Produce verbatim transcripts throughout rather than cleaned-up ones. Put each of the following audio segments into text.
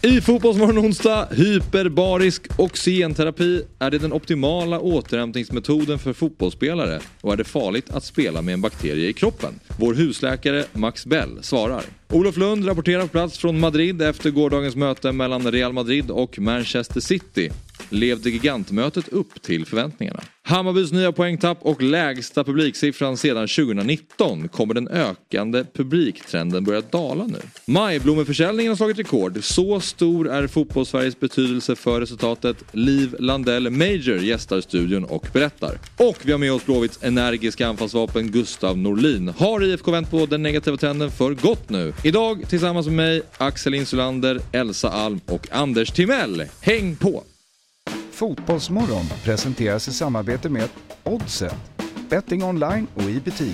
I Fotbollsmorgon onsdag, hyperbarisk oxygenterapi. Är det den optimala återhämtningsmetoden för fotbollsspelare? Och är det farligt att spela med en bakterie i kroppen? Vår husläkare Max Bell svarar. Olof Lund rapporterar på plats från Madrid efter gårdagens möte mellan Real Madrid och Manchester City. Levde gigantmötet upp till förväntningarna? Hammarbys nya poängtapp och lägsta publiksiffran sedan tjugonitton. Kommer den ökande publiktrenden börja dala nu? Majblommeförsäljningen har slagit rekord. Så stor är fotbollssveriges betydelse för resultatet. Liv Landell Major gästar studion och berättar. Och vi har med oss Blåvitts energiska anfallsvapen Gustav Norlin. Har I F K vänt på den negativa trenden för gott nu? Idag tillsammans med mig, Axel Insulander, Elsa Alm och Anders Timell. Häng på! Fotbollsmorgon presenteras i samarbete med Oddset, betting online och i butik.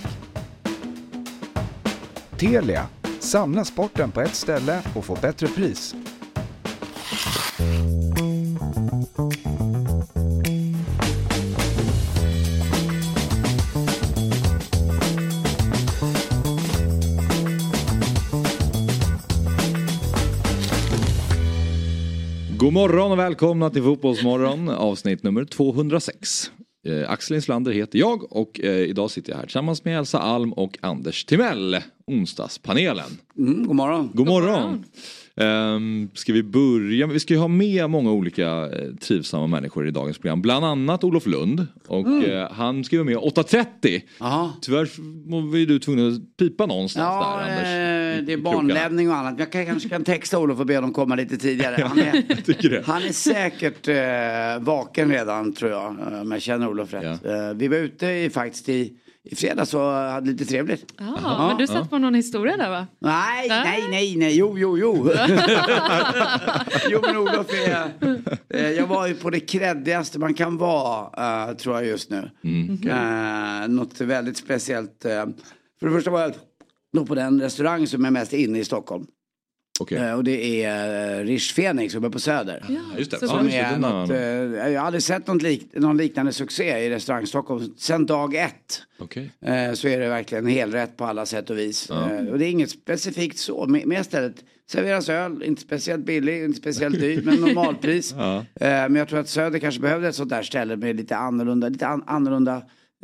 Telia, samla sporten på ett ställe och få bättre pris. God morgon och välkomna till Fotbollsmorgon, avsnitt nummer tvåhundrasex. Eh, Axel Insulander heter jag och eh, idag sitter jag här tillsammans med Elsa Alm och Anders Timell, onsdagspanelen. Mm, god morgon. God morgon. Um, ska vi börja? Vi ska ju ha med många olika eh, trivsamma människor i dagens program. Bland annat Olof Lund. Och mm. eh, han ska vara med åtta trettio. Aha. Tyvärr var ju du tvungen att pipa någonstans ja, där, Anders. Eh, det är barnlämning och annat. Jag kan, kanske kan texta Olof och be dem komma lite tidigare. Han är, han är säkert eh, vaken redan, tror jag. Om jag känner Olof rätt. Ja. Eh, vi var ute i, faktiskt i... I fredags så hade lite trevligt. Ah, ja, men du satt på någon historia där, va? Nej, ah. nej, nej, nej. Jo, jo, jo. jo, men Olof är... Eh, jag var ju på det kreddigaste man kan vara, uh, tror jag just nu. Mm. Okay. Uh, något väldigt speciellt. Uh, för det första var jag då på den restaurang som är mest inne i Stockholm. Okay. Uh, och det är uh, Rish Phoenix som är på Söder. Ja, just det. Som ja, är det. Något, uh, jag har aldrig sett någon, lik, någon liknande succé i restaurang Stockholm. Sen dag ett okay. uh, så är det verkligen helt rätt på alla sätt och vis. Ja. Uh, och det är inget specifikt så. Med stället serveras öl, inte speciellt billig, inte speciellt dyrt, men normalpris. Ja. Uh, men jag tror att Söder kanske behövde ett sånt där ställe med lite annorlunda, lite an- annorlunda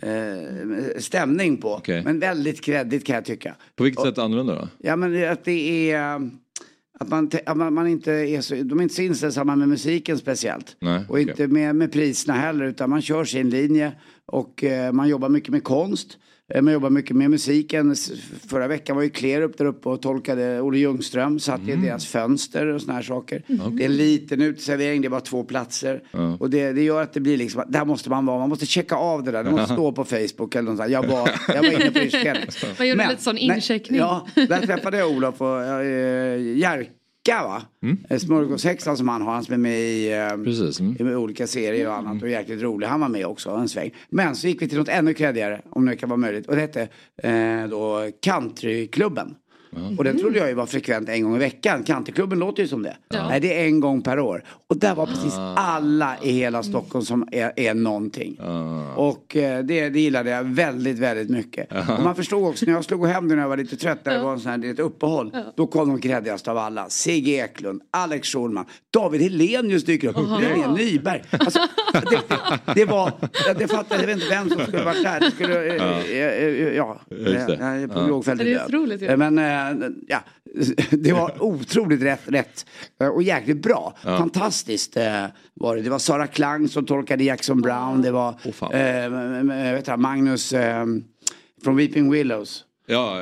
Uh, stämning på. Okay. Men väldigt kreddigt kan jag tycka. På vilket och, sätt annorlunda då? Ja, men att det är uh, att man, te- att man, man inte är så, de är inte så inställsamma med musiken speciellt. Nej, och okay. inte med, med priserna heller, utan man kör sin linje och uh, man jobbar mycket med konst. Man jobbar mycket med musiken. Förra veckan var ju Claire upp där uppe och tolkade Olle Ljungström. Satt mm. i deras fönster och såna här saker. Mm. Det är en liten uteservering, det är bara två platser. Mm. Och det, det gör att det blir liksom, där måste man vara. Man måste checka av det där. Det måste stå på Facebook eller något sånt. Jag var, jag var inne på Rish. Vad gjorde du lite sån incheckning? Ja, där träffade jag Olof och äh, Jerka, va? Mm. Smörgåshäxan som han har, han som är med i, äh, Precis, mm. i olika serier och annat. Mm. Och jäkligt rolig. Han var med också en sväng. Men så gick vi till något ännu kreddigare, om det kan vara möjligt. Och det hette äh, då Countryklubben. Mm. Och den trodde jag ju var frekvent en gång i veckan. Countryklubben låter ju som det. Ja. Nej, det är en gång per år. Och där var precis ah. alla i hela Stockholm som är, är någonting. Ah. Och eh, det, det gillade jag väldigt, väldigt mycket. Ah. Och man förstod också, när jag slog hem när jag var lite trött, när det var en sån här, ett uppehåll. Ah. Då kom de kreddigast av alla. Sigge Eklund, Alex Schulman, David Helenius dyker upp. Oh. Helene Nyberg. Alltså, det, det, det var, det fattade jag vet inte vem som skulle varit där. Det skulle, eh, eh, ja, jag på lågfältet död. Det är otroligt. Ja. Men ja, det var otroligt rätt, rätt och jäkligt bra. Ja. Fantastiskt var det. Det var Sara Klang som tolkade Jackson Brown. Det var oh, äh, vet jag, Magnus äh, från Weeping Willows. Ja,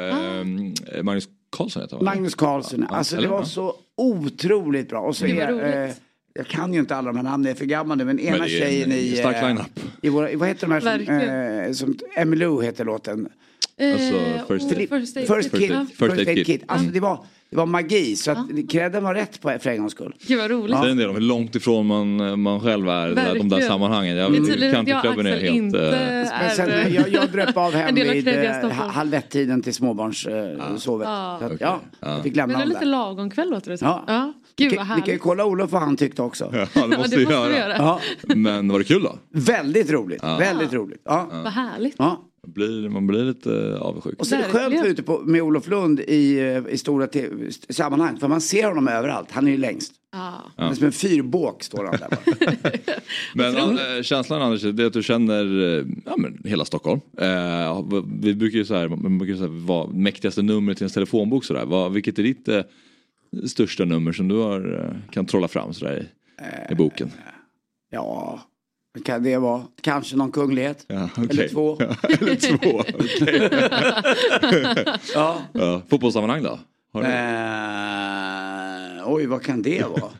äh, Magnus Carlsson heter det. Magnus Carlsson. Ja, alltså det var så otroligt bra. Och så är, äh, jag kan ju inte alla de här namnen, jag är för gammal nu, men ena men tjejen i stark line-up. I våra, vad heter de här som, äh, som Emmylou heter låten. Alltså first, oh, first aid first kit. Kid, first first aid kit. kit. Alltså det var det var magi, så att ja. Kredden var rätt på för en gångs skull. Det var roligt. Ja. Det är en del av hur långt ifrån man man själv är där, de där sammanhangen. Jag mm. kan inte klubben är helt inte är sen, jag jag dröp av hem vid halv ett tiden till småbarns uh, ja. sovet. Ja. Så att, okay. ja, jag fick lämna. Men det är lite lagom kväll låter det så. Ja. Ja. Gud vad härligt. Vi kan ju kolla Olof vad han tyckte också. Ja, det måste vi göra. göra. Ja. Men var det kul då? Väldigt roligt. Ja. Väldigt roligt. Ja. Ja. Vad härligt. Ja. Blir, man blir lite avundsjuk. Och så är det skönt att ute på, med Olof Lund i, i stora te- sammanhang. För man ser honom överallt. Han är ju längst. Ah. Ja. Det är som en fyrbåk står han där bara. Men äh, känslan Anders, det är att du känner ja, men, hela Stockholm. Äh, vi brukar ju så här, man brukar säga vad mäktigaste numret till en telefonbok sådär. Vad, vilket är ditt äh, största nummer som du har, äh, kan trolla fram sådär i, äh, i boken? Ja, kan det vara kanske någon kunglighet? Ja, okay. Eller två. Ja, eller två, okej. Ja. Ja. Fotbollssammanhang då? Har du... uh, oj, vad kan det vara?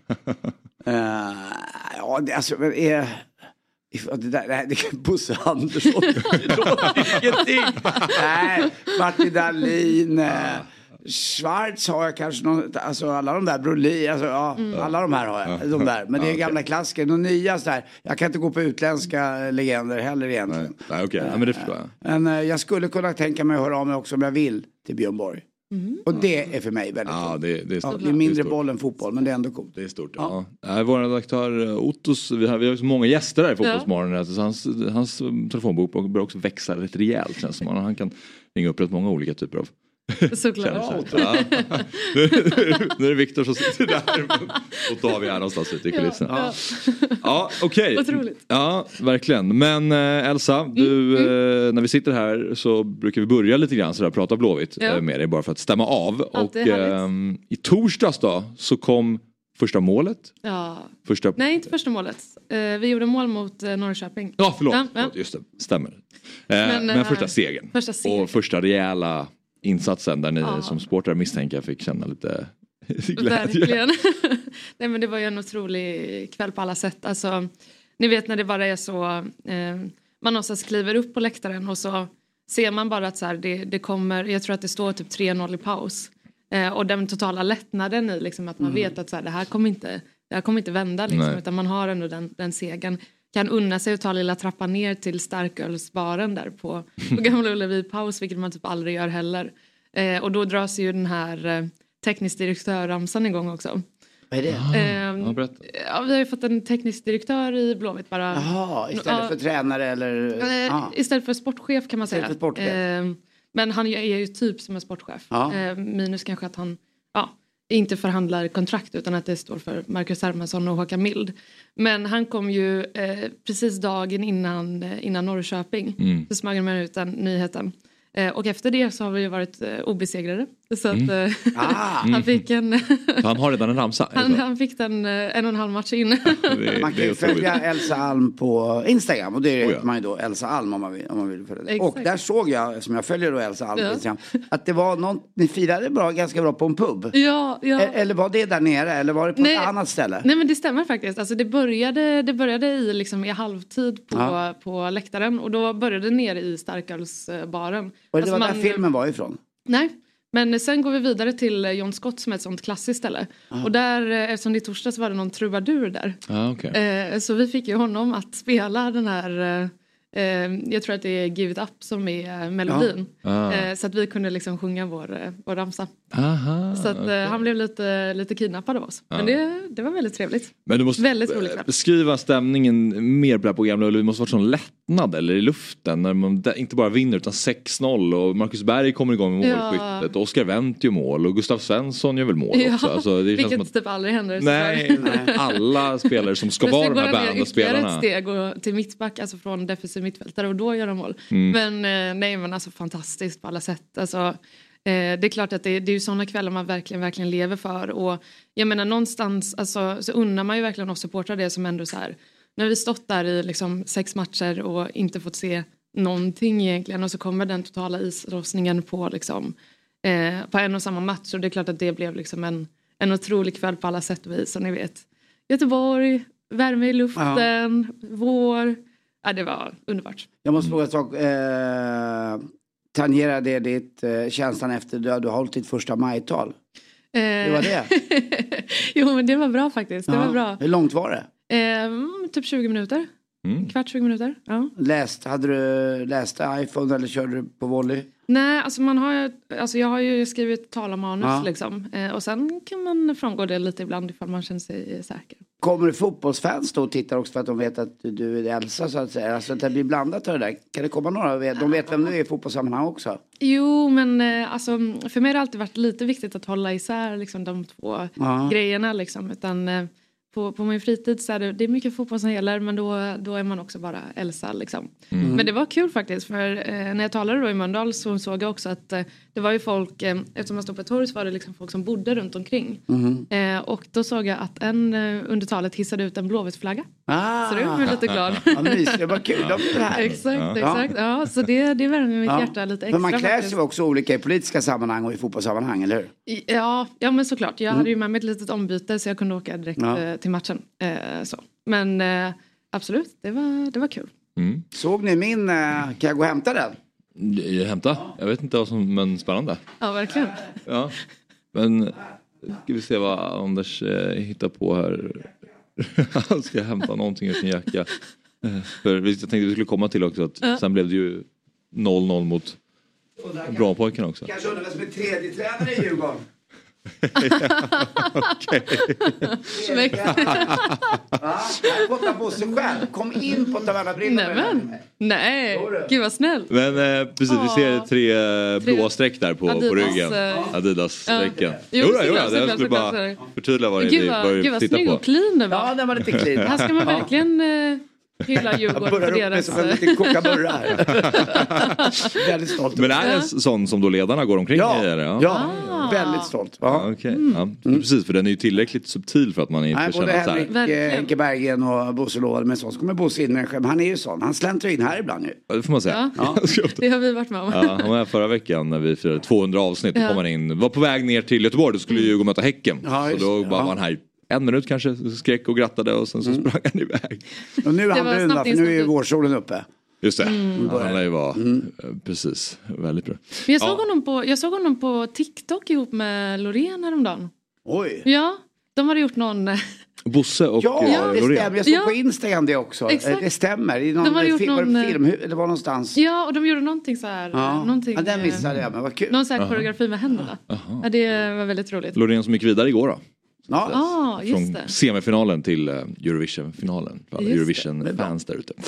uh, ja, det, alltså, är... Det där, det, det är Bosse Andersson. Ingenting. Nej, Martin Dahlin. Uh, Schwarz har jag kanske någon, alltså alla de där Brolin, alltså ja, mm. alla de här har jag, de där, men det är gamla klassiker, de nya så där. Jag kan inte gå på utländska legender heller egentligen. Nej, Nej okej, okay. ja, men det förstår jag. Men jag skulle kunna tänka mig att höra av mig också om jag vill till Björn Borg. Mm. Och det är för mig väldigt ja, coolt. Det, det, är ja, det är mindre boll än fotboll, men det är ändå coolt. Det är stort, ja. ja. Vår redaktör Ottos, vi har, vi har så många gäster här i Fotbollsmorgon, ja. Så hans, hans telefonbok börjar också växa rätt rejält, känns som. Han kan ringa upp rätt många olika typer av såklart. Ja. Nu är det Viktor som sitter där och då har vi här någonstans ute i kulissen. Ja, ja. ja okej. Okay. Ja, verkligen. Men äh, Elsa, du, mm. äh, när vi sitter här så brukar vi börja lite grann så där, prata Blåvitt ja. äh, med dig bara för att stämma av. Allt och äh, i torsdags då så kom första målet. Ja. Första... Nej, inte första målet. Uh, vi gjorde mål mot uh, Norrköping. Ja, förlåt. Ja, förlåt. Ja. Just det, stämmer. Uh, men, uh, men första segern. Första segern. Och första rejäla insatsen där ni ja. som sportare misstänker fick känna lite glädje. Verkligen. Nej, men det var ju en otrolig kväll på alla sätt. Alltså, ni vet när det bara är så eh, man någonstans kliver upp på läktaren och så ser man bara att så här, det, det kommer, jag tror att det står typ tre noll i paus. Eh, och den totala lättnaden i liksom, att man mm. vet att så här, det här kommer inte, det här kommer inte vända liksom, utan man har ändå den, den segern. Kan unna sig att ta lilla trappan ner till starkölsbaren där på, på Gamla Ullevi paus, vilket man typ aldrig gör heller. Eh, och då dras ju den här eh, teknisk direktör-ramsan igång också. Vad är det? Eh, ja, vi har ju fått en teknisk direktör i Blåvitt bara. Jaha, istället för uh, tränare eller? Eh, uh. Istället för sportchef kan man säga. För sportchef. Eh, men han är ju typ som en sportchef. Uh. Eh, minus kanske att han... Ja. inte förhandlar kontrakt utan att det står för Marcus Hermansson och Håkan Mild. Men han kom ju eh, precis dagen innan, eh, innan Norrköping. Mm. Så smög man ut den nyheten. Eh, och efter det så har vi ju varit eh, obesegrade. Så att mm. eh, ah. han fick en... han har redan en ramsa. Han, han fick den eh, en och en halv match in. det, man kan ju följa Elsa Alm på Instagram. Och det är oh, ja. man ju då Elsa Alm om man vill, om man vill följa det. Exakt. Och där såg jag, som jag följer då Elsa Alm på Instagram, att det var någon, ni firade bra, ganska bra på en pub. Ja, ja. Eller var det där nere? Eller var det på Nej. ett annat ställe? Nej, men det stämmer faktiskt. Alltså det började, det började i, liksom, i halvtid på, ja. på läktaren. Och då började det ner i starkölsbaren. Och det alltså var man, där filmen var ifrån? Nej, men sen går vi vidare till John Scott som är ett sånt klassiskt ställe. Ah. Och där, eftersom det i torsdags var det någon trubadur där. Ah, okay. eh, så vi fick ju honom att spela den här... Eh, jag tror att det är Give It Up som är eh, melodin. Ah. Eh, så att vi kunde liksom sjunga vår, eh, vår ramsa. Aha, så att eh, okay. han blev lite, lite kidnappad av oss. Ah. Men det, det var väldigt trevligt. Men du måste väldigt roligt. Beskriva stämningen mer på Gamla Ullevi. Det måste vara sån lättnad eller i luften när man inte bara vinner utan sex noll och Marcus Berg kommer igång med målskyttet. Ja. Oskar Wendt gör mål och Gustav Svensson gör väl mål ja. också. Alltså, det vilket känns som att, typ aldrig händer. Nej, nej, alla spelare som ska vara de här bärande spelarna. ett steg och till mittback, alltså från defensiv mittfältare och då gör de mål. Mm. Men eh, nej men alltså fantastiskt på alla sätt. Alltså, eh, det är klart att det, det är ju sådana kvällar man verkligen, verkligen lever för. Och jag menar någonstans alltså, så undrar man ju verkligen oss supportrar det som ändå så här. När vi stått där i liksom sex matcher och inte fått se någonting egentligen. Och så kommer den totala islossningen på, liksom, eh, på en och samma match. Och det är klart att det blev liksom en, en otrolig kväll på alla sätt och vis. Som ni vet. Göteborg, värme i luften, ja. vår. Ja, det var underbart. Jag måste fråga en sak. Eh, tangerar det ditt eh, känslan efter du, du har hållit ditt första majtal? Eh. Det var det? Jo, men det var bra faktiskt. Det ja. var bra. Hur långt var det? Eh, typ tjugo minuter. Mm. Kvart, tjugo minuter. Ja. Läst, hade du läst iPhone eller körde du på volley? Nej, alltså, man har, alltså jag har ju skrivit talarmanus ja. liksom. Eh, och sen kan man framgå det lite ibland ifall man känner sig säker. Kommer det fotbollsfans då och tittar också för att de vet att du är Elsa så att säga? Alltså att det blir blandat av det där. Kan det komma några? De vet vem du är i fotbollssammanhang också. Jo, men eh, alltså, för mig har det alltid varit lite viktigt att hålla isär liksom, de två ja. grejerna. Liksom, utan eh, på, på min fritid så är det, det är mycket fotboll som gäller, men då, då är man också bara Elsa. Liksom. Mm. Men det var kul faktiskt, för eh, när jag talade då i Mölndal så såg jag också att eh, det var ju folk, eh, eftersom man stod på ett torg så var det liksom folk som bodde runt omkring. Mm. Eh, och då såg jag att en eh, under talet hissade ut en blåvittflagga. Ah. Så det var jag lite glad. Ja, det var kul. Det här. Exakt, ja. exakt. Ja, så det, det värmer mitt ja. hjärta lite extra. Men man klär sig också olika i politiska sammanhang och i fotbollssammanhang, eller hur? Ja, ja men såklart. Jag mm. hade ju med mig ett litet ombyte så jag kunde åka direkt ja. eh, till matchen. Eh, så. Men eh, absolut, det var, det var kul. Mm. Såg ni min, eh, kan jag gå och hämta den? Jag hämta? Jag vet inte vad som, men spännande. Ja, verkligen. Ja, men ska vi se vad Anders eh, hittar på här. Han ska hämta någonting ur sin jacka. Eh, för jag tänkte att vi skulle komma till också att ja. sen blev det ju noll noll mot bra pojkarna också. Kanske undrar vem som är tredje tränare i Djurgården. Okej. Snyggt. Jag borta på sig själv. Kom in på Taverna-brillan. Nej, men. Nej, gud vad snällt. Men eh, precis, vi ser tre eh, blåa streck där på, Adidas, på ryggen. Uh, Adidas-strecken. Uh, jo, jo, jo, det skulle bara förtydliga vad det är. Gud vad snygg och clean det var. Ja, den var lite clean. Här ska man verkligen... Uh, hylla Djurgården för deras... Jag börjar upp med kokaburra här. Väldigt stolt. Men är det en sån som då ledarna går omkring ja. i? Eller? Ja, ja. Ah. väldigt stolt. Ja. Ja, okay. mm. ja, precis, för den är ju tillräckligt subtil för att man inte Nej, känner att så här... Både Henke Berggren och Bosse lovade med sånt. Så kommer Bosse in med en skäm. Han är ju sån. Han släntrar in här ibland ju. Ja, det får man säga. Ja. Ja. Det har vi varit med om. Ja, han var här förra veckan när vi firade tvåhundra avsnitt. Ja. Då kom han in, var på väg ner till Göteborg. Då skulle mm. ju gå och möta Häcken. Ja, så då bara ja. var han här en minut kanske, skrek och grattade och sen så mm. sprang han iväg. Och nu är han bruna, för nu är ju vårsolen uppe. Just det, mm. han lär ju vara mm. precis, väldigt bra. Men jag, såg ja. honom på, jag såg honom på TikTok ihop med Loreen häromdagen. Oj. Ja, de hade gjort någon... Bosse och ja, eh, ja, det Loreen. stämmer. Jag såg ja. på Instagram det också. Exakt. Det stämmer. I någon, de hade gjort film, någon... film, det var någonstans. Ja, och de gjorde någonting så här. Ja, någonting, ja den missade jag, men vad kul. Någon så här koreografi med händerna. Ja, det var väldigt roligt. Loreen som gick vidare igår då. Ja, ah, just från det. semifinalen till uh, Eurovision-finalen. Eurovision-fans där ute.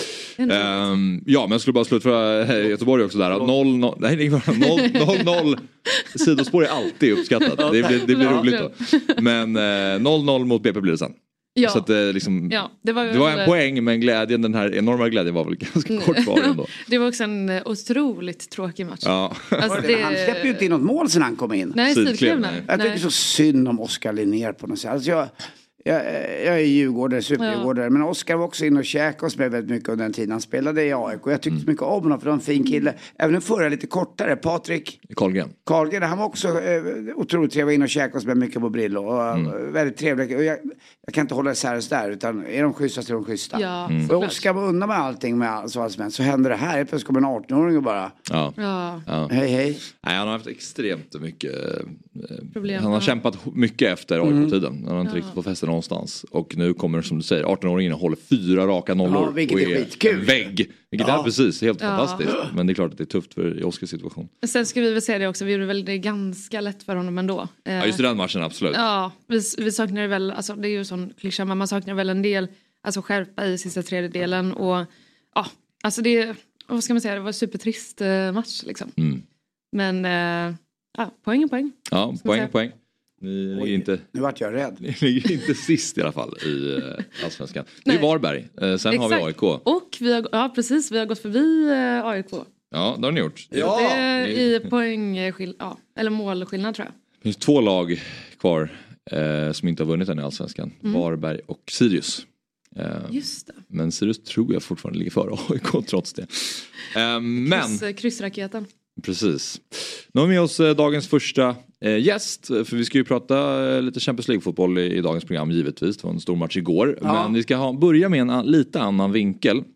Um, ja, men jag skulle bara slutföra Göteborg också där. noll noll Nej, det är noll noll sidospår är alltid uppskattat. Det, det, det blir roligt då. Men uh, noll noll mot B P blir det sen. Ja. Så att, uh, liksom, ja, det var, det var en poäng, men glädjen, den här enorma glädjen var väl ganska kort kvar ändå. Det var också en otroligt tråkig match. Ja. Alltså, det... Han släppte ju inte in något mål sen han kom in. Nej, Sidklev. Jag tycker så synd om Oskar Linnér på något sätt. Alltså jag... Jag, jag är Djurgårdare, superdjurgårdare. Ja. Men Oskar var också in och käkade oss med väldigt mycket under den tiden. Han spelade i A I K. Jag tyckte mm. så mycket om honom för han var en fin kille. Även den förra lite kortare, Patrik Karlgren. Karlgren, han var också eh, otroligt trevlig in och käkade oss med mycket på Brillo. Och, mm. väldigt trevlig. Och jag, jag kan inte hålla isär oss där, utan är de schyssta så är de schyssta. Ja, mm. Och Oskar var undan med allting med allt som helst. Så händer det här, helt plötsligt kommer en arton-åring och bara ja. Ja. Ja. hej hej. Nej, han har haft extremt mycket eh, problem. Han har kämpat mycket efter A I K-tiden. Han har inte ja. riktigt fått fästa någonstans. Och nu kommer, som du säger, arton-åringen håller fyra raka nollor. Ja, vilket är skitkul. Vägg. Vilket ja. är precis helt ja. fantastiskt. Men det är klart att det är tufft för i Oskars situation. Sen ska vi väl säga det också. Vi gjorde väl det ganska lätt för honom ändå. Ja, just den matchen, absolut. Ja, vi, vi saknar väl, alltså det är ju sån klyscha, men man saknar väl en del, alltså skärpa i sista tredjedelen. Och ja, alltså det, vad ska man säga, det var en supertrist match liksom. Mm. Men ja, poäng och poäng. Ja, poäng och poäng. Ni Oj, inte, nu vart jag rädd. Ni ligger inte sist i alla fall i uh, Allsvenskan. Det är Varberg. Uh, sen Exakt. har vi A I K. Och vi har, ja, precis, vi har gått förbi uh, A I K. Ja, det har ni gjort. Ja. Det är i poängskill- ja, eller målskillnad tror jag. Det finns två lag kvar uh, som inte har vunnit än i Allsvenskan. Mm. Varberg och Sirius. Uh, Just det. Men Sirius tror jag fortfarande ligger före A I K trots det. Uh, men... Kryss, kryssraketen. Precis. Nu har vi med oss eh, dagens första eh, gäst. För vi ska ju prata eh, lite Champions League-fotboll i, i dagens program givetvis. Det var en stor match igår. Ja. Men vi ska ha, börja med en a, lite annan vinkel.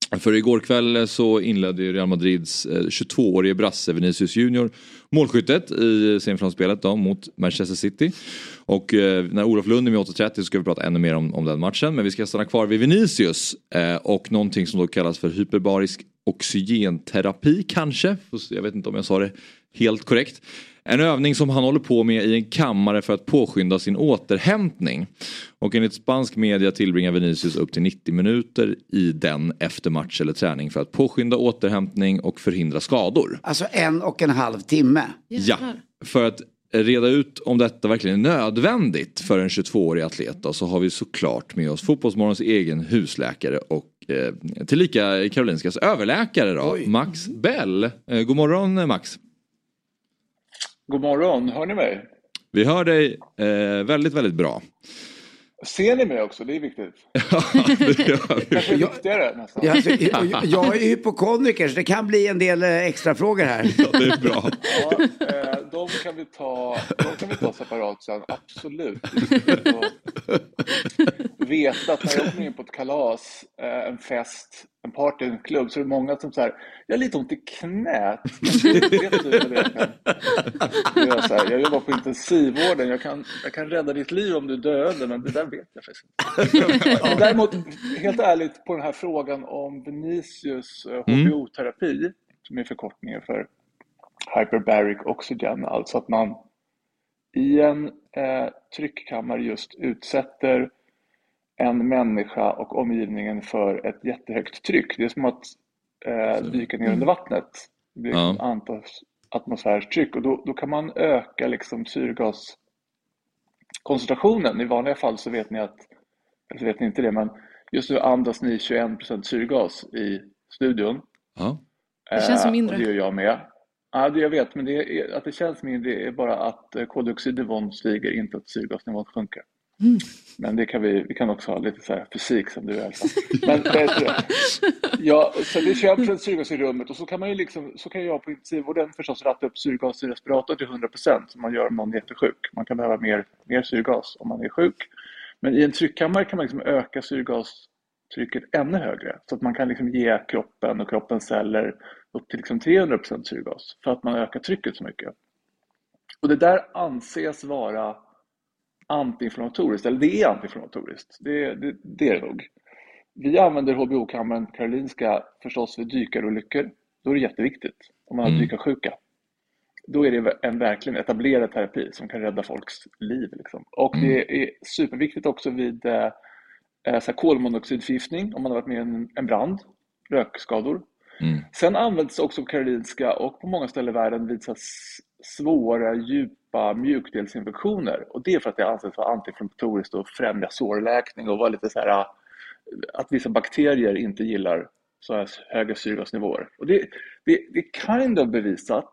För igår kväll så inledde Real Madrids tjugotvåårige brasse Vinicius Junior målskyttet i semifinalspelet då mot Manchester City. Och eh, när Olof Lund är med åtta trettio så ska vi prata ännu mer om, om den matchen. Men vi ska stanna kvar vid Vinicius eh, och någonting som då kallas för hyperbarisk oxygenterapi kanske. Jag vet inte om jag sa det helt korrekt. En övning som han håller på med i en kammare för att påskynda sin återhämtning. Och enligt spansk media tillbringar Vinicius upp till nittio minuter i den efter match eller träning för att påskynda återhämtning och förhindra skador. Alltså en och en halv timme? Ja, för att reda ut om detta verkligen är nödvändigt för en tjugotvåårig atlet då, så har vi såklart med oss Fotbollsmorgons egen husläkare och eh, tillika Karolinskas överläkare då, Oj. Max Bell. Eh, god morgon Max. God morgon, hör ni mig? Vi hör dig eh, väldigt, väldigt bra. Ser ni mig också? Det är viktigt. Ja, det gör vi. Kanske viktigare nästan. Ja, alltså, jag, jag är hypokondriker så det kan bli en del extra frågor här. Ja, det är bra. Ja, eh, de kan vi ta, de kan vi ta separat sen, absolut. Och veta att när jag kommer in på ett kalas, eh, en fest, en party, en klubb, så är det många som säger jag har lite ont i knät. Vet du vad det är? Jag, så här, jag jobbar på intensivvården, jag kan, jag kan rädda ditt liv om du dödar, men det där vet jag faktiskt inte. Däremot, helt ärligt, på den här frågan om Vinicius H B O-terapi, mm. som är förkortningen för hyperbaric oxygen, alltså att man i en eh, tryckkammare just utsätter en människa och omgivningen för ett jättehögt tryck. Det är som att eh, dyka ner under vattnet. Det blir ja. antas atmosfäriskt tryck och då, då kan man öka liksom syrgaskoncentrationen. I vanliga fall så vet ni att, eller så vet ni inte det, men just nu andas ni tjugoen procent syrgas i studion. Ja. Det känns som mindre. Eh, och det gör jag med. Ja, det jag vet, men det är, att det känns mindre är bara att koldioxidnivån stiger, inte att syrgasnivån sjunker. Mm. Men det kan vi, vi kan också ha lite så här fysik som du är. Men det, ja, så det är tjugoen procent syrgas i rummet och så kan man ju liksom, så kan jag på intensivvården förstås ratta upp syrgas i respirator till hundra procent som man gör om någon är jättesjuk. Man kan behöva mer, mer syrgas om man är sjuk. Men i en tryckkammare kan man liksom öka syrgastrycket ännu högre så att man kan liksom ge kroppen och kroppens celler upp till liksom trehundra procent syrgas för att man ökar trycket så mycket. Och det där anses vara antiinflammatoriskt, eller det är antiinflammatoriskt, det, det, det är det nog. Vi använder H B O-kammaren Karolinska förstås vid dykarolyckor. Då är det jätteviktigt om man har mm. dykarsjuka. Då är det en verkligen etablerad terapi som kan rädda folks liv. Liksom. Och mm. det är superviktigt också vid eh, så här kolmonoxidförgiftning om man har varit med i en, en brand, rökskador. Mm. Sen används också Karolinska och på många ställen i världen vid så här svåra, djupa mjukdelsinfektioner. Och det är för att det anses vara antiinflammatoriskt och främja sårläkning och vara lite så här att vissa bakterier inte gillar så här höga syrgasnivåer. Och det, det, det är kind of bevisat,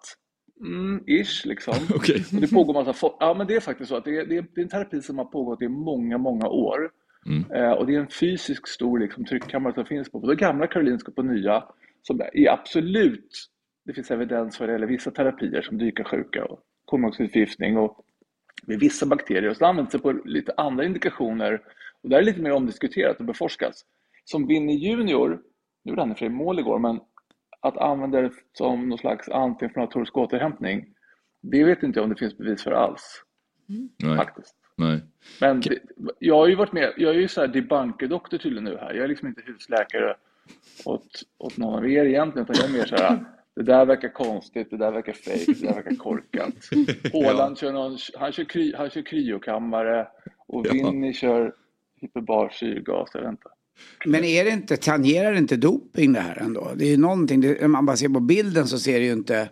mm, ish liksom. Okay. Och det pågår massa, ja men det är faktiskt så att det är, det är en terapi som har pågått i många, många år. Mm. Eh, och det är en fysisk stor liksom, tryckkammare som finns på både gamla Karolinska och på nya. Som är absolut, det finns evidens för det, eller vissa terapier som dykarsjuka och kolmonoxidförgiftning och med vissa bakterier. Och så används det på lite andra indikationer. Och det är lite mer omdiskuterat och beforskas. Som Vinny Junior, nu gjorde han för i mål igår, men att använda det som någon slags antiinflammatorisk återhämtning, det vet inte jag om det finns bevis för alls. Mm. Faktiskt. Nej. Men det, jag har ju varit med, jag är ju så här debunker-doktor tydligen nu här. Jag är liksom inte husläkare åt, åt någon av er egentligen, utan jag är mer så här, det där verkar konstigt, det där verkar fake, det där verkar korkat. Håland kör någon, han kör, kry, han kör kryokammare och ja. Vinny kör hyperbar syrgas, jag vet inte. Men är det inte, tangerar det inte doping det här ändå? Det är ju någonting, det, om man bara ser på bilden så ser det ju inte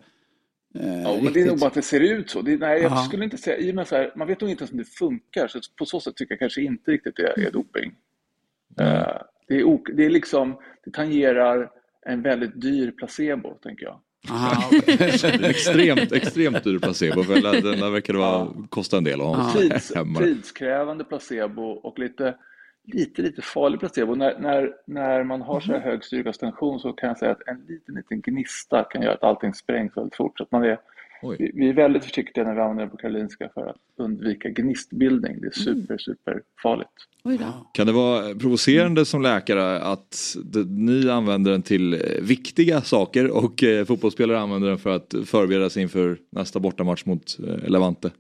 eh, ja, men det är nog bara att det ser ut så. Det, nej, jag Aha. skulle inte säga, i och med så här, man vet nog inte ens om det funkar, så på så sätt tycker jag kanske inte riktigt det är doping. Mm. Uh, det, är, det är liksom, det tangerar en väldigt dyr placebo, tänker jag. Aha, okay. extremt, extremt dyr placebo, för den där verkar det vara, ja. kosta en del att ha Tids, tidskrävande placebo och lite, lite, lite farlig placebo. När, när, när man har så här hög syrgastension så kan jag säga att en liten, liten gnista kan göra att allting sprängs väldigt fort. Så att man är, vi, vi är väldigt försiktiga när vi använder det på Karolinska för att undvika gnistbildning. Det är super, super farligt. Oj då. Kan det vara provocerande som läkare att det, ni använder den till viktiga saker och eh, fotbollsspelare använder den för att förbereda sig inför nästa bortamatch mot eh, Levante?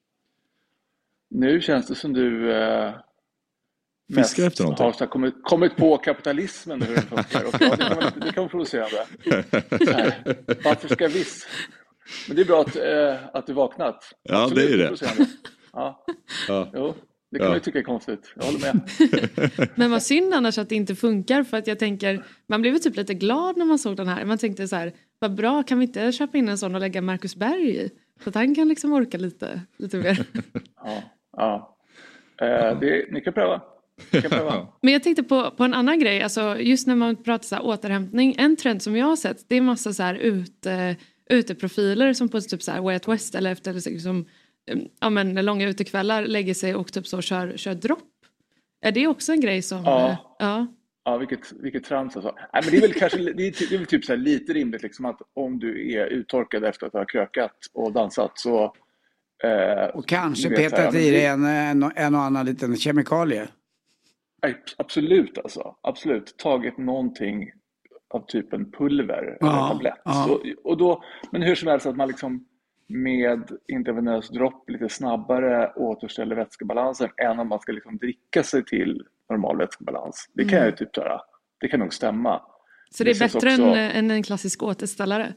Nu känns det som du eh, mest efter har så kommit, kommit på kapitalismen och hur den funkar. Och ja, det kan vara, det kan vara provocerande. Nej, varför ska viss? Men det är bra att, eh, att du vaknat. Ja, absolut, det är det. Ja. Ja. Jo, det kan ja. man ju tycka är konstigt. Jag håller med. Men vad synd annars att det inte funkar. För att jag tänker, man blev typ lite glad när man såg den här. Man tänkte så här, vad bra, kan vi inte köpa in en sån och lägga Marcus Berg i? Så att han kan liksom orka lite, lite mer. Ja, ja. Eh, det, ni kan pröva. Ni kan pröva. Men jag tänkte på, på en annan grej. Alltså, just när man pratar så här, återhämtning. En trend som jag har sett, det är massa så här ute, uteprofiler som på typ så här Way Out West eller efter liksom, ja, men, långa utekvällar lägger sig och typ så kör, kör dropp. Är det också en grej som... Ja. Eh, ja. Ja, vilket, vilket trams alltså. Nej, men det är väl kanske det är, det är väl typ så här lite rimligt liksom att om du är uttorkad efter att ha krökat och dansat så... Eh, och kanske vet, petat här, i dig en, en, en och annan liten kemikalie. Nej, absolut alltså. Absolut. Tagit någonting av typen pulver ja, eller tablett. Ja. Så, och då, men hur som helst att man liksom med intravenös dropp lite snabbare återställer vätskebalansen än om man ska liksom dricka sig till normal vätskebalans. Det kan mm. jag ju typ göra. Det kan nog stämma. Så det är det bättre också... än, än en klassisk återställare?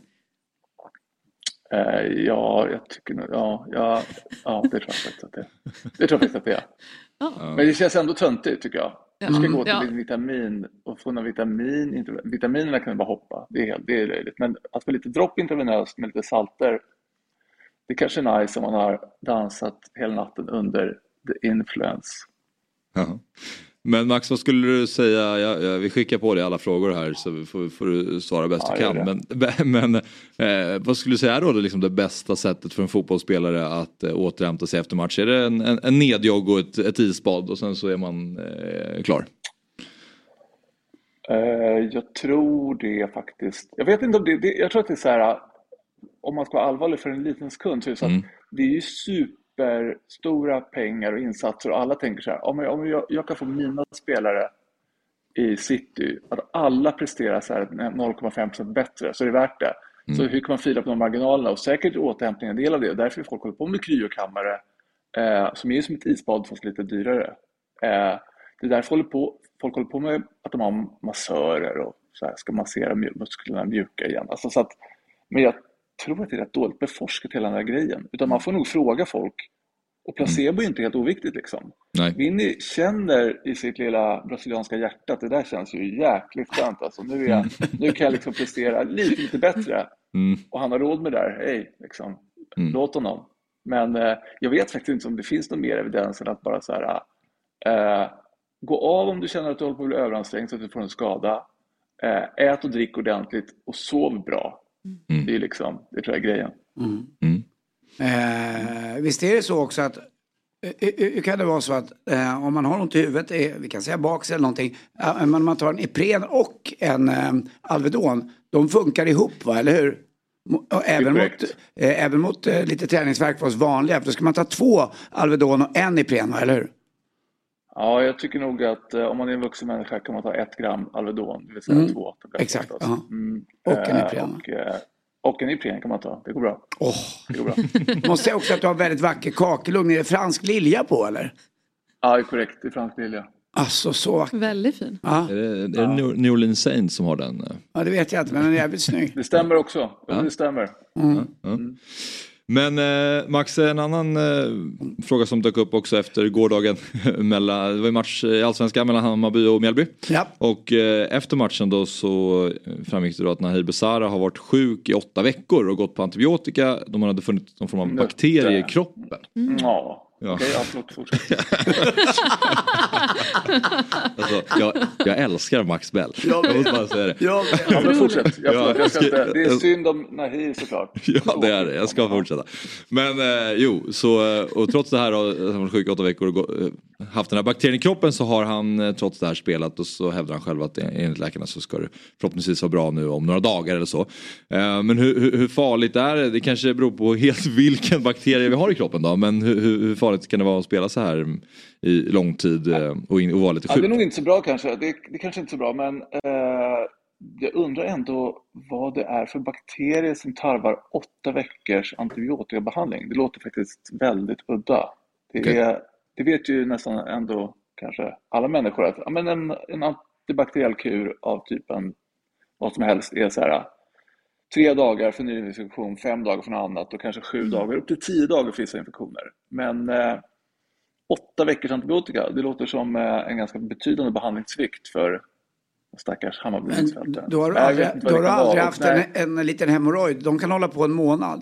Uh, ja, jag tycker nog, ja, ja, ja, det tror jag faktiskt att det, det tror jag faktiskt att det är. Oh. Men det känns ändå töntigt tycker jag. Du ska mm. gå till ja. vitamin och få någon vitamin. Inte, vitaminerna kan bara hoppa. Det är, helt, det är löjligt. Men att få lite dropp intravenöst med lite salter, det kanske är nice om man har dansat hela natten under the influence. Ja. Men Max, vad skulle du säga? Jag, jag, vi skickar på dig alla frågor här så får, får du svara bäst ja, du kan. Men, men eh, vad skulle du säga då liksom det bästa sättet för en fotbollsspelare att eh, återhämta sig efter match? Är det en, en, en nedjogg och ett, ett isbad och sen så är man eh, klar? Uh, jag tror det faktiskt. Jag vet inte om det, det jag tror att det är så här, om man ska vara allvarlig för en liten sekund så är det så att mm. det är ju super stora pengar och insatser och alla tänker så här, om jag, om jag, jag kan få mina spelare i City att alla presterar så här noll komma fem procent bättre så är det värt det. Mm. Så hur kan man fila på de marginalerna och säkert återhämtning en del av det och därför folk håller på med kryokammare eh, som är som ett isbad fast lite dyrare. Eh, det är därför håller på, folk håller på med att de har massörer och så här, ska massera musklerna mjuka igen. Alltså, så att, men jag tror att det är rätt dåligt beforskat hela den här grejen. Utan man får nog fråga folk. Och placebo är inte helt oviktigt liksom. Nej. Vinny känner i sitt lilla brasilianska hjärta att det där känns ju jäkligt skönt. Alltså, nu, är jag, nu kan jag liksom prestera lite, lite bättre. Mm. Och han har råd med det där. Hej, liksom. Mm. Låt honom. Men eh, jag vet faktiskt inte om det finns någon mer evidens än att bara så här... Eh, gå av om du känner att du håller på att bli överansträngd så att du får en skada. Eh, ät och drick ordentligt och sov bra. Mm. Det är liksom, det tror jag är grejen. Mm. Mm. Eh, visst är det så också att hur kan det vara så att eh, om man har något i huvudet, eh, vi kan säga baks eller någonting, eh, man, man tar en Ipren och en eh, Alvedon, de funkar ihop va, eller hur? Och även mot, eh, även mot eh, lite träningsverk för oss vanliga, för då ska man ta två Alvedon och en Ipren va, eller hur? Ja, jag tycker nog att eh, om man är en vuxen människa kan man ta ett gram Alvedon, det vill säga mm. två. Exakt, mm. och en Ipren. Och, eh, Och en Ipren kan man ta. Det går bra. Oh. Det går bra. Måste jag också att du har väldigt vacker kakelugn. Är det fransk lilja på eller? Ja, det är korrekt. Det är fransk lilja. Alltså så vacker. Väldigt fin. Ja. Är det, är det ja. New Orleans Saints som har den? Ja, det vet jag inte. Men den är jävligt snygg. Det stämmer också. Ja. Det stämmer. Mm. Ja, ja. Mm. Men eh, Max, en annan eh, fråga som dök upp också efter gårdagen mellan, det var en match i Allsvenskan mellan Hammarby och Mjällby. Ja. Och eh, efter matchen då så framgick det då att Nahir Besara har varit sjuk i åtta veckor och gått på antibiotika. De hade funnit någon form av bakterie i kroppen. Mm. Ja. Ja. Okej, absolut, fortsätt. Alltså, jag, jag älskar Max Bell. Jag, jag måste bara säga det. Jag, ja, men fortsätt. Jag, ja, jag ska inte, det är synd om Nahir såklart. Ja, det är det. Jag ska fortsätta. Men eh, jo, så, och trots det här har han varit sjuk i åtta veckor och haft den här bakterien i kroppen så har han trots det här spelat och så hävdar han själv att enligt läkarna så ska det förhoppningsvis vara bra nu om några dagar eller så. Men hur, hur farligt är det? Det kanske beror på helt vilken bakterie vi har i kroppen då, men hur, hur farligt kan det vara att spela så här i lång tid och, in, och vara lite sjuk? Ja, det är nog inte så bra kanske, det, det kanske inte så bra, men eh, jag undrar ändå vad det är för bakterier som tarvar åtta veckors antibiotikabehandling. Det låter faktiskt väldigt udda. Det, okay. är, det vet ju nästan ändå kanske alla människor att ja, men en, en antibakteriell kur av typen vad som helst är så här tre dagar för ny infektion, fem dagar för något annat och kanske sju mm. dagar, upp till tio dagar för vissa infektioner. Men eh, åtta veckors antibiotika, det låter som eh, en ganska betydande behandlingssvikt för stackars Hammarby. Men då har du aldrig, då har du aldrig haft en, en, en liten hemorrojd. De kan hålla på en månad.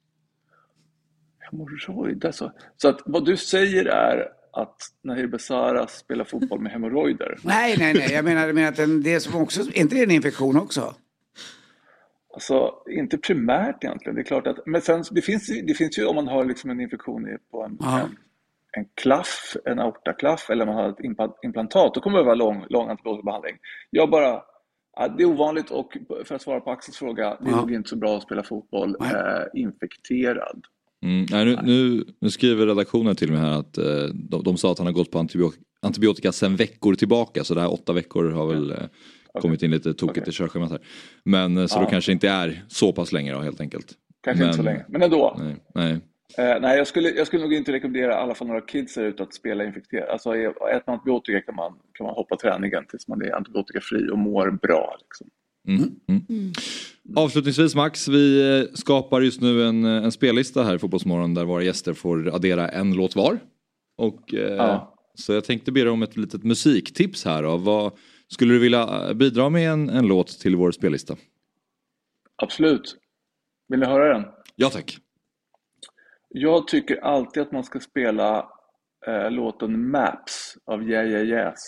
Hemorrojd alltså. Så att vad du säger är att Nahir Besara spelar fotboll med hemorrojder. Nej, nej, nej. Jag menar, jag menar att den, det är som också, är inte det en infektion också? Alltså, inte primärt egentligen. Det är klart att, men sen, det finns, det finns ju om man har liksom en infektion på en, en, en klaff, en aortaklaff eller man har ett implantat, då kommer det vara lång, lång antibiotikabehandling. Jag bara, ja, det är ovanligt och för att svara på Axels fråga, det är nog inte så bra att spela fotboll eh, infekterad. Mm, nej, nu, nu, nu skriver redaktionen till mig här att eh, de, de sa att han har gått på antibiotika, antibiotika sedan veckor tillbaka, så det här åtta veckor har väl eh, okay. kommit in lite tokigt okay. i körschemat här. Men eh, så ja. då kanske inte är så pass länge då, helt enkelt. Kanske men, inte så länge, men ändå. Nej, nej. Eh, nej jag, skulle, jag skulle nog inte rekommendera i alla fall några kids ut att spela infekterat. Alltså ett antibiotika kan man, kan man hoppa träningen tills man är antibiotikafri och mår bra liksom. Mm. Mm. Mm. Avslutningsvis Max, vi skapar just nu en, en spellista här i Fotbollsmorgon där våra gäster får addera en låt var. Och, eh, ja. Så jag tänkte be dig om ett litet musiktips här då. Vad, skulle du vilja bidra med en, en låt till vår spellista? Absolut. Vill ni höra den? Ja tack. Jag tycker alltid att man ska spela eh, låten Maps av Yeah Yeah Yes.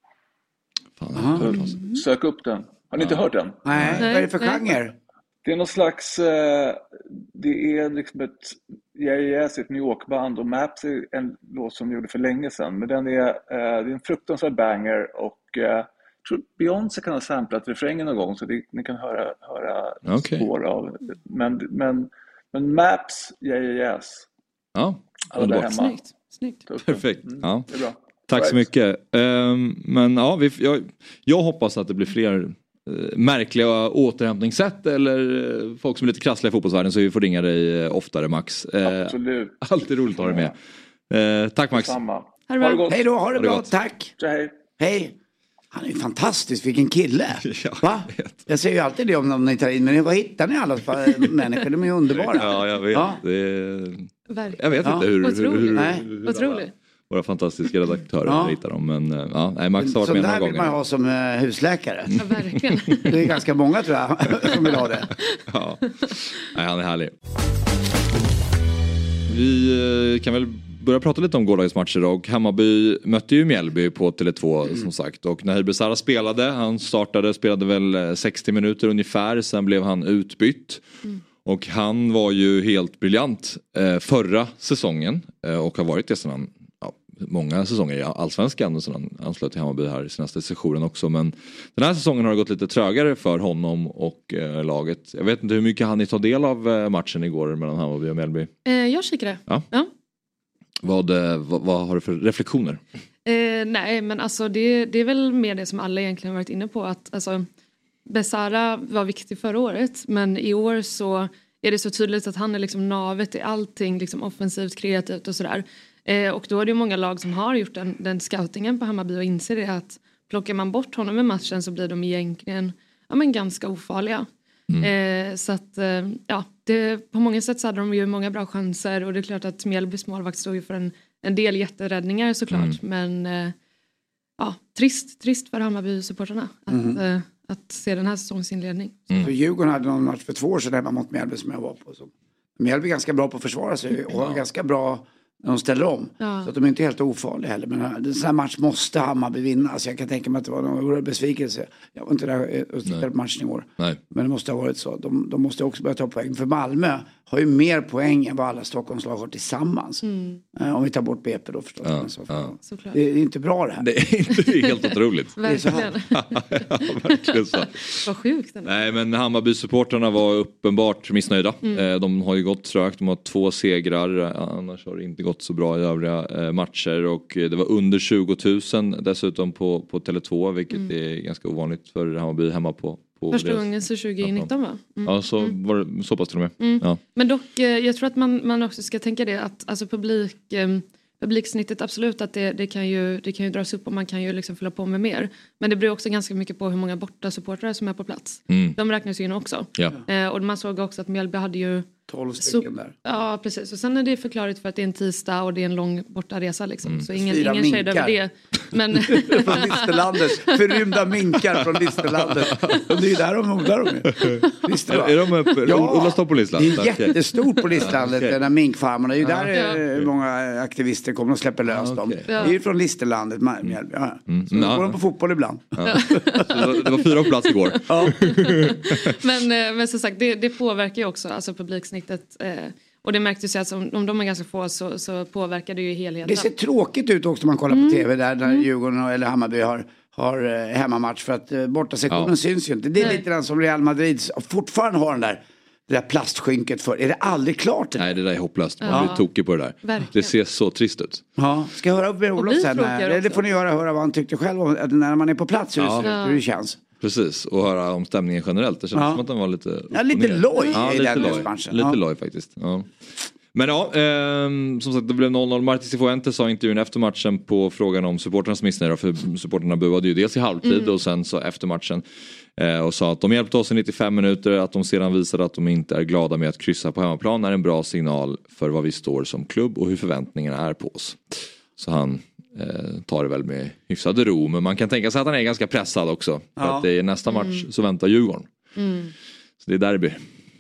Fan, sök upp den. Har ni ja. inte hört den? Nej, vad är det för genre? Det är någon slags, eh, det är liksom ett, Yeah Yeah Yes, ett New York-band och Maps är en låt som vi gjorde för länge sedan. Men den är, eh, det är en fruktansvärd banger och eh, jag tror Beyoncé kan ha samplat refrängen någon gång så det, ni kan höra, höra okay. spår av. Men, men, men Maps, Yeah Yeah Yes. Ja, alla där hemma. Snyggt, snyggt. Perfekt, mm, ja. Det är bra. Tack så mycket. Um, men ja, vi, jag, jag hoppas att det blir fler uh, märkliga återhämtningssätt eller uh, folk som är lite krassliga i fotbollsvärlden så vi får ringa dig uh, oftare Max. Uh, Absolut. Alltid roligt att ha dig med. Uh, tack Max. Samma. Ha det bra. Hej då, ha det, ha det bra, gott. tack. Hej. Hej. Han är ju fantastisk, vilken kille. Ja, va? Jag, jag säger ju alltid det om ni tar in, men vad hittar ni alla människor? De är ju underbara. Ja, jag vet. Ja. Det är... Jag vet ja. inte hur, hur, hur, hur, Nej. hur Otroligt. Våra fantastiska redaktörer ja. hittar dem. Men ja, nej, Max har varit med några gånger. Så där vill man ha som uh, husläkare. Ja, verkligen. Det är ganska många tror jag som vill ha det. Ja, nej, han är härlig. Vi kan väl börja prata lite om gårdagens matcher då. Och Hammarby mötte ju Mjällby på Tele två mm. som sagt. Och Nahir Besara spelade, han startade, spelade väl sextio minuter ungefär. Sen blev han utbytt. Mm. Och han var ju helt briljant eh, förra säsongen. Eh, och har varit det sedan ja, många säsonger i Allsvenskan. Och sedan anslöt till Hammarby här i senaste sessionen också. Men den här säsongen har det gått lite trögare för honom och eh, laget. Jag vet inte hur mycket han ni tar del av eh, matchen igår mellan Hammarby och Mjällby. Eh, jag kikade. Ja. ja. Vad, vad, vad har du för reflektioner? Eh, nej men alltså det, det är väl mer det som alla egentligen varit inne på. Att alltså, Besara var viktig förra året. Men i år så är det så tydligt att han är liksom navet i allting. Liksom offensivt, kreativt och sådär. Eh, och då är det många lag som har gjort den, den scoutingen på Hammarby. Och inser det att plockar man bort honom i matchen så blir de egentligen ja, men ganska ofarliga. Mm. Eh, så att eh, ja, det, på många sätt så hade de ju många bra chanser. Och det är klart att Mjällbys målvakt stod ju för en, en del jätteräddningar såklart. Mm. Men eh, ja, trist, trist för Hammarby-supporterna att, mm. eh, att se den här säsongsinledning. Mm. För Djurgården hade någon match för två år sedan hemma mot Mjällby som jag var på. Så Mjällby är ganska bra på att försvara sig och har ja. ganska bra när de ställer om. Ja. Så att de är inte helt ofarliga heller. Men en sån här match måste Hammarby vinna. Alltså jag kan tänka mig att det var någon oerhörd besvikelse. Jag var inte där och tittade på matchen i år. Nej. Men det måste ha varit så. De, de måste också börja ta poäng. För Malmö har ju mer poäng än vad alla Stockholmslag har tillsammans. Mm. Uh, om vi tar bort B P då förstås. Ja, så, ja. Det, det är inte bra det här. Det är inte helt otroligt. Verkligen. ja, verkligen så. Vad sjukt. Ändå. Nej, men Hammarby-supporterna var uppenbart missnöjda. Mm. De har ju gått trögt. De har två segrar. Annars har det inte gått så bra i övriga matcher. Och det var under tjugo tusen dessutom på, på Tele två. Vilket mm. är ganska ovanligt för Hammarby hemma på. Första gången så tjugo nitton va? Mm. Ja, så var det så pass till och med. Mm. Ja. Men dock, jag tror att man, man också ska tänka det att alltså publik, eh, publiksnittet absolut att det, det, kan ju, det kan ju dras upp och man kan ju liksom fylla på med mer. Men det beror också ganska mycket på hur många borta supportrar som är på plats. Mm. De räknas ju in också. Ja. Eh, och man såg också att Mjällby hade ju tolv stycken där. Ja, precis. Och sen är det förklarat för att det är en tisdag och det är en lång bortaresa liksom. Mm. Så ingen, Fyra ingen tjej över det. Men... från Listerlandet. Förrymda minkar från Listerlandet. Det är ju där de odlar dem. Är, är de uppe? Ja, odlas de på Listerlandet? Det är jättestort på Listerlandet. Okay. Den där minkfarmarna. Det är ju där ja. många aktivister kommer och släpper lös dem. Okay. Ja. Det är ju från Listerlandet. Ja. Mm. Så mm. går de på fotboll ibland. Ja. Det var fyra på plats igår. Ja. men, men som sagt, det, det påverkar ju också alltså publiksnittet. Eh, och det märktes ju att om, om de är ganska få så, så påverkar det ju helheten. Det ser tråkigt ut också om man kollar på mm. tv där, där mm. Djurgården eller Hammarby har, har eh, hemmamatch. För att eh, bortasektionen ja. syns ju inte. Det är Nej. lite den som Real Madrid fortfarande har den där. Det där plastskynket för. Är det aldrig klart? Nej, det där är hopplöst. Man blir tokig på det där. Verkligen. Det ser så trist ut. Ja, ska jag höra upp med Olof sen? Det får ni göra, höra vad han tyckte själv om när man är på plats. Hur, ja. det, hur det känns. Precis, och höra om stämningen generellt. Det känns ja. som att den var lite... Ja, lite loj ja, i lite den loj. matchen. Lite ja. loj faktiskt. Ja. Men ja, eh, som sagt det blev noll noll. Martin Cifuentes sa i intervjun efter matchen på frågan om supporternas missnöje. För supporterna buade ju dels i halvtid mm. och sen så efter matchen. Eh, och sa att de hjälpte oss i nittiofem minuter. Att de sedan visade att de inte är glada med att kryssa på hemmaplan är en bra signal för vad vi står som klubb och hur förväntningarna är på oss. Så han... Eh, tar det väl med hyfsad ro. Men man kan tänka sig att han är ganska pressad också. För ja. att det är nästa match mm. så väntar Djurgården. Mm. Så det är derby.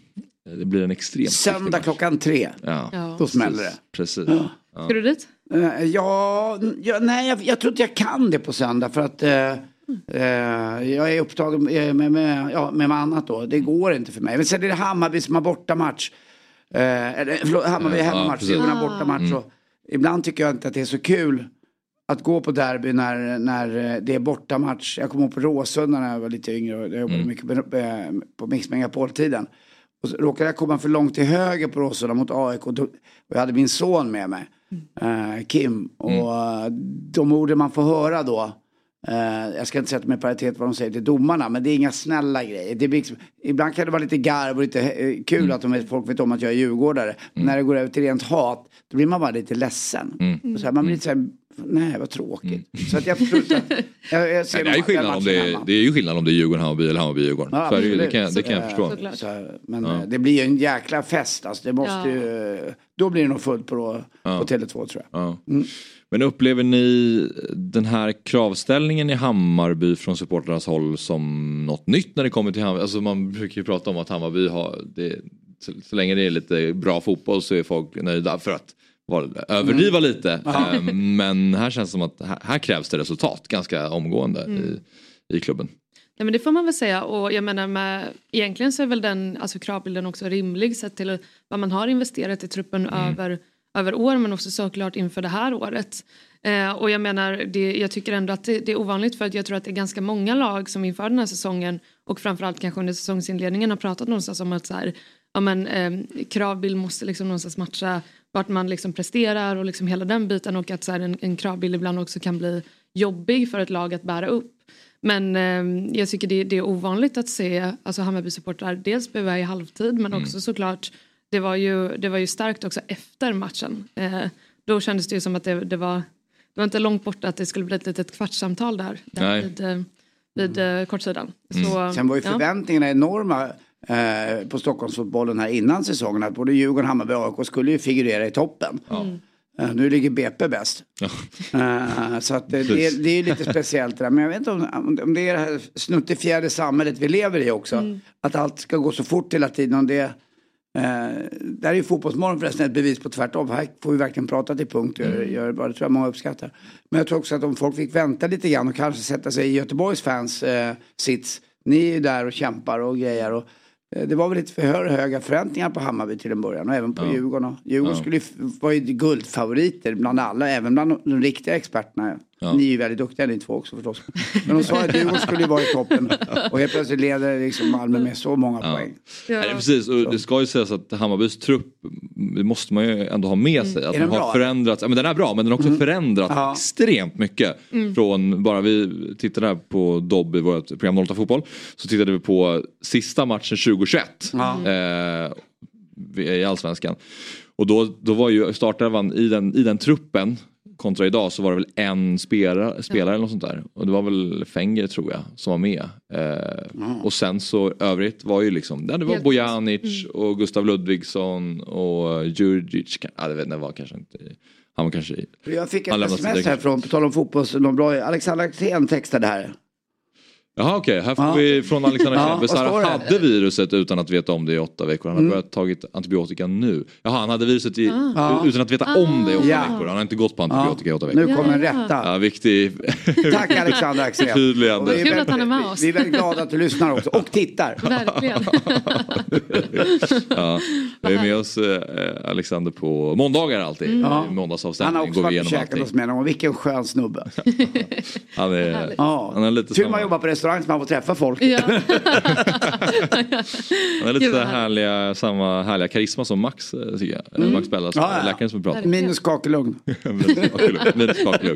Det blir en extremt söndag klockan tre. Ja. Ja. Då smäller det. Precis. Ja. Ja. Ska du dit? Uh, ja, ja, nej jag, jag tror inte jag kan det på söndag. För att uh, uh, jag är upptagen med, med, med, ja, med annat då. Det går inte för mig. Men sen är det Hammarby som har bortamatch. Uh, eller, förlåt, Hammarby har hemmamatch. Djurgården har bortamatch. Mm. Och ibland tycker jag inte att det är så kul att gå på derby när, när det är bortamatch. Jag kom ihåg på Råsunda när jag var lite yngre. Och jag jobbade mm. mycket på, på Mix Megapol-tiden. Och så råkade jag komma för långt till höger på Råsunda mot A I K. Och, då, och jag hade min son med mig. Mm. Eh, Kim. Och mm. de orden man får höra då. Eh, jag ska inte sätta mig i paritet vad de säger till domarna. Men det är inga snälla grejer. Det blir, ibland kan det vara lite garv och lite eh, kul mm. att de, folk vet om att jag är djurgårdare. Mm. När det går över till rent hat. Då blir man bara lite ledsen. Mm. Och så här, man blir lite så här... Nej, vad tråkigt. Mm. Så att jag tror att jag, jag ser Nej, det, är skillnad om det, är, det är ju skillnad om det är Djurgården, Hammarby eller Hammarby, Djurgården. Ja, det, det kan, det kan jag förstå. Så, men ja. det blir ju en jäkla fest. Alltså. Det måste ja. ju, då blir det nog fullt på, ja. på Tele två tror jag. Ja. Mm. Men upplever ni den här kravställningen i Hammarby från supporternas håll som något nytt när det kommer till Hammarby? Alltså man brukar ju prata om att Hammarby har, det, så, så länge det är lite bra fotboll så är folk nöjda för att överdriva mm. lite. Mm. Men här känns det som att här, här krävs det resultat ganska omgående mm. i, i klubben. Ja, men det får man väl säga. Och jag menar med, egentligen så är väl den alltså, kravbilden också rimlig sett till vad man har investerat i truppen mm. över, över år men också såklart inför det här året. Eh, och jag menar, det, jag tycker ändå att det, det är ovanligt för att jag tror att det är ganska många lag som inför den här säsongen och framförallt kanske under säsongsinledningen har pratat någonstans om att så här, ja, men, eh, kravbild måste liksom någonstans matcha vart man liksom presterar och liksom hela den biten och att så här, en, en kravbild ibland också kan bli jobbig för ett lag att bära upp. Men eh, jag tycker det, det är ovanligt att se alltså Hammarby-supportrar dels behöva i halvtid men mm. också såklart det var ju, det var ju starkt också efter matchen. Eh, då kändes det ju som att det, det var det var inte långt borta att det skulle bli ett litet kvartssamtal där, där vid, vid mm. kortsidan. Mm. Så, sen var ju förväntningarna ja. enorma eh, på Stockholmsfotbollen här innan säsongen. Att både Djurgården, Hammarby och A I K skulle ju figurera i toppen. Mm. Uh, nu ligger B P bäst. Ja. Uh, så att det, det, det är lite speciellt där. Men jag vet inte om, om det är det här snuttifjärde samhället vi lever i också. Mm. Att allt ska gå så fort hela tiden. Om det, Eh, där är ju Fotbollsmorgon förresten ett bevis på tvärtom. Här får vi verkligen prata till punkt. Gör, gör, det tror jag många uppskattar. Men jag tror också att om folk fick vänta lite grann och kanske sätta sig i Göteborgs fans eh, sits. Ni är ju där och kämpar och grejer och det var väl lite för höga förväntningar på Hammarby till en början och även på ja. Djurgården. Djurgården ja. skulle ju vara ju guldfavoriter bland alla, även bland de riktiga experterna. Ja. Ni är ju väldigt duktiga, ni två också förstås. Men de sa att Djurgården skulle ju vara i toppen och helt plötsligt leder liksom Malmö med så många ja. poäng. Ja. Nej, precis, och det ska ju sägas att Hammarbys trupp, det måste man ju ändå ha med sig. Att mm. den, den har förändrats, ja, men den är bra, men den har också mm. förändrats ja. extremt mycket. Mm. Från, bara vi tittade här på Dobb i vårt program noll åtta fotboll, så tittade vi på sista matchen tjugohundratjugoett mm. eh, i Allsvenskan. Och då, då var ju startelvan i den, i den truppen kontra idag så var det väl en spelare, spelare ja. eller något sånt där. Och det var väl Fenger tror jag som var med. Eh, mm. Och sen så övrigt var ju liksom, det var Bojanic mm. och Gustav Ludvigsson och Djurdjic. Ja, det vet jag var kanske inte. Han var kanske. Jag fick ett sms här från, på tal om fotboll, någon bra, Alexander Axén textade här. Jaha okej, okay. Här får ja. vi från Alexander Axén. Besara hade viruset utan att veta om det i åtta veckor. Han har mm. börjat tagit antibiotika nu. Jaha, han hade viruset i, ah. utan att veta ah. om det i åtta ja. veckor. Han har inte gått på antibiotika ah. i åtta veckor. Nu kommer en rätta. Ja, viktig. Tack Alexander Axén. Tydligande. Det är kul att han är med oss. Vi är väldigt glada att du lyssnar också. Och tittar. Verkligen. Ja, vi är med oss eh, Alexander på måndagar alltid. Mm. Ja. Måndagsavstämning. Han har också varit käkat oss med honom. Vilken skön snubbe. han, är, ja. han är lite tur man jobbar på restaurang så man får träffa folk. Ja. Han är lite så härliga, samma härliga karisma som Max tycker jag. Mm. Max Bella som ja, ja. läkaren som vi pratar. Minus kakelugn. Minus kakelugn.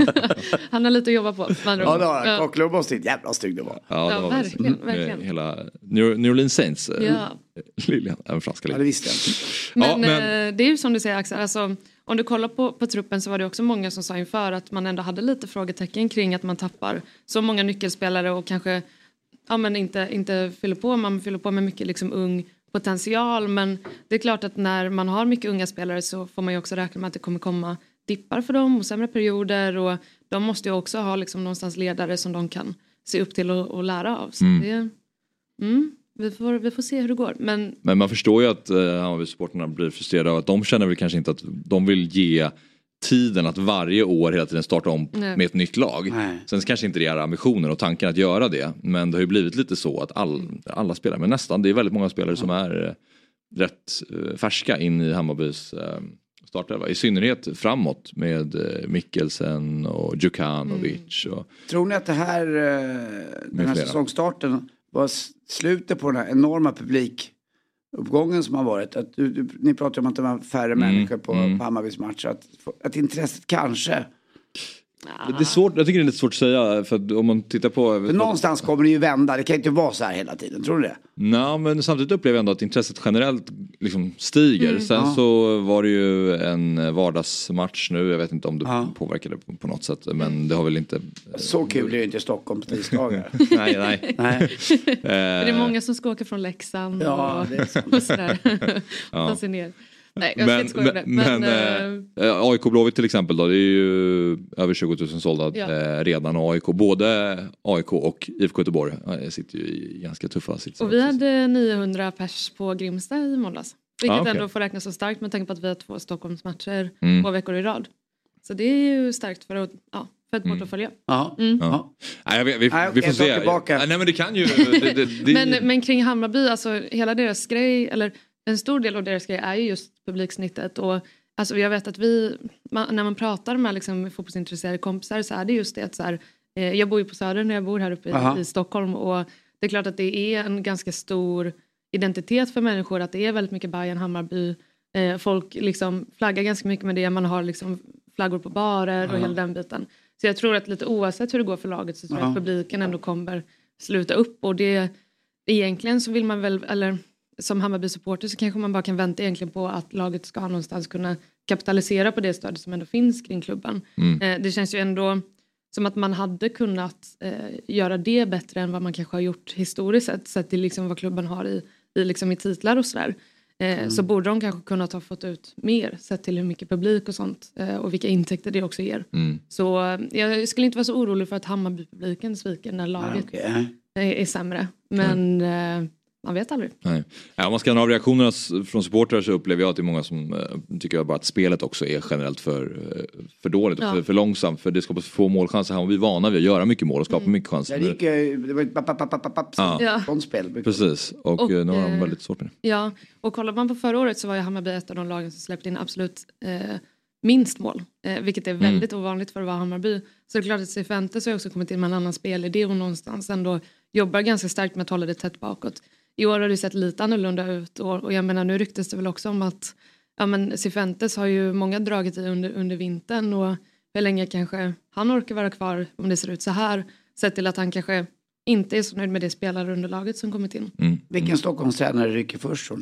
Han har lite att jobba på. Ja, det har ja. Kakelugn måste inte jävla stygg det var. Ja, det ja var verkligen, verkligen. Hela New Orleans Saints. Ja. Lilian, även franska Lilian. Ja, det visste jag. Men, ja, men det är ju som du säger Axel, alltså om du kollar på, på truppen så var det också många som sa inför att man ändå hade lite frågetecken kring att man tappar så många nyckelspelare och kanske ja, men inte, inte fyller på. Man fyller på med mycket liksom ung potential. Men det är klart att när man har mycket unga spelare så får man ju också räkna med att det kommer komma dippar för dem och sämre perioder. Och de måste ju också ha liksom någonstans ledare som de kan se upp till och, och lära av. Så mm. det, mm, vi, får, vi får se hur det går. Men, men man förstår ju att eh, Hammarby-supporterna blir frustrerade av att de känner väl kanske inte att de vill ge tiden att varje år hela tiden starta om Nej. med ett nytt lag. Nej. Sen kanske inte det är ambitioner och tanken att göra det. Men det har ju blivit lite så att all, alla spelare, men nästan, det är väldigt många spelare som är eh, rätt eh, färska in i Hammarbys eh, startelva. I synnerhet framåt med eh, Mikkelsen och Djukanovic. Och, tror ni att det här, eh, den här säsongstarten var slutet på den här enorma publik uppgången som har varit, att du, du, ni pratar om att det var färre mm, människor på, mm. på Hammarbys match, att, att intresset kanske det är svårt, jag tycker det är lite svårt att säga för att om man tittar på för någonstans kommer det ju vända, det kan inte vara så här hela tiden, tror du det? Nej, men samtidigt upplever jag ändå att intresset generellt liksom stiger. Mm. Sen ja. så var det ju en vardagsmatch nu, jag vet inte om det ja. påverkade på, på något sätt, men det har väl inte så kul är det ju inte i Stockholm på tisdagar. nej, nej. nej. Det är många som ska åka från Leksand ja, och, det är så. och sådär ta sig ner. Nej, jag men, men, det. men, men äh, A I K Blåvitt till exempel då, det är ju över tjugo tusen sålda ja. äh, redan A I K, både A I K och I F K Göteborg äh, sitter ju i ganska tuffa sitsar. Och vi hade niohundra pers på Grimsta i måndags, vilket ah, okay. ändå får räknas så starkt med tanke på att vi har två Stockholmsmatcher mm. två veckor i rad. Så det är ju starkt för att, ja, för att mm. bortfölja. Ja. Mm. Ja. Nej, vi, vi, vi får se. Tillbaka. Nej, men det kan ju det, det, det... men, men kring Hammarby, alltså hela deras grej, eller en stor del av deras grej är ju just publiksnittet. Och alltså jag vet att vi, man, när man pratar med liksom fotbollsintresserade kompisar så är det just det att så här, eh, jag bor ju på Söder när jag bor här uppe i, i Stockholm. Och det är klart att det är en ganska stor identitet för människor att det är väldigt mycket Bayern, Hammarby. Eh, folk liksom flaggar ganska mycket med det. Man har liksom flaggor på barer och Aha. hela den biten. Så jag tror att lite oavsett hur det går för laget så tror jag att publiken ändå kommer sluta upp. Och det egentligen så vill man väl, eller som Hammarby-supporter så kanske man bara kan vänta egentligen på att laget ska någonstans kunna kapitalisera på det stödet som ändå finns kring klubben. Mm. Eh, det känns ju ändå som att man hade kunnat eh, göra det bättre än vad man kanske har gjort historiskt sett. Sett till liksom vad klubben har i, i, liksom i titlar och sådär. Eh, mm. Så borde de kanske kunnat ha fått ut mer sett till hur mycket publik och sånt. Eh, och vilka intäkter det också ger. Mm. Så eh, jag skulle inte vara så orolig för att Hammarby-publiken sviker när laget ah, okay. är, är sämre. Men... Mm. Eh, man vet aldrig. Nej. Ja, om man ska ha reaktionerna från supportrar så upplever jag att det är många som uh, tycker jag bara att spelet också är generellt för, uh, för dåligt och ja. för, för långsamt. För det skapas få målchanser här och vi är vana vid att göra mycket mål och skapa mm. mycket chanser. Det, gick, det var ett papp ja. spel. Precis, och, och nu har de väldigt svårt med det. Ja, och kollar man på förra året så var ju Hammarby ett av de lagen som släppte in absolut eh, minst mål. Eh, vilket är väldigt mm. ovanligt för att vara Hammarby. Så det är klart att Cifuentes har också kommit in med en annan spelidé och någonstans ändå jobbar ganska starkt med att hålla det tätt bakåt. I år har det sett lite annorlunda ut och, och jag menar nu ryktas det väl också om att ja, men Cifuentes har ju många dragit i under, under vintern och hur länge kanske han orkar vara kvar om det ser ut så här. Sett till att han kanske inte är så nöjd med det spelarunderlaget som kommit in. Mm. Vilken Stockholmstränare rycker först tror ni?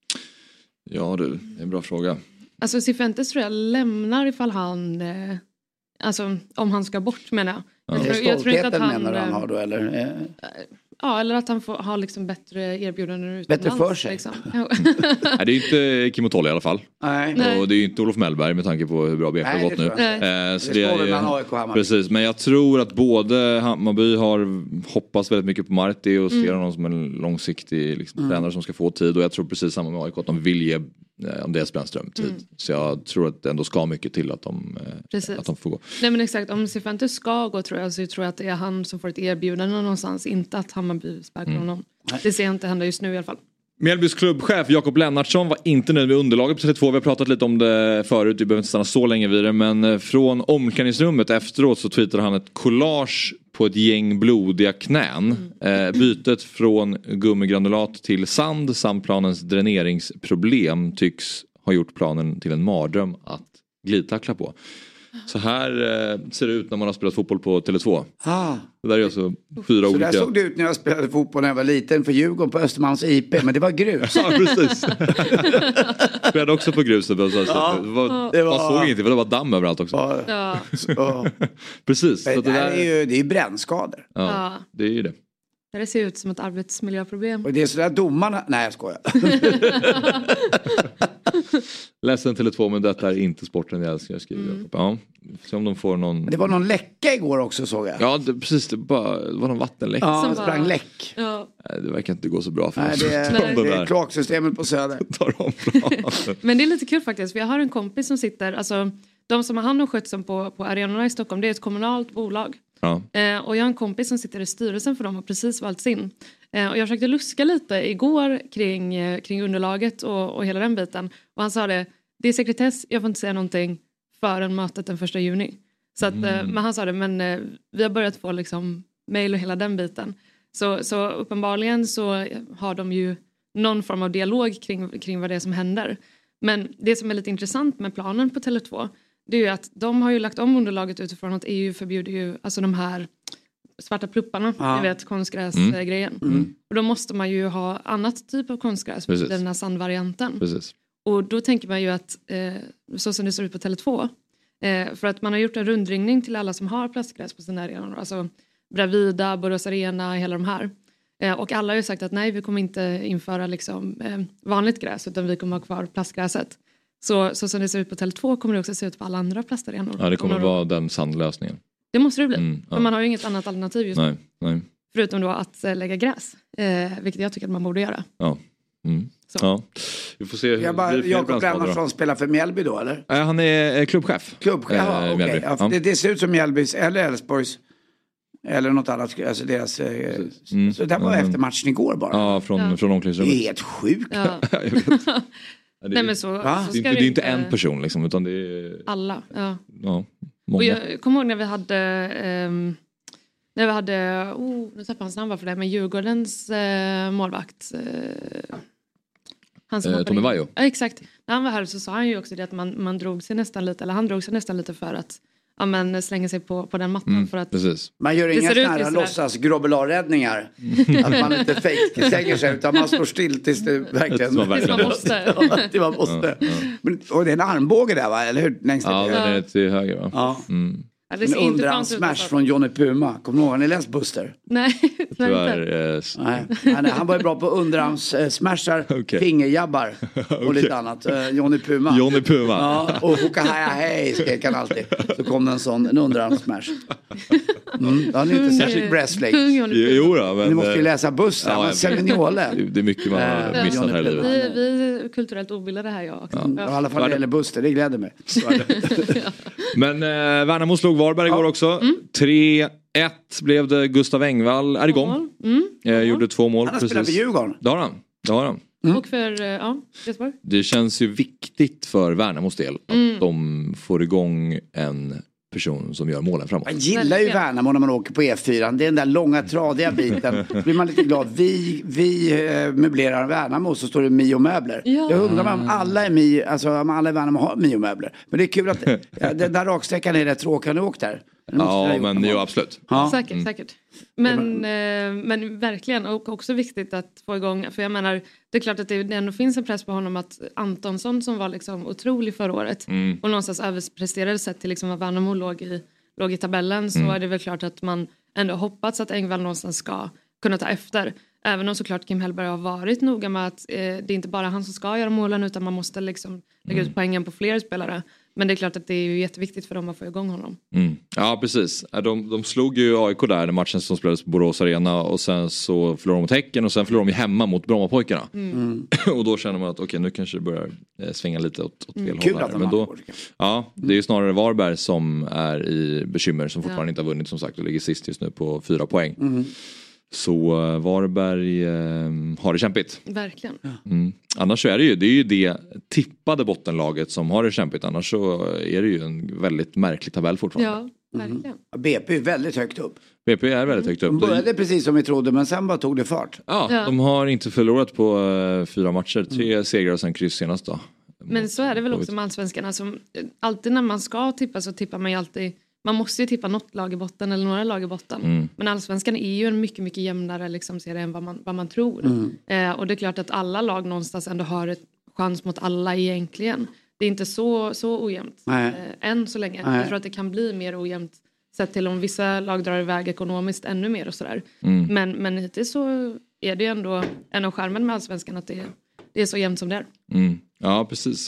Ja, det är en bra fråga. Alltså Cifuentes tror jag lämnar ifall han eh, alltså om han ska bort menar jag. Ja. Jag, tror, jag tror inte att han menar han har då eller eh. Ja, eller att han får ha liksom bättre erbjudanden utomlands. Bättre för sig. Liksom. Nej, det är inte Kim Ottoli i alla fall. Nej. Och det är ju inte Olof Mellberg med tanke på hur bra B F har gått nu. Eh, så det är precis, men jag tror att både Hammarby har hoppats väldigt mycket på Marti och ser mm. honom som en långsiktig liksom, mm. tränare som ska få tid. Och jag tror precis samma med A I K att de vill ge Andreas Brännström tid. Mm. Så jag tror att det ändå ska mycket till att de, att de får gå. Nej men exakt, om Cifuentes ska gå tror jag så tror jag att det är han som får ett erbjudande någonstans. Inte att Hammarby sparkar mm. honom. Det ser jag inte hända just nu i alla fall. Mjällbys klubbchef Jakob Lennartsson var inte nöjd med underlaget på Tele två. Vi har pratat lite om det förut, vi behöver inte stanna så länge vid det. Men från omklädningsrummet efteråt så tweetade han ett collage på ett gäng blodiga knän. Mm. Eh, bytet från gummigranulat till sand samt planens dräneringsproblem tycks ha gjort planen till en mardröm att glidtackla på. Så här eh, ser det ut när man har spelat fotboll på Tele två. Ah. Det där är alltså fyra så olika... Så där såg det ut när jag spelade fotboll när jag var liten för Djurgården på Östermalms I P. Men det var grus. Ja, precis. Spelade också på gruset. Ja, det var, det var... Man såg inte, för det var damm överallt också. Ja. Ja. Precis. Det, så det, där... är ju, det är ju brännskador. Ja, ja, det är ju det. Det ser ut som ett arbetsmiljöproblem. Och det är sådär domarna... Nej, jag skojar. Ledsen Tele två, men detta är inte sporten jag älskar. Jag skriver. Mm. Ja, se om de får någon... Men det var någon läcka igår också, såg jag. Ja, det, precis. Det, bara, det var någon vattenläck. Ja, det sprang läck. Ja. Nej, det verkar inte gå så bra för Nej, oss. det är, nej, det är kloaksystemet på Söder. Men det är lite kul faktiskt. För jag har en kompis som sitter... Alltså, de som har hand om skötseln på, på arenorna i Stockholm, det är ett kommunalt bolag. Ja. Eh, och jag har en kompis som sitter i styrelsen för dem och precis valts in. Eh, och jag försökte luska lite igår kring, eh, kring underlaget och, och hela den biten. Och han sa det, det är sekretess, jag får inte säga någonting förrän mötet den första juni. Så att, mm. eh, men han sa det, men eh, vi har börjat få liksom mejl och hela den biten. Så, så uppenbarligen så har de ju någon form av dialog kring, kring vad det är som händer. Men det som är lite intressant med planen på Tele två, det är ju att de har ju lagt om underlaget utifrån att E U förbjuder ju alltså de här svarta plupparna, ja. Ni vet, konstgräsgrejen. Mm. Mm. Och då måste man ju ha annat typ av konstgräs, Precis. Den här sandvarianten. Precis. Och då tänker man ju att, eh, så som det ser ut på Tele två, eh, för att man har gjort en rundringning till alla som har plastgräs på sina arenor, alltså Bravida, Borås Arena, hela de här. Eh, och alla har ju sagt att nej, vi kommer inte införa liksom, eh, vanligt gräs, utan vi kommer ha kvar plastgräset. Så, så som det ser ut på Tele två kommer det också se ut på alla andra plastarenor. Ja, det kommer vara den sandlösningen. Det måste det bli. Mm, ja. För man har ju inget annat alternativ just nej, nu. Nej. Förutom då att äh, lägga gräs. Eh, vilket jag tycker att man borde göra. Ja. Mm. Ja. Vi får se hur jag bara, Jakob Lennartsson spelar för Mjällby då, eller? Nej, han är klubbchef. Klubbchef, ja, okej. Okay. Ja, det, det ser ut som Mjällbys eller Älvsborgs. Eller något annat. Alltså deras, mm. Så det var mm. efter matchen igår bara. Ja, från, ja. från omklädningsrummet. Det är helt sjukt. Ja. Jag vet. Det är, Nej, men så, så det är inte, det är inte en person liksom, utan det är alla. Ja. Ja, och jag kommer ihåg när vi hade um, när vi hade oh, nu tappade hans namn för det, men Djurgårdens uh, målvakt uh, han som eh, Tommy Vaiho. Ja, exakt. När han var här så sa han ju också det att man, man drog sig nästan lite, eller han drog sig nästan lite för att ja, men slänga sig på, på den mattan mm, för att precis. Man gör inga sådana här låtsas grobbelarräddningar att man inte fake slänger sig utan man står still tills det verkligen tills man måste. Tills man måste. Ja, ja. Men, och det är en armbåge där, va? Eller hur? Längst ja, den är till höger, va? Ja. Mm. Ja, det en underhand smash från Johnny Puma. Kommer ni ihåg? Har ni läst Buster? Nej, tyvärr, inte. Nej. Han, han var ju bra på underhands eh, smashar, okay. fingerjabbar och okay. lite annat. Eh, Johnny Puma. Johnny Puma. Ja, och Hoka Haja Hej skrek han alltid. Så kom det en sån, en underhands smash. Mm. Då har ni inte särskilt breastflake. Jo då, men... Ni måste ju läsa bussen. Ja, det är mycket man har missat här i livet. Vi, vi är kulturellt obildade här, jag också. Ja. Ja. I alla fall när det gäller bussen, det gläder mig. Ja. Men eh, Värnamo slog Varberg igår ja. också. Mm. tre ett blev det. Gustav Engvall är igång. Mm. Eh, gjorde två mål. Han har spelat för Djurgården. Det har han. Det har han. Mm. Och för, ja, Göteborg. Det känns ju viktigt för Värnamos del att mm. de får igång en person som gör målen framåt. Jag gillar ju Värnamo när man åker på E fyra. Det är den där långa tradiga biten. Då blir man lite glad. Vi, vi möblerar Värnamo, så står det Mio möbler. Ja. Jag undrar om alla är Mio, alltså om alla i Värnamo har Mio möbler. Men det är kul att ja, den där raksträckan är rätt tråkig. Har ni åkt där? Ja, men jo, absolut. Ja. Säkert, mm. säkert. Men, eh, men verkligen, och också viktigt att få igång, för jag menar, det är klart att det ändå finns en press på honom att Antonsson som var liksom otrolig förra året mm. och någonstans överpresterade sett till liksom vad Värnamo låg i, låg i tabellen, så mm. är det väl klart att man ändå hoppats att Engvall någonstans ska kunna ta efter. Även om såklart Kim Hellberg har varit noga med att eh, det är inte bara han som ska göra målen, utan man måste liksom lägga ut poängen på fler spelare. Men det är klart att det är ju jätteviktigt för dem att få igång honom. Mm. Ja, precis. De, de slog ju A I K där i matchen som spelades på Borås Arena, och sen så förlorade de mot Häcken och sen förlorade de hemma mot Brommapojkarna. Mm. Och då känner man att okej, okay, nu kanske det börjar svänga lite åt, åt fel mm. håll här. Men då, ja, det är ju snarare Varberg som är i bekymmer, som fortfarande ja. inte har vunnit, som sagt, och ligger sist just nu på fyra poäng. Mm. Så Varberg eh, har det kämpigt. Verkligen. Mm. Annars så är det ju det, är ju det tippade bottenlaget som har det kämpigt. Annars så är det ju en väldigt märklig tabell fortfarande. Ja, verkligen. Mm. B P är väldigt högt upp. B P är väldigt högt upp. De började precis som vi trodde, men sen bara tog det fart. Ja, ja. De har inte förlorat på uh, fyra matcher. Tre mm. segrar och sen kryss senast då. Men så är det väl också med allsvenskarna. Som, alltid när man ska tippa så tippar man ju alltid... Man måste ju tippa något lag i botten eller några lag i botten. Mm. Men allsvenskan är ju en mycket, mycket jämnare liksom, serie än vad man, vad man tror. Mm. Eh, och det är klart att alla lag någonstans ändå har ett chans mot alla egentligen. Det är inte så, så ojämnt eh, än så länge. Nej. Jag tror att det kan bli mer ojämnt sett till om vissa lag drar iväg ekonomiskt ännu mer och sådär. Mm. Men, men hittills så är det ju ändå en av skärmen med allsvenskan att det, det är så jämnt som det är. Mm. Ja, precis.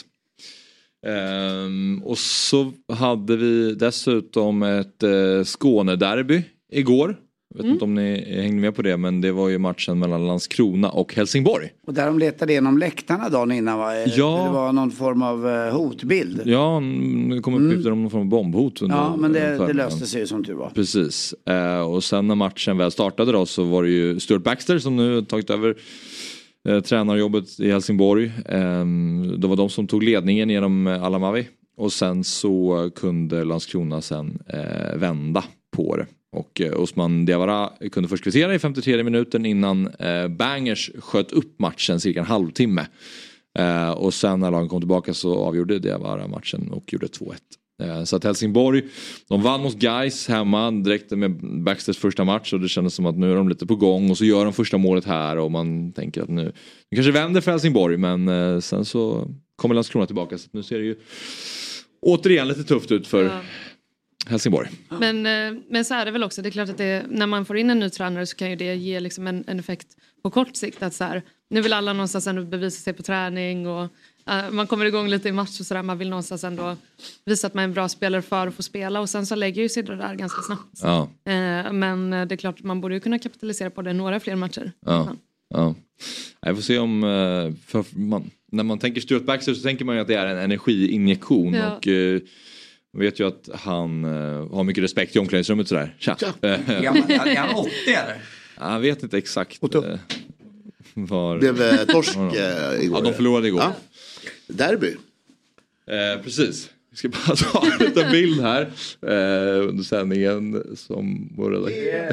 Um, och så hade vi dessutom ett uh, Skånederby igår. Jag vet mm. inte om ni hängde med på det, men det var ju matchen mellan Landskrona och Helsingborg. Och där de letade igenom läktarna dagen innan, va? Ja. Det var någon form av uh, hotbild. Ja, det kom uppgifter mm. om någon form av bombhot. Under, ja, men det, det löste sig som tur var. Precis. Uh, och sen när matchen väl startade då, så var det ju Stuart Baxter som nu tagit över Eh, tränarjobbet i Helsingborg. Eh, det var de som tog ledningen genom eh, Alamavi. Och sen så kunde Landskrona sen eh, vända på det. Och eh, Osman Diawara kunde först kvittera i femtiotredje minuten innan eh, Bangers sköt upp matchen cirka en halvtimme. Eh, och sen när lagen kom tillbaka så avgjorde Diawara matchen och gjorde två ett. Så att Helsingborg, de vann mot Gais hemma direkt med Baxters första match, och det kändes som att nu är de lite på gång, och så gör de första målet här och man tänker att nu, nu kanske vänder för Helsingborg, men eh, sen så kommer Landskrona tillbaka, så nu ser det ju återigen lite tufft ut för ja. Helsingborg. Men, eh, men så är det väl också, det är klart att det, när man får in en ny tränare så kan ju det ge liksom en, en effekt på kort sikt, att så här, nu vill alla någonstans ändå bevisa sig på träning och Uh, man kommer igång lite i match och sådär. Man vill någonstans ändå visa att man är en bra spelare för att få spela. Och sen så lägger ju sig det där ganska snabbt. Ja. Uh, men det är klart, man borde ju kunna kapitalisera på det några fler matcher. Ja. Ja. Jag får se om... För man, när man tänker Stuart Baxter så tänker man ju att det är en energiinjektion. Ja. Och uh, vet ju att han uh, har mycket respekt i omklädningsrummet sådär. Tja. Ja. Är han åttio eller? Jag vet inte exakt. Uh, var... Det blev torsk uh, igår. Ja, de förlorade igår. Ja. Derby. Eh, precis. Vi ska bara ta en liten bild här eh, under sändningen som vår redaktör,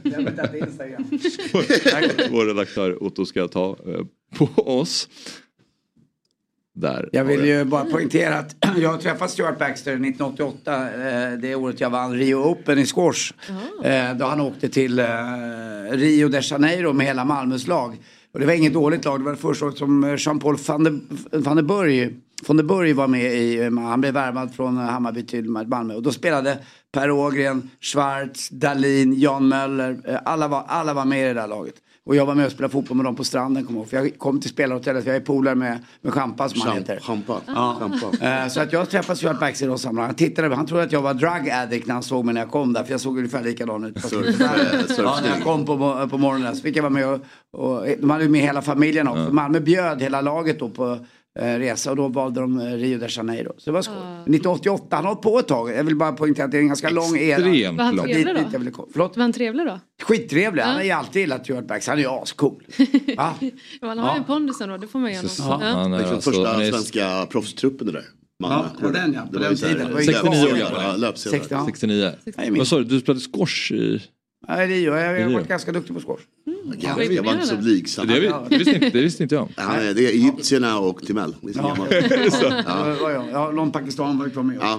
vår, vår redaktör Otto ska ta eh, på oss. Där. Jag vill ju bara poängtera att jag har träffat Stuart Baxter nittonhundraåttioåtta, eh, det året jag vann Rio Open i squash. Eh, då han åkte till eh, Rio de Janeiro med hela Malmös lag. Och det var inget dåligt lag. Det var det första året som Jean-Paul van der, van der Burg, van der Burg var med i. Han blev värvad från Hammarby till Malmö. Och då spelade Per Ågren, Schwarz, Dahlin, Jan Möller. Alla var, alla var med i det där laget. Och jag var med och spelade fotboll med dem på stranden. Kom för jag kom till spelarhotellet. Jag är polare med, med Champa som han heter. Champa. Ja. Champa. Så att jag träffade Stuart Baxter i de sammanhang. Han tittade, han trodde att jag var drug addict när han såg mig när jag kom där. För jag såg ungefär likadan ut. Surf, ja, när jag kom på, på morgonen så fick jag vara med och, och de hade ju med hela familjen också. Ja. Malmö bjöd hela laget då på eh, resa och då valde de eh, Rio de Janeiro. Så det var skoj. Uh. nittonhundraåttioåtta, han har hållit på ett tag. Jag vill bara poängtera att det är en ganska lång era. Var han trevlig då? Dit, Förlåt? Var han trevlig då? Skittrevlig, ja. Han är ju alltid gillat Stuart Baxter. Han är ju ascool. Ja. Han har ju ja. pondusen då, det får man göra. Ja. Ja. Han är alltså, första är... svenska proffstruppen där. Ja, på den ja, på den tiden. sextionio. sextionio. Vad sa du, du spelade squash i... Ja, i Rio. Jag har varit ganska duktig på squash. Mm. Ja, jag var inte så blygsam. Det, det, visste inte, det visste inte jag. Ja, det är egyptierna och Timell. Det är så ja. Ja. Ja, ja, ja, någon Pakistan var kvar med. Ja.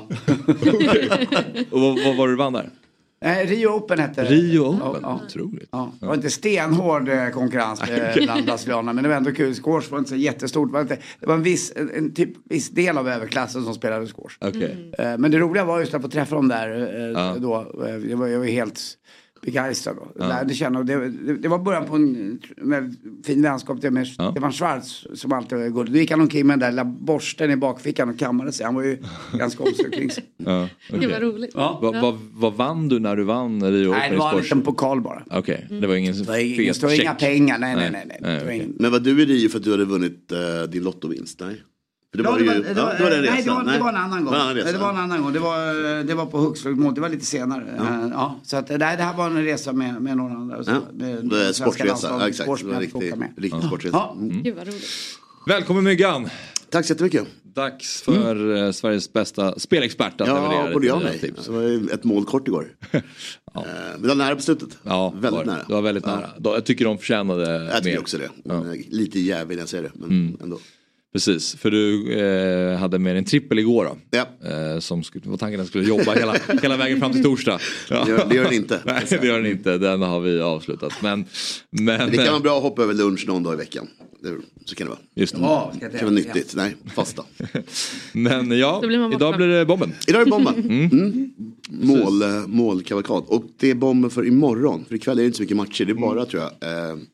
Och vad, vad var det du vann där? Eh, Rio Open hette det. Rio Open, ja, ja. Otroligt. Ja. Det var inte stenhård eh, konkurrens eh, bland brasilianerna, men det var ändå kul. Squash var inte så jättestort. Det var, inte, det var en, viss, en, en typ, viss del av överklassen som spelade squash. Okay. Mm. Eh, men det roliga var just att få träffa dem där eh, ja. då. Eh, jag, var, jag var helt begeistrad då. Ja. Lärde känna, det, det, det var början på en med, fin vänskap det med ja. Stefan Schwarz som alltid var god. Då gick han omkring med den där lilla borsten i bakfickan och kammade sig. Han var ju ganska omsorg kring sig. Ja, okay. Det var roligt. Ja. Vad va, va vann du när du vann Rio? Nej, det var en liten pokal bara. Okej, okay. mm. Det var ingen det var ingen, det var inga pengar, nej, nej, nej. nej, nej. nej okay. Men var du i Rio för att du hade vunnit uh, din lottovinst? Nej. Det var, ja, det, var, ju, det, var, ja, det var en resa. Nej, det var, nej. det var en annan gång. Nej, det var en annan gång. Det var, det var på Huxlögsmål. Det var lite senare. Ja. Ja, så att, nej, det här var en resa med, med några andra. Så, ja. med, det är sportresa. Ja, exakt. Det var riktigt, riktigt ja. sportresa. Ja. Mm. Gud vad roligt. Välkommen Myggan. Tack så jättemycket. Dags för mm. Sveriges bästa spelexpert att ja, leverera. Ja, borde jag mig. Det var ett mål kort igår. ja. Men det var nära på slutet. Ja, väldigt var, nära. Det var väldigt ja. nära. Jag tycker de förtjänade mer. Jag tycker också det. Ja. Lite jävligt när jag säger det, men mm. ändå. Precis, för du eh, hade med en trippel igår då. Ja. Eh, som skulle, var tanken att den skulle jobba hela, hela vägen fram till torsdag. Ja. Det, gör, det gör den inte. Nej, det gör den inte. Den har vi avslutat. Men, men, men det kan vara bra att hoppa över lunch någon dag i veckan. Det, så kan det vara. Just det. Ja, det kan vara nyttigt. Ja. Nej, fasta. Men ja, blir idag blir det bomben. Idag är det bomben. Mm. Mm. Mål, målkavalkad. Och det är bomben för imorgon. För ikväll är det inte så mycket matcher. Det är bara, mm. tror jag, eh,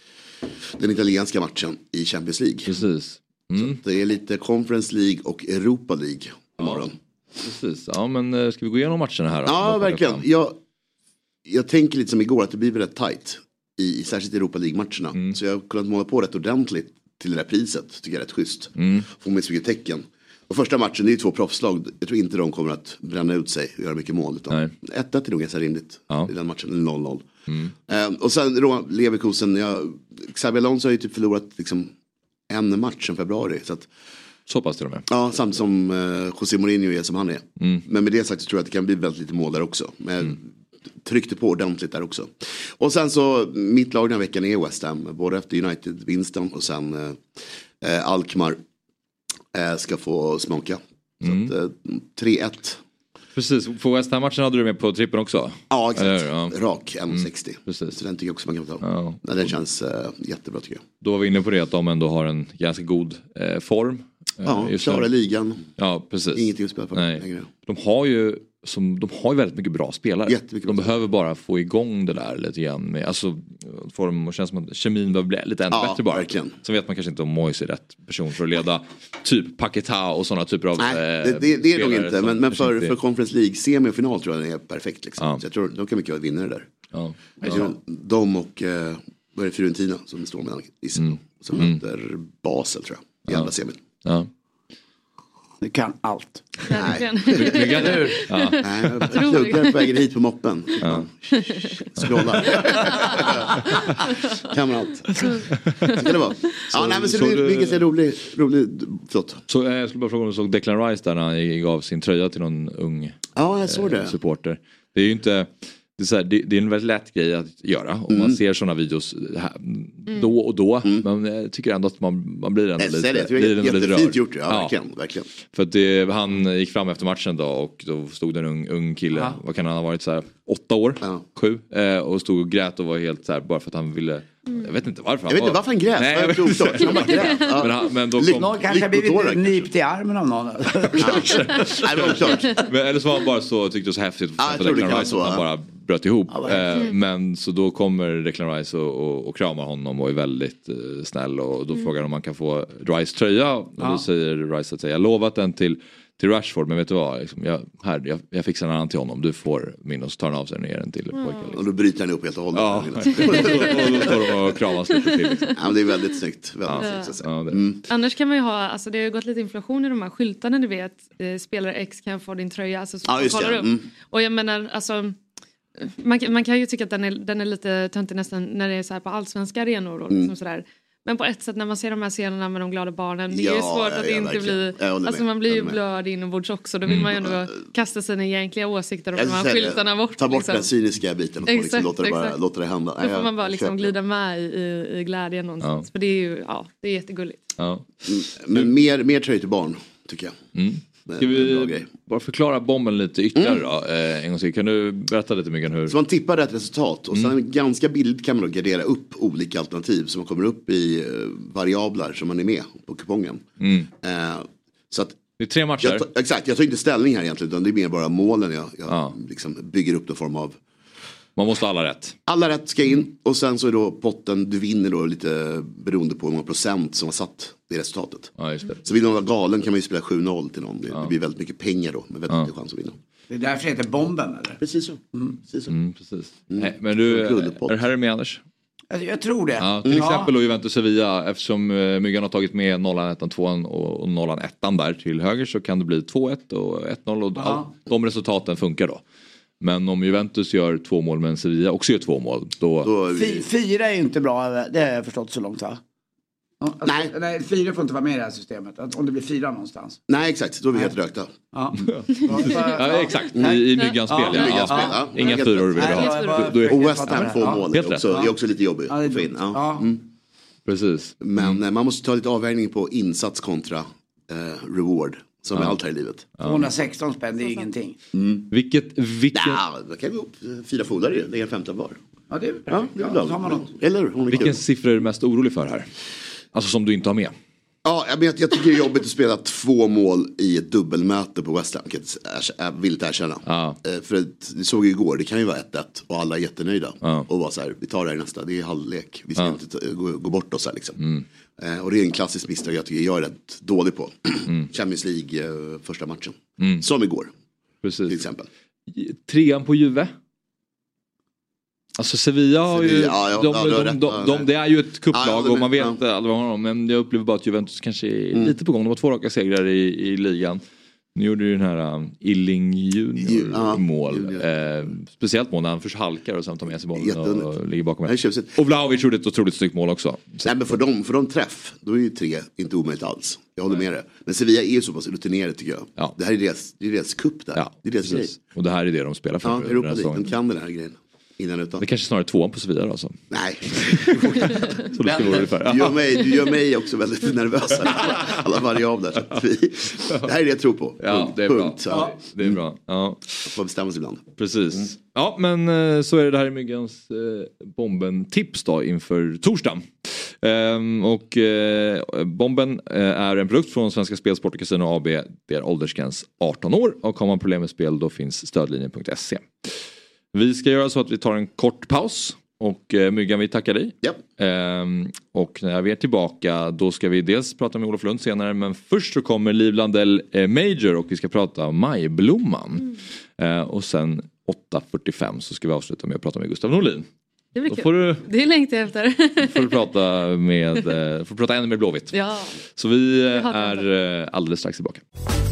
den italienska matchen i Champions League. Precis. Mm. Så det är lite Conference League och Europa League imorgon. Ja, precis. Ja, men ska vi gå igenom matcherna här då? Ja, verkligen. Jag, jag tänker lite som igår att det blir väldigt tight i särskilt Europa League-matcherna. Mm. Så jag har kunnat måla på rätt ordentligt till det där priset. Tycker jag är rätt schysst. Mm. Får med så mycket tecken. Och första matchen, det är ju två proffslag. Jag tror inte de kommer att bränna ut sig och göra mycket mål. Utan ett ett är nog ganska rimligt ja. i den matchen. noll noll. Mm. Um, och sen då, Leverkusen. Jag, Xabi Alonso har ju typ förlorat liksom en match sedan februari. Så, att, så pass till och med. Ja, samt som uh, José Mourinho är som han är. Mm. Men med det sagt så tror jag att det kan bli väldigt lite mål där också. Men mm. tryckte på ordentligt där också. Och sen så, mitt lag den här veckan är West Ham. Både efter United-vinsten och sen uh, Alkmaar uh, ska få smaka. Mm. Så att, uh, tre ett. Precis, för West Ham-matchen hade du med på trippen också. Ja, exakt. Eller, ja. Rak en sextio. Mm, precis. Så den tycker jag också man kan ta. Ja. Ja, den känns uh, jättebra tycker jag. Då var vi inne på det att de ändå har en ganska god eh, form. Ja, klara ligan. Ja, precis. Ingenting att spela för. Nej. De har ju som, de har ju väldigt mycket bra spelare. Jättemycket de bra. behöver bara få igång det där lite grann med, alltså får dem att kännas som att kemin behöver bli lite ännu ja, bättre bara. Verkligen. Sen vet man kanske inte om Moise är rätt person för att leda typ Paquetá och sådana typer av Nej, det, det, det är nog inte, men, men för, för Conference League semifinal tror jag den är perfekt liksom. Ja. Så jag tror de kan mycket vinna det där. Ja. Ja. De och eh, vad är det, Fiorentina som står mellan Isco mm. som mm. möter Basel tror jag i ja. andra semin. Ja. Du kan allt. Nej. Mycket ur. Ja. Nej, jag pluggar på vägen hit på moppen. Ja. Scrolla. Kan man allt. Så kan det vara. Ja, nej, men så, så det blir ganska rolig, rolig, förlåt. Så jag skulle bara fråga om du såg Declan Rice där när han gav sin tröja till någon ung ja, jag såg det. Eh, supporter. Det är ju inte... Det är, så här, det, det är en väldigt lätt grej att göra. Om mm. man ser sådana videos här, mm. då och då. Mm. Men jag tycker ändå att man, man blir ändå jag lite, det. blir ändå lite lite rörd. Gjort, ja, ja. Verkligen, verkligen. För att det, han gick fram efter matchen då och då stod det en ung, ung kille. Ja. Vad kan han ha varit så här, åtta år? Ja. Sju. Eh, och stod och grät och var helt så här, bara för att han ville... Mm. Jag vet inte varför han Jag vet inte varför han grät. Nej, jag vet inte. Han bara grät. Ja. Men, han, men då kom... Någon kanske har blivit nypt i armen av någon. Nej, men klart. Men eller så var han bara så, tyckte det så häftigt. Ja, jag tror det kan vara så. Han bara bröt ihop. Ja, eh, men så då kommer Declan Rice och, och, och kramar honom och är väldigt eh, snäll. Och då mm. frågar om man kan få Rice tröja. Och ja. Då säger Rice att säga, jag lovat den till, till Rashford. Men vet du vad, liksom, jag, här, jag, jag fixar en annan till honom. Du får min och så tar han av sig och ger den till mm. pojken. Liksom. Och då bryter han upp helt och hållet. Ja, och då står de och kramas lite till. Liksom. Ja, men det är väldigt snyggt. Väldigt ja. snyggt ja, mm. Annars kan man ju ha, alltså det har ju gått lite inflation i de här skyltarna, ni vet. Eh, spelare X kan få din tröja. Alltså, så ja, just det. Mm. Och jag menar, alltså... Man, man kan ju tycka att den är, den är lite töntig nästan när det är så här på allsvenska arenor och liksom mm. sådär. Men på ett sätt när man ser de här scenerna med de glada barnen, det är ja, ju svårt ja, att ja, inte verkligen. bli, alltså man blir ju blöd inombords också, då vill mm. man ju ändå kasta sina egentliga åsikter om de här skyltarna bort. Ta bort liksom. Den cyniska biten och liksom låta, det bara, låta det hända. Då får man bara liksom glida med i, i glädjen någonstans. Ja. För det är ju, ja, det är jättegulligt. Ja. Mm. Men mer, mer tröj till barn, tycker jag. Mm. Ska vi bara förklara bomben lite ytterligare mm. då? Eh, en gång till. Kan du berätta lite mycket hur... Så man tippar rätt resultat och sen mm. ganska billigt kan man då gradera upp olika alternativ så man kommer upp i uh, variabler som man är med på kupongen. Mm. Uh, så att det är tre matcher. Jag ta, exakt, jag tar inte ställning här egentligen utan det är mer bara målen jag, jag ja. liksom bygger upp någon form av. Man måste ha alla rätt. Alla rätt ska in och sen så är då potten, du vinner då lite beroende på hur många procent som har satt det resultatet. Ja, just det. Så vill man vara galen kan man ju spela sju noll till någon. Det, ja. det blir väldigt mycket pengar då med väldigt ja. mycket chans att vinna. Det är därför det heter bomben eller? Precis så. Mm. Precis så. Mm, precis. Mm. Nej, men du, är det här med Anders? Alltså, jag tror det. Ja, till mm. exempel då Juventus Sevilla, eftersom uh, Myggan har tagit med nollan ettan tvåan och, och nollan ettan där till höger så kan det bli två ett och ett noll och all, de resultaten funkar då. Men om Juventus gör två mål men Sevilla också gör två mål då... då vi... Fyra är ju inte bra, det har jag förstått så långt va? Alltså, nej. nej, fyra får inte vara med i det här systemet. Om det blir fyra någonstans. Nej, exakt. Då är vi helt rökta. Ja, ja exakt. I, i Myggans spel. Ja, ja. Ja. Ja. Inga fyror vill vi ha. Och West Ham får mål. Det är också, är också lite jobbigt att få in. Ja. Mm. Precis. Men mm. man måste ta lite avvägning på insats kontra eh, reward. Som ja. är allt här i livet. Ja. tvåhundrasexton spänn, det är ingenting. Mm. Vilket... vilket... Ja, det kan vi upp. Fyra fodrar i det. Det är en femton var. Ja, det är ja, det är bra. Ja, eller, vilken siffra är du mest orolig för här? Alltså som du inte har med. Ja, jag, jag, jag tycker det är jobbigt att spela två mål i ett dubbelmöte på West Ham. Jag vill inte erkänna. Ja. För det såg ju igår, det kan ju vara ett ett och alla är jättenöjda. Ja. Och bara så här, vi tar det här nästa, det är halvlek. Vi ska ja. inte gå, gå bort oss här liksom. Mm. Eh, och det är en klassisk misstag jag tycker jag är rätt dålig på. Mm. Champions League eh, första matchen. Mm. Som igår. Precis. Till exempel. Trean på Juve. Alltså Sevilla har ju, ja, ja, de, ja, de, de, de, de, det är ju ett kupplag ja, ja, och man vet inte ja. vad de har, men jag upplever bara att Juventus kanske är mm. lite på gång. De har två raka segrar i, i ligan. Nu gjorde ju den här um, Illing Junior ja, mål. Junior. Eh, speciellt mål när han först halkar och sen tar med sig bollen och, och ligger bakom. Och Vlahovic gjorde ett otroligt snyggt mål också. Nej, men för dem, för dem träff, då är ju tre inte omöjligt alls. Jag håller med det. Men Sevilla är ju så pass rutinerade tycker jag. Ja. Det här är deras, det är deras kupp där. Ja, det är deras grej. Och det här är det de spelar för. Ja, Europa League, de kan den här grejen. Innan utan. Det kanske snarare tvåan på Sevilla alltså. Nej. Så det ska vara ungefär. Du gör mig, du gör mig också väldigt nervös. Alla variabler. Så vi, det här är det jag tror på. Ja, punkt. Det är punkt. bra. Ja, det är bra. Ja. Man får bestämma sig ibland. Precis. Mm. Ja, men så är det, det här i Myggans eh, bomben-tips då inför torsdagen. Ehm, och eh, bomben eh, är en produkt från Svenska Spel, Sport och Casino A B. Det är åldersgräns arton år. Och har man problem med spel då finns stödlinjen punkt se. Vi ska göra så att vi tar en kort paus. Och eh, Myggan, vi tackar dig. Yep. Ehm, och när vi är tillbaka då ska vi dels prata med Olof Lund senare. Men först så kommer Liv Landell eh, Major och vi ska prata om Majblomman. Mm. Ehm, och sen åtta fyrtiofem så ska vi avsluta med att prata med Gustav Norlin. Det blir kul. Du, det är längt efter. får du prata med eh, får prata ännu mer Blåvitt. Ja. Så vi eh, är eh, alldeles strax tillbaka.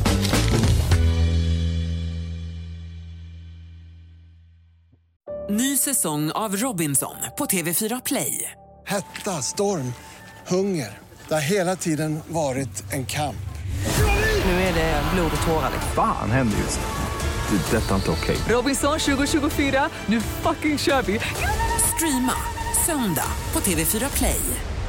Ny säsong av Robinson på T V fyra Play. Hetta, storm, hunger. Det har hela tiden varit en kamp. Nu är det blod och tårar. Fan händer just det. Det är detta inte okej. Okay. Robinson tjugo tjugofyra, nu fucking kör vi. Streama söndag på T V fyra Play.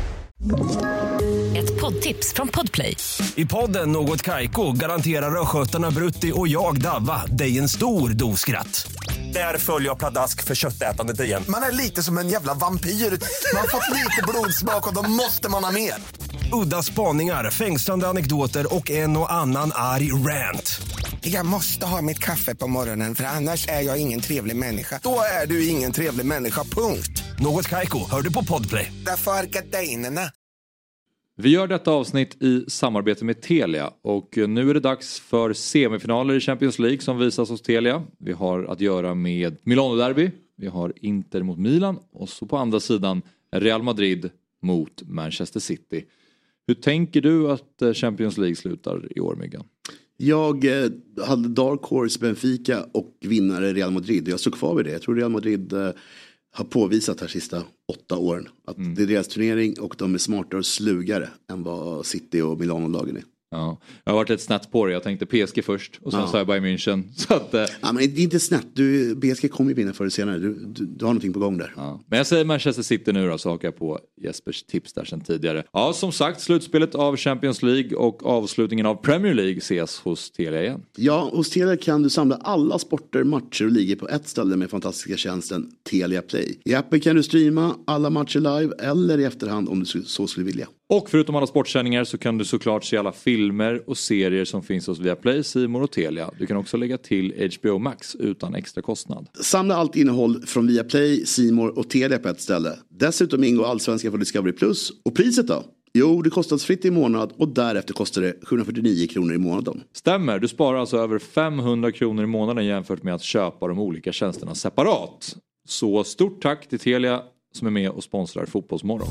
Ett poddtips från Podplay. I podden Något Kaiko garanterar röskötarna Brutti och jag Davva dig en stor doskratt. Där följer jag pladask för köttätandet igen. Man är lite som en jävla vampyr. Man har fått lite blodsmak och då måste man ha mer. Udda spaningar, fängslande anekdoter och en och annan arg rant. Jag måste ha mitt kaffe på morgonen för annars är jag ingen trevlig människa. Då är du ingen trevlig människa, punkt. Något Kaiko, hör du på Podplay. Därför är gardinerna. Vi gör detta avsnitt i samarbete med Telia och nu är det dags för semifinaler i Champions League som visas hos Telia. Vi har att göra med Milano-derby, vi har Inter mot Milan och så på andra sidan Real Madrid mot Manchester City. Hur tänker du att Champions League slutar i år, Myggan? Jag eh, hade Dark Horse Benfica och vinnare Real Madrid. Jag såg kvar vid det. Jag tror Real Madrid eh, har påvisat här sista åtta åren att mm. det är deras turnering och de är smartare och slugare än vad City och Milano-lagen är. Ja, jag har varit lite snett på det. Jag tänkte P S G först och sen ja. sa jag Bayern München. Så att, eh. ja, men det är inte snett. Du, P S G kommer ju vinna förr eller senare. Du, du, du har någonting på gång där. Ja. Men jag säger Manchester City nu då, så hakar jag på Jespers tips där sedan tidigare. Ja, som sagt, slutspelet av Champions League och avslutningen av Premier League ses hos Telia igen. Ja, hos Telia kan du samla alla sporter, matcher och ligger på ett ställe med fantastiska tjänsten Telia Play. I appen kan du streama alla matcher live eller i efterhand om du så skulle vilja. Och förutom alla sportsändningar så kan du såklart se alla filmer och serier som finns hos Viaplay, C More och Telia. Du kan också lägga till H B O Max utan extra kostnad. Samla allt innehåll från Viaplay, C More och Telia på ett ställe. Dessutom ingår Allsvenskan för Discovery Plus. Och priset då? Jo, det kostar fritt i månad och därefter kostar det sjuhundrafyrtionio kronor i månaden. Stämmer, du sparar alltså över femhundra kronor i månaden jämfört med att köpa de olika tjänsterna separat. Så stort tack till Telia som är med och sponsrar Fotbollsmorgon.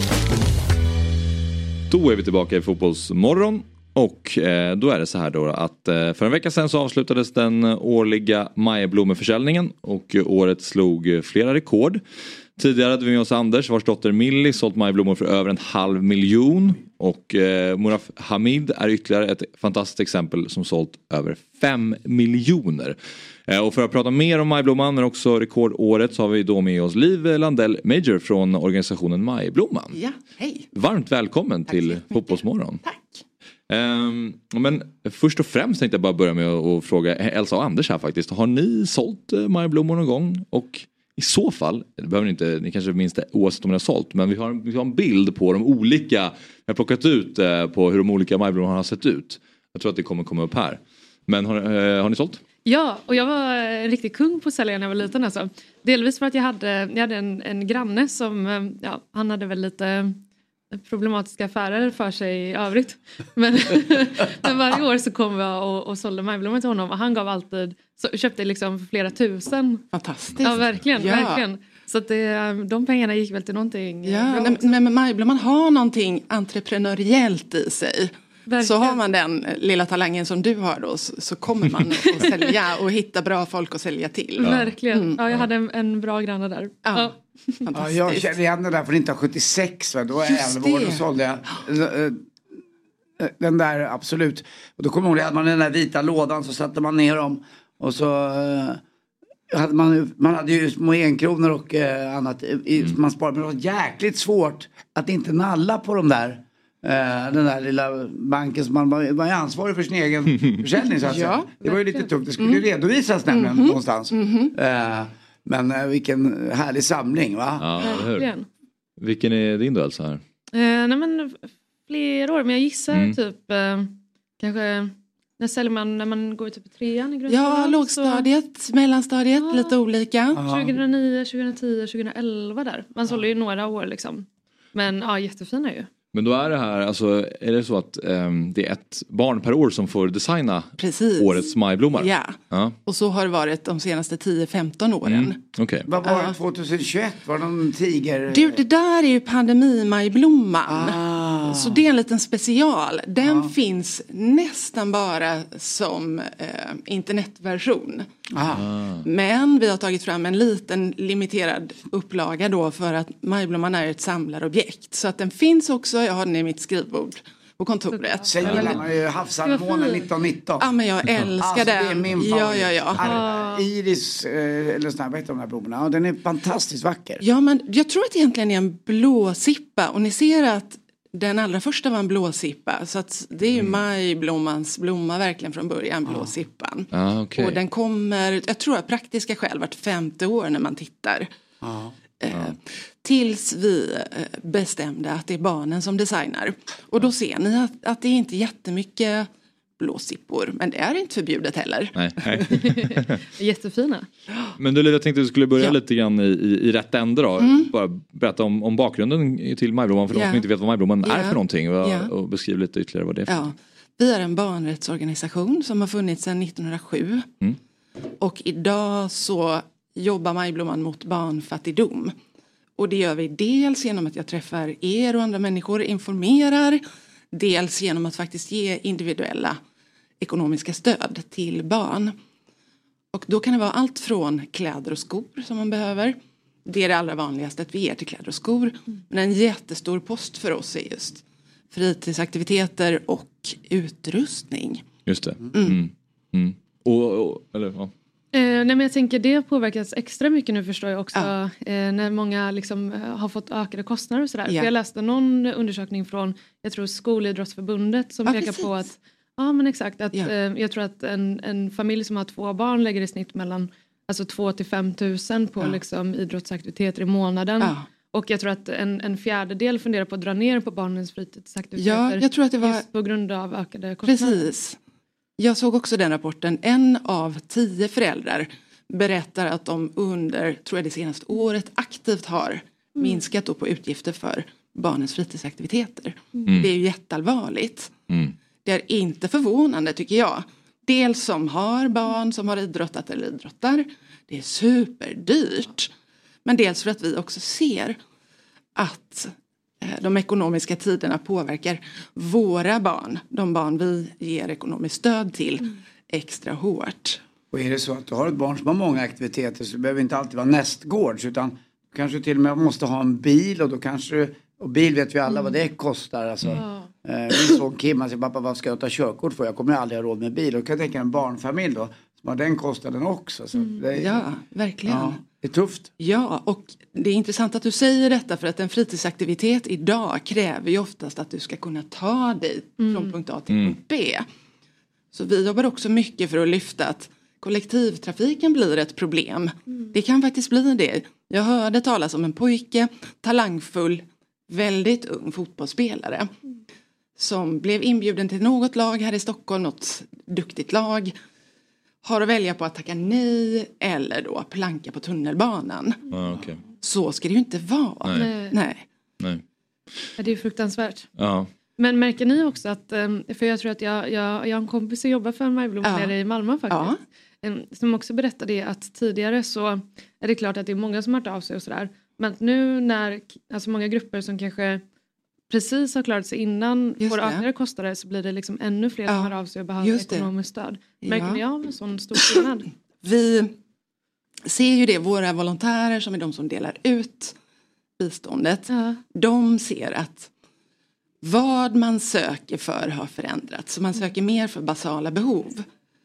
Då är vi tillbaka i Fotbollsmorgon och eh, då är det så här då att eh, för en vecka sedan så avslutades den årliga majblommeförsäljningen och året slog flera rekord. Tidigare hade vi med oss Anders vars dotter Millie sålt majblommor för över en halv miljon och eh, Muraf Hamid är ytterligare ett fantastiskt exempel som sålt över fem miljoner. Eh, och för att prata mer om majblomman men också rekordåret så har vi då med oss Liv Landell Major från organisationen Majblomman. Ja, hej. Varmt välkommen Tack till Fotbollsmorgon. Tack. Um, men först och främst tänkte jag bara börja med att fråga Elsa och Anders här faktiskt. Har ni sålt uh, majblommor någon gång? Och i så fall, det behöver ni inte, ni kanske minns det oavsett om ni har sålt. Men vi har, vi har en bild på de olika, vi har plockat ut uh, på hur de olika majblommorna har sett ut. Jag tror att det kommer komma upp här. Men har, uh, har ni sålt? Ja, och jag var en riktig kung på att sälja när jag var liten alltså. Delvis för att jag hade, jag hade en, en granne som, ja, han hade väl lite problematiska affärer för sig i övrigt. Men, men varje år så kom jag och, och sålde majblommor till honom och han gav alltid, så, köpte liksom för flera tusen. Fantastiskt. Ja, verkligen, ja. verkligen. Så att det, de pengarna gick väl till någonting. Ja, men, men majblomman har någonting entreprenöriellt i sig. Verkligen. Så har man den lilla talangen som du har då så, så kommer man att sälja och hitta bra folk att sälja till. Ja. Verkligen. Mm. Ja, jag hade en, en bra granne där. Ja. Ja. Ja, jag känner igen den där från nittonhundrasjuttiosex. Va? Då var jag elva år och sålde jag den där, absolut. Och då kommer jag ihåg att man i den där vita lådan så satte man ner dem. Och så hade man, man hade ju små enkronor och eh, annat. I, mm. Man sparade, men det var jäkligt svårt att inte nalla på de där. Uh, den där lilla banken som man var, var ansvarig för sin egen försäljning så att ja, det var ju lite tufft, det skulle ju mm. redovisas nämligen mm-hmm. någonstans mm-hmm. Uh, men uh, vilken härlig samling va? Ja, hur? Vilken är din då alltså här? Uh, nej men flera år, men jag gissar mm. typ uh, kanske när säljer man när man går typ i trean i grundskolan? Ja, lågstadiet, så... mellanstadiet, ja. Lite olika. Aha. tjugohundranio, tjugohundratio, tjugohundraelva där. Man sålde ju några år liksom. Men ja, jättefina ju. Men då är det här, alltså, är det så att um, det är ett barn per år som får designa Precis. Årets majblommor? Ja. ja, och så har det varit de senaste tio femton åren. Mm. Okay. Vad var det tjugohundratjugoett? Var det någon tiger? Du, det där är ju pandemimajblomman. Ah. Så det är en liten special. Den ah. finns nästan bara som eh, internetversion. Ah. Men vi har tagit fram en liten limiterad upplaga då för att majblomman är ett samlarobjekt. Så att den finns också, jag har den i mitt skrivbord på kontoret. Sen gillar man ju havsalmonen nittonhundranitton. Ja, men jag älskar alltså, den. Det är min favorit. Ja, ja, ja. Ar- Iris, eller sån här, vad heter de här blommorna? Ja, den är fantastiskt vacker. Ja, men jag tror att det egentligen är en blåsippa. Och ni ser att den allra första var en blåsippa. Så att det är ju mm. majblommans blomma verkligen från början, blåsippan. Ah, okay. Och den kommer, jag tror att praktiska skäl vart femte år när man tittar. Ah. Eh, tills vi bestämde att det är barnen som designar. Och då ser ni att, att det är inte jättemycket blåsippor. Men det är inte förbjudet heller. Nej, nej. Jättefina. Men du, jag tänkte att du skulle börja ja. lite grann i, i, i rätt ände då. Mm. Bara berätta om, om bakgrunden till Majblomman för de yeah. som inte vet vad Majblomman yeah. är för någonting. Och, yeah. och beskriv lite ytterligare vad det är för. Ja. Vi är en barnrättsorganisation som har funnits sedan nittonhundrasju. Mm. Och idag så jobbar Majblomman mot barnfattigdom. Och det gör vi dels genom att jag träffar er och andra människor, informerar. Dels genom att faktiskt ge individuella ekonomiska stöd till barn. Och då kan det vara allt från kläder och skor som man behöver. Det är det allra vanligaste att vi ger till kläder och skor. Mm. Men en jättestor post för oss är just fritidsaktiviteter och utrustning. Just det. Mm. Mm. Mm. Och, och, eller, ja. Eh, nej men jag tänker det påverkas extra mycket nu förstår jag också ja. eh, när många liksom, eh, har fått ökade kostnader och sådär. Ja. För jag läste någon undersökning från jag tror Skolidrottsförbundet som ja, pekar precis. på att ja men exakt att ja. eh, jag tror att en, en familj som har två barn lägger i snitt mellan alltså två till fem tusen på ja. liksom, idrottsaktiviteter i månaden. Ja. Och jag tror att en, en fjärdedel funderar på att dra ner på barnens fritidsaktiviteter. Ja, jag tror att det var just på grund av ökade kostnader. Precis. Jag såg också den rapporten. En av tio föräldrar berättar att de under, tror jag det senaste året, aktivt har mm. minskat då på utgifter för barnens fritidsaktiviteter. Mm. Det är ju jätteallvarligt. Mm. Det är inte förvånande tycker jag. Dels som har barn som har idrottat eller idrottar. Det är superdyrt. Men dels för att vi också ser att de ekonomiska tiderna påverkar våra barn. De barn vi ger ekonomiskt stöd till mm. extra hårt. Och är det så att du har ett barn som har många aktiviteter så det behöver inte alltid vara nästgårds utan kanske till och med måste ha en bil och då kanske, och bil vet vi alla mm. vad det kostar. Alltså, ja. eh, min son Kim, alltså, pappa vad ska jag ta körkort för? Jag kommer aldrig ha råd med bil. Och kan jag tänka en barnfamilj då som har den kostnaden också. Så mm. det är, ja, verkligen. Ja, det är tufft. Ja, och det är intressant att du säger detta för att en fritidsaktivitet idag kräver ju oftast att du ska kunna ta dig mm. från punkt A till mm. punkt B. Så vi jobbar också mycket för att lyfta att kollektivtrafiken blir ett problem. Mm. Det kan faktiskt bli det. Jag hörde talas om en pojke, talangfull, väldigt ung fotbollsspelare. Mm. Som blev inbjuden till något lag här i Stockholm, något duktigt lag. Har att välja på att tacka nej eller då planka på tunnelbanan. Ah, okay. Så ska det ju inte vara. Nej. Nej. Nej. Ja, det är fruktansvärt. Ja. Men märker ni också att, för jag tror att jag, jag, jag har en kompis som jobbar för Majblomman ja. nere i Malmö faktiskt. Ja. Som också berättade att tidigare så är det klart att det är många som har hört av sig och sådär. Men nu när alltså många grupper som kanske precis har klarat sig innan Just får det. ökade kostnader så blir det liksom ännu fler ja. som hör av sig och behöver Just ekonomiskt stöd. Märker ja. ni av en sån stor skillnad? Vi ser ju det, våra volontärer som är de som delar ut biståndet. Ja. De ser att vad man söker för har förändrats. Så man söker mer för basala behov.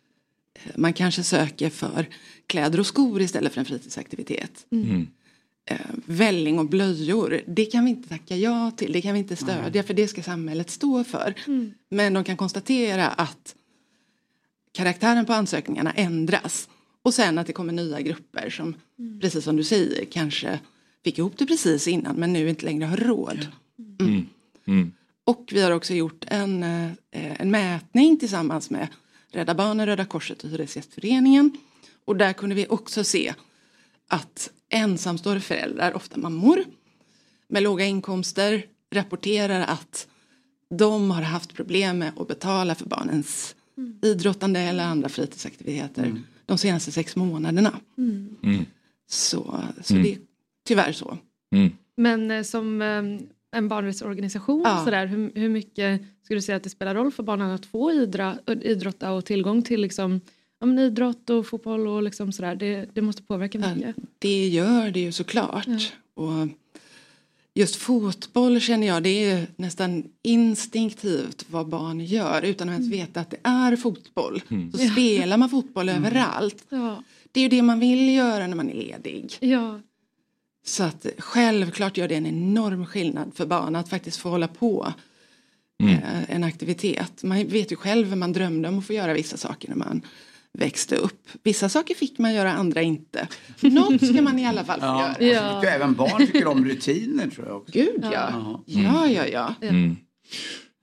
Man kanske söker för kläder och skor istället för en fritidsaktivitet. Mm. Eh, välling och blöjor, det kan vi inte tacka ja till. Det kan vi inte stödja mm. för det ska samhället stå för. Mm. Men de kan konstatera att karaktären på ansökningarna ändras. Och sen att det kommer nya grupper som, mm. precis som du säger, kanske fick ihop det precis innan men nu inte längre har råd. Mm. Mm. Mm. Och vi har också gjort en, en mätning tillsammans med Rädda Barnen, Röda Korset och Hyresgästföreningen. Och där kunde vi också se att ensamstående föräldrar, ofta mammor med låga inkomster, rapporterar att de har haft problem med att betala för barnens mm. idrottande eller andra fritidsaktiviteter mm. de senaste sex månaderna. Mm. Mm. Så, så mm. det är tyvärr så. Mm. Men eh, som eh, en barnrättsorganisation, ja. sådär, hur, hur mycket skulle du säga att det spelar roll för barnen att få idra, idrotta och tillgång till liksom, ja, men idrott och fotboll och liksom sådär, det, det måste påverka mycket. Ja, det gör det ju såklart. Ja. Och just fotboll känner jag, det är nästan instinktivt vad barn gör utan att ens veta att det är fotboll. Mm. Så ja. spelar man fotboll mm. överallt. Ja. Det är ju det man vill göra när man är ledig. Ja. Så att självklart gör det en enorm skillnad för barn att faktiskt få hålla på mm. en aktivitet. Man vet ju själv hur man drömde om att få göra vissa saker när man växte upp. Vissa saker fick man göra, andra inte. Något ska man i alla fall få ja, göra. Ja. Alltså, även barn tycker om rutiner tror jag också. Gud ja. Ja, ja, ja. ja. Mm.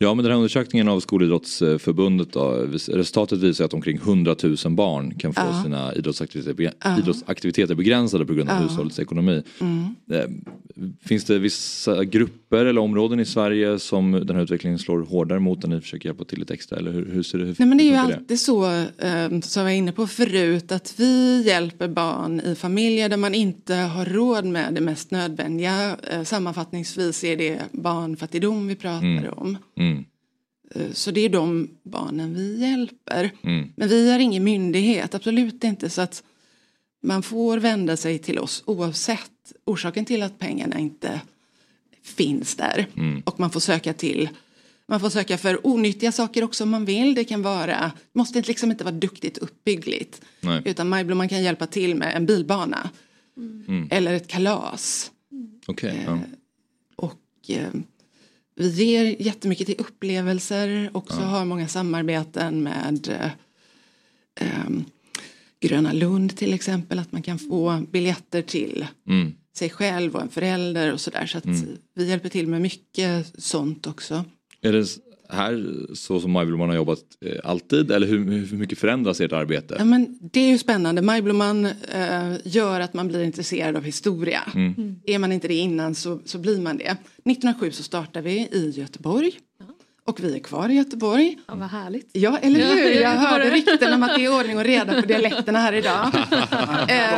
Ja, men den här undersökningen av Skolidrottsförbundet då, resultatet visar att omkring hundratusen barn kan få Ja. sina idrottsaktiviteter, Ja. idrottsaktiviteter begränsade på grund av Ja. hushållets ekonomi. Mm. Finns det vissa grupper eller områden i Sverige som den här utvecklingen slår hårdare mot när ni försöker hjälpa till lite extra? Eller hur, hur ser det hur Nej, men det är ju funkar alltid så, eh, som jag var inne på förut, att vi hjälper barn i familjer där man inte har råd med det mest nödvändiga. Eh, sammanfattningsvis är det barnfattigdom vi pratar Mm. om. Mm. Eh, så det är de barnen vi hjälper. Mm. Men vi är ingen myndighet, absolut inte. Så att man får vända sig till oss oavsett orsaken till att pengarna inte finns där. Mm. Och man får söka till, man får söka för onyttiga saker också om man vill. Det kan vara, måste liksom inte vara duktigt uppbyggligt. Nej. Utan Majblomman kan hjälpa till med en bilbana. Mm. Eller ett kalas. Okej, ja. Och eh, vi ger jättemycket till upplevelser. Också Ja. har många samarbeten med eh, eh, Gröna Lund till exempel. Att man kan få biljetter till Mm. sig själv och en förälder och sådär. Så att Mm. vi hjälper till med mycket sånt också. Är det här så som Majblomman har jobbat eh, alltid? Eller hur, hur mycket förändras ert arbete? Ja, men det är ju spännande. Majblomman eh, gör att man blir intresserad av historia. Mm. Mm. Är man inte det innan så, så blir man det. nittonhundrasju så startar vi i Göteborg. Och vi är kvar i Göteborg. Ja, vad härligt. Ja, eller Ja, hur? Jag jag hörde hörde. rykten om att det är ordning och reda på dialekterna här idag. Eh,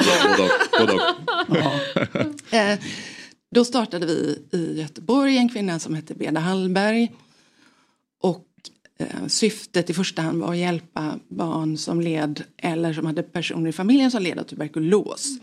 eh, Då startade vi i Göteborg en kvinna som hette Beda Hallberg. Och eh, syftet i första hand var att hjälpa barn som led eller som hade personer i familjen som led av tuberkulos.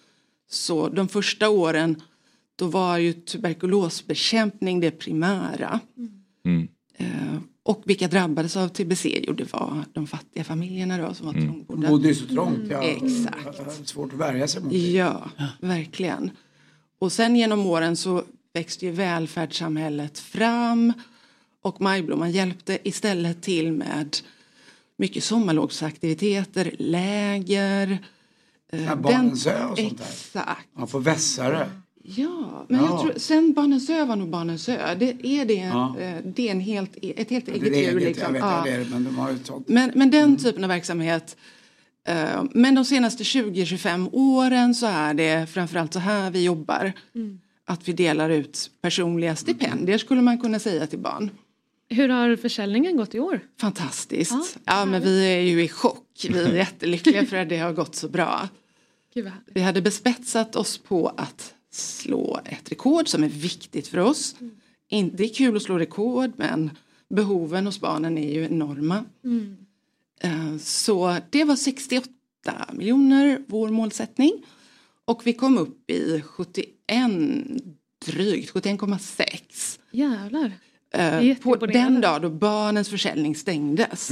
Så de första åren då var ju tuberkulosbekämpning det primära. Mm. Eh, och vilka drabbades av T B C? Jo, det var de fattiga familjerna då som var Mm. trångbodda. De bodde ju så trångt. Ja. Exakt. Svårt att värja sig mot det. Ja, verkligen. Och sen genom åren så växte ju välfärdssamhället fram. Och Majblomman hjälpte istället till med mycket sommarlovsaktiviteter, läger. eh, Ja, Barnens ö och sånt där. Exakt. Man får vässare. Ja, men Ja. jag tror, sen Barnens ö var nog Barnens ö. Det är, det, Ja. eh, det är en helt, ett helt Det eget är djur. eget, Liksom. jag vet Ja. vad det är, men de har ju sånt. Men, men den typen av verksamhet. Eh, men de senaste tjugo till tjugofem åren så är det framförallt så här vi jobbar. Mm. Att vi delar ut personliga stipendier skulle man kunna säga till barn. Hur har försäljningen gått i år? Fantastiskt. Ja, Ja, men vi är ju i chock. Vi är jättelyckliga för att det har gått så bra. Gud vad härligt. Vi hade bespetsat oss på att slå ett rekord som är viktigt för oss. Mm. In, det är kul att slå rekord, men behoven hos barnen är ju enorma. Mm. Eh, Så det var sextioåtta miljoner vår målsättning. Och vi kom upp i sjuttioen, drygt sjuttioen komma sex. Jävlar. Eh, på jätteimponerande. den dag då barnens försäljning stängdes.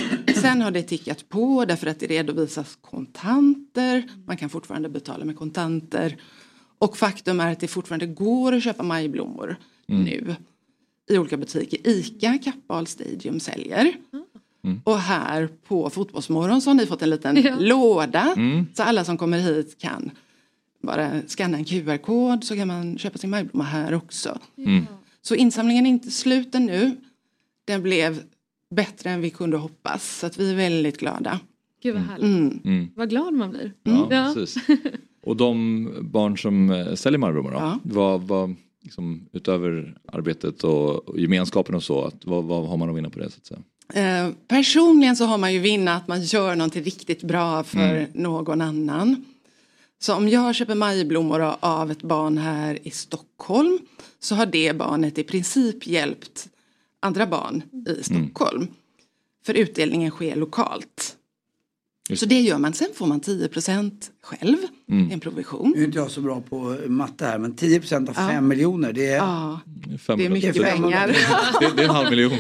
Sen har det tickat på därför att det redovisas kontanter. Man kan fortfarande betala med kontanter. Och faktum är att det fortfarande går att köpa majblommor Mm. nu. I olika butiker. ICA, Kappahl Stadium säljer. Mm. Och här på Fotbollsmorgon så har ni fått en liten Ja. låda. Mm. Så alla som kommer hit kan bara scanna en Q R-kod. Så kan man köpa sin majblomma här också. Mm. Så insamlingen är inte slut ännu. Den blev bättre än vi kunde hoppas. Så att vi är väldigt glada. Gud vad härligt. Mm. Mm. Vad glad man blir. Ja, Ja. precis. Och de barn som eh, säljer majblommor då? Ja. Vad, vad, liksom, utöver arbetet och, och gemenskapen och så, att, vad, vad har man att vinna på det så att säga? Eh, personligen så har man ju vinna att man gör någonting riktigt bra för Mm. någon annan. Så om jag köper majblommor av ett barn här i Stockholm så har det barnet i princip hjälpt andra barn i Stockholm. För utdelningen sker lokalt. Just Så det gör man. Sen får man tio procent själv. Mm. En provision. Nu är inte jag så bra på matte här, men tio procent av Ja. fem miljoner, det är... Ja, Fem det är mycket Det är fem pengar. Det, det är en halv miljon.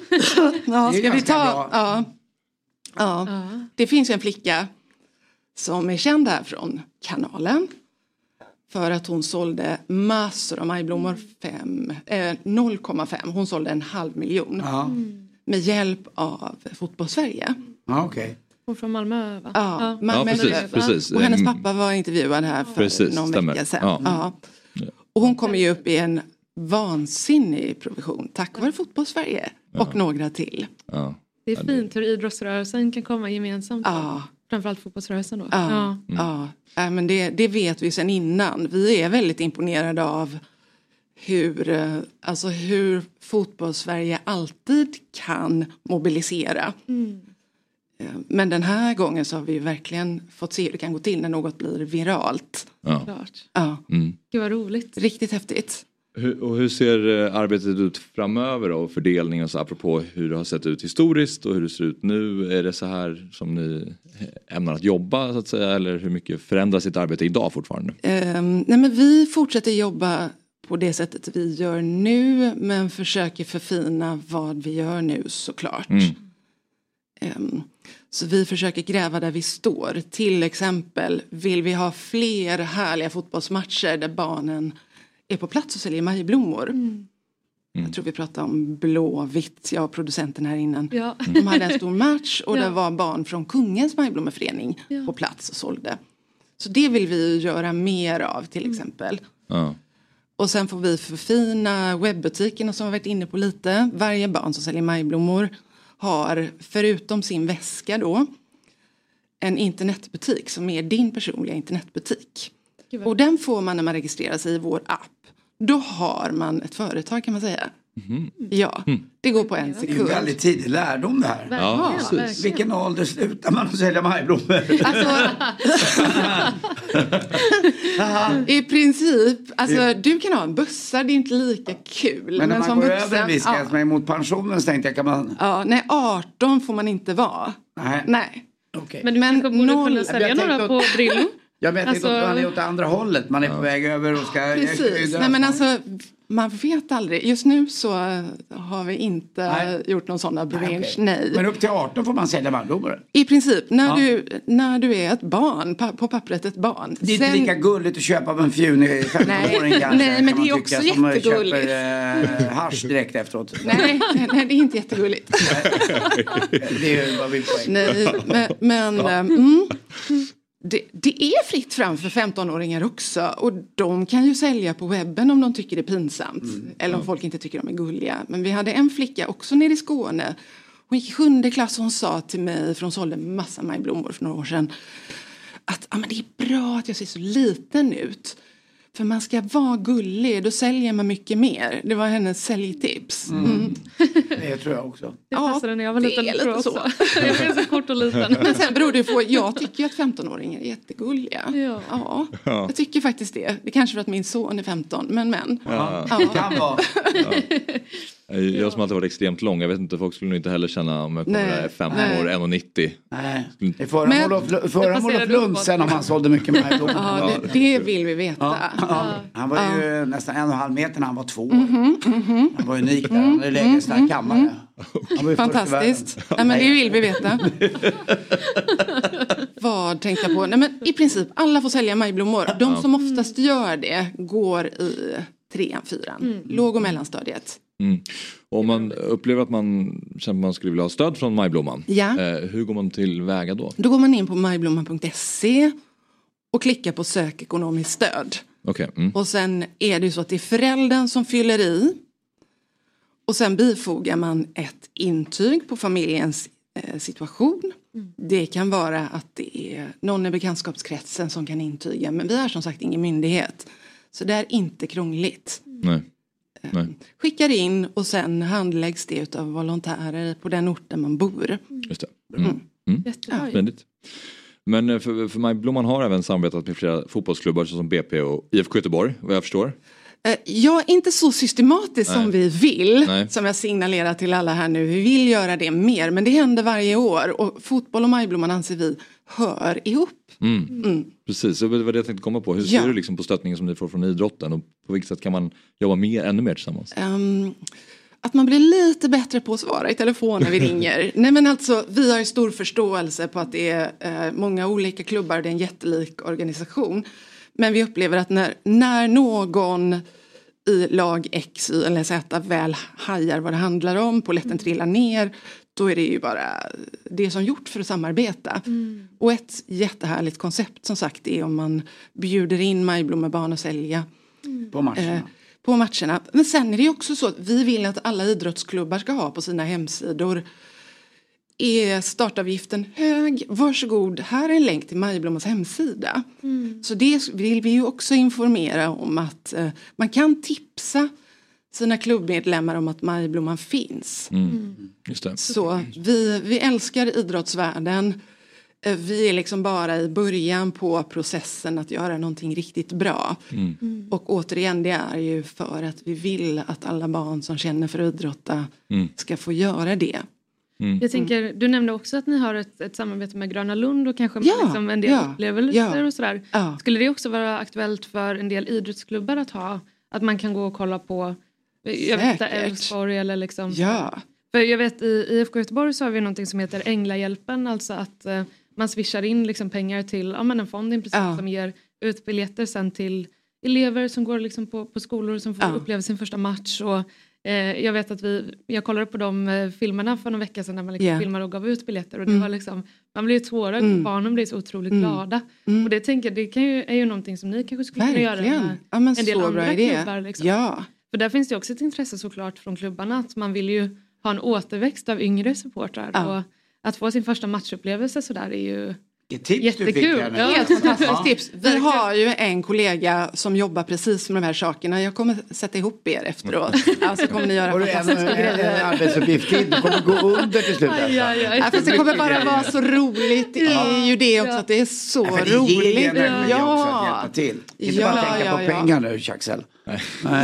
Ja, Det är ska vi ganska ta? bra. Ja. Ja. Ja. Det finns ju en flicka som är känd här från kanalen. För att hon sålde massor av majblommor. Fem, eh, noll komma fem. Hon sålde en halv miljon. Ja, Med hjälp av Fotbollssverige. ja okej. Hon från Malmö va? Ja, Ja, men- precis, men- precis. Och hennes Mm. pappa var intervjuad här för Precis, någon stämmer. vecka sedan. Ja. Ja. Och hon kommer ju upp i en vansinnig provision tack vare Fotbollssverige Ja. och några till. Ja. Det är fint hur idrottsrörelsen kan komma gemensamt. Ja. Framförallt fotbollsrörelsen då. Ja, Ja. ja. ja men det, det vet vi sedan innan. Vi är väldigt imponerade av hur, eh, alltså hur Fotbollssverige alltid kan mobilisera. Mm. Eh, Men den här gången så har vi ju verkligen fått se hur det kan gå till när något blir viralt. Ja. Klart. Ja. Mm. Gud vad roligt. Riktigt häftigt. Hur, och hur ser eh, arbetet ut framöver då? Fördelning och så, apropå hur det har sett ut historiskt och hur det ser ut nu. Är det så här som ni ämnar att jobba så att säga? Eller hur mycket förändras sitt arbete idag fortfarande? Eh, nej men vi fortsätter jobba på det sättet vi gör nu. Men försöker förfina vad vi gör nu såklart. Mm. Eh, så vi försöker gräva där vi står. Till exempel vill vi ha fler härliga fotbollsmatcher där barnen är på plats och säljer majblommor. Mm. Jag tror vi pratade om Blåvitt, jag och producenten här innan. Ja. De hade en stor match och Ja. det var barn från Kungens majblommeförening Ja. på plats och sålde. Så det vill vi göra mer av till exempel. Ja. Och sen får vi förfina webbutikerna som vi har varit inne på lite. Varje barn som säljer majblommor har förutom sin väska då en internetbutik som är din personliga internetbutik. Och den får man när man registrerar sig i vår app. Då har man ett företag kan man säga. Mm. Ja, det går på en Det är ju sekund. väldigt tidig lärdom det här. Ja, precis. verkligen. Vilken ålder slutar man att sälja majblommor? Alltså, i princip, alltså du kan ha en bussa, det är inte lika kul. Men när man som går vuxen, över en viss gräns, ja. men mot pensionen så tänkte jag kan man... Ja, nej, arton får man inte vara. Nej. Nej. Okej. Men du Men kanske borde noll- kunna sälja jag några tänkte på att- Brillo. Jag vet inte Alltså- om man är åt andra hållet. Man är på väg över och ska... Precis, nej men alltså man vet aldrig. Just nu så har vi inte Nej. gjort någon sån bransch, Nej, nej. okej. Men upp till arton får man sälja majblommor. I princip, när, Ja. du, när du är ett barn, pa, på pappret ett barn. Det är inte Sen- lika gulligt att köpa av en fjunig femton-åring Nej, kanske. nej, men kan man det är tycka, också som jättegulligt. köper eh, hasch direkt efteråt. Nej, nej, nej, det är inte jättegulligt. Det är ju vad vi poäng. Nej, men, men eh, mm, det, det är fritt fram för femton-åringar också. Och de kan ju sälja på webben om de tycker det är pinsamt. Mm, eller om folk inte tycker de är gulliga. Men vi hade en flicka också nere i Skåne. Hon gick i sjunde klass och hon sa till mig, för hon sålde massa majblommor för några år sedan. Att ah, men det är bra att jag ser så liten ut. För man ska vara gullig, då säljer man mycket mer. Det var hennes säljtips. Mm. Det tror jag också. Det passade när jag var det liten är tror jag lite också. Jag är så kort och liten. Men sen beror det på, jag tycker ju att femton-åringar är jättegulliga. Ja. Ja, Ja. jag tycker faktiskt det. Det är kanske för att min son är femton, men men. Ja. Ja. Kan vara. Jag som alltid varit extremt lång. Jag vet inte, folk skulle nog inte heller känna om jag kommer Nej. där femton Nej. år, en komma nittio. Nej. Det är förra Men- Olof, förra Olof Lundsen om han sålde mycket majblommor. Ja, det, det vill vi veta. Ja, ja. Han var ju nästan en och en halv meter när han var två år. Mhm, mhm. Han var unik där. Han hade lägre sån här kammare. Han var ju först i Fantastiskt. världen. Nej, men det vill vi veta. Vad tänkte jag på? Nej, men i princip alla får sälja majblommor. De som oftast gör det går i trean, fyran. Låg- och mellanstadiet. Mm. Och om man upplever att man känner att man skulle vilja ha stöd från Majblomman. Ja. Eh, hur går man tillväga då? Då går man in på majblomman punkt se och klickar på sök ekonomiskt stöd. Okej. Mm. Och sen är det ju så att det är föräldern som fyller i. Och sen bifogar man ett intyg på familjens eh, situation. Mm. Det kan vara att det är någon i bekantskapskretsen som kan intyga. Men vi är som sagt ingen myndighet. Så det är inte krångligt. Nej. Nej. Skickar in och sen handläggs det av volontärer på den orten man bor. Just det. Mm. Mm. Jättebra. Spännande. Men eh, för, för Majblomman har även samarbetat med flera fotbollsklubbar som B P och I F K Göteborg, vad jag förstår. Eh, Ja, inte så systematiskt Nej. som vi vill. Nej. Som jag signalerar till alla här nu. Vi vill göra det mer. Men det händer varje år. Och fotboll och Majblomman anser vi hör ihop. Mm. Mm. Precis, det var det jag tänkte komma på. Hur Ja. ser du liksom på stöttningen som ni får från idrotten? Och på vilket sätt kan man jobba mer, ännu mer tillsammans? Ehm, att man blir lite bättre på att svara i telefon när vi ringer. Nej men alltså, vi har ju stor förståelse på att det är eh, många olika klubbar. Det är en jättelik organisation. Men vi upplever att när, när någon i lag X, Y eller Z väl hajar vad det handlar om, polletten trillar ner, då är det ju bara det som gjort för att samarbeta. Mm. Och ett jättehärligt koncept som sagt är om man bjuder in majblommebarn och sälja På matcherna. eh, på matcherna. Men sen är det också så att vi vill att alla idrottsklubbar ska ha på sina hemsidor. Är startavgiften hög? Varsågod, här är en länk till Majblommans hemsida. Mm. Så det vill vi ju också informera om att eh, man kan tipsa sina klubbmedlemmar om att Majblomman finns. Mm. Just det. Så vi, vi älskar idrottsvärlden. Vi är liksom bara i början på processen att göra någonting riktigt bra. Mm. Mm. Och återigen, det är ju för att vi vill att alla barn som känner för att idrotta mm. ska få göra det. Mm. Jag tänker, du nämnde också att ni har ett, ett samarbete med Gröna Lund och kanske ja, liksom en del ja, upplevelser ja, och sådär. Ja. Skulle det också vara aktuellt för en del idrottsklubbar att ha? Att man kan gå och kolla på jag vet, Älvsborg eller liksom... Ja. För jag vet, i I F K Göteborg så har vi någonting som heter Änglahjälpen. Alltså att uh, man swishar in liksom pengar till ja, men en fond i princip ja. som ger ut biljetter sen till elever som går liksom på, på skolor som får ja. uppleva sin första match. Och, eh, jag vet att vi, jag kollade på de eh, filmerna för någon vecka sedan när man liksom yeah. filmade och gav ut biljetter. Och det mm. var liksom, man blir ju tårögd mm. och barnen blir så otroligt mm. glada. Mm. Och det tänker jag, det kan ju, är ju någonting som ni kanske skulle Verkligen. kunna göra med ja, men en del så andra bra idé. klubbar. Liksom. Ja. För där finns det också ett intresse såklart från klubbarna att man vill ju ha en återväxt av yngre supportrar. Ja. Och att få sin första matchupplevelse så där är ju tips jättekul. Ja. Helt fantastiskt tips. Vi har ju en kollega som jobbar precis med de här sakerna. Jag kommer sätta ihop er efteråt. Alltså kommer ni göra fantastiska grejer. En arbetsuppgift till. Du kommer gå under till slut. Aj, aj, aj. Fast det kommer bara vara så roligt. Det är ju det också. Att det är så ja, det roligt. Det ger ja. också att hjälpa till. Inte ja, bara tänka ja, på ja. pengar nu, Jaxel. Nej.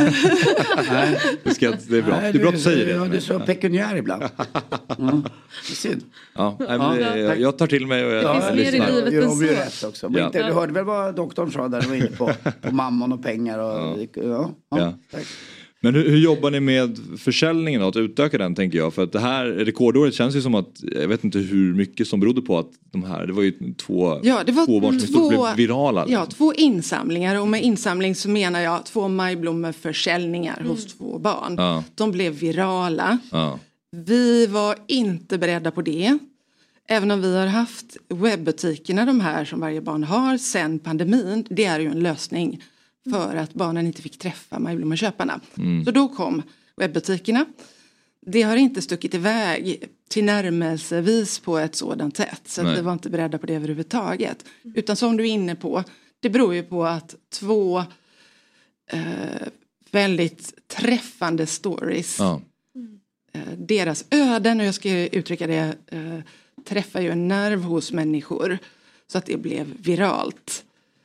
Nej. Det, ska, det är bra. Nej, det är bra att du säger det. Ja, du är så pekuniär ibland. Mm. Det är synd. Ja, ja. Jag, jag tar till mig och jag, ja, jag lyssnar. Jag gör ju rätt också. Ja. Inte, du hörde väl vad doktorn sa där? Du var inne på, på mammon och pengar. Och, ja. Ja, ja, ja. Men hur, hur jobbar ni med försäljningen och att utöka den tänker jag? För att det här rekordåret känns ju som att jag vet inte hur mycket som berodde på att de här, det var ju två, ja, det var två barn som två, blev virala. Ja, två insamlingar och med insamling så menar jag två majblommeförsäljningar mm. hos två barn. Ja. De blev virala. Ja. Vi var inte beredda på det. Även om vi har haft webbutikerna de här som varje barn har sen pandemin, det är ju en lösning för att barnen inte fick träffa majblommeköparna. Mm. Så då kom webbutikerna. Det har inte stuckit iväg till närmelsevis på ett sådant sätt. Så att vi var inte beredda på det överhuvudtaget. Utan som du är inne på, det beror ju på att två eh, väldigt träffande stories. Ja. Eh, deras öden, och jag ska uttrycka det, eh, träffar ju en nerv hos människor. Så att det blev viralt.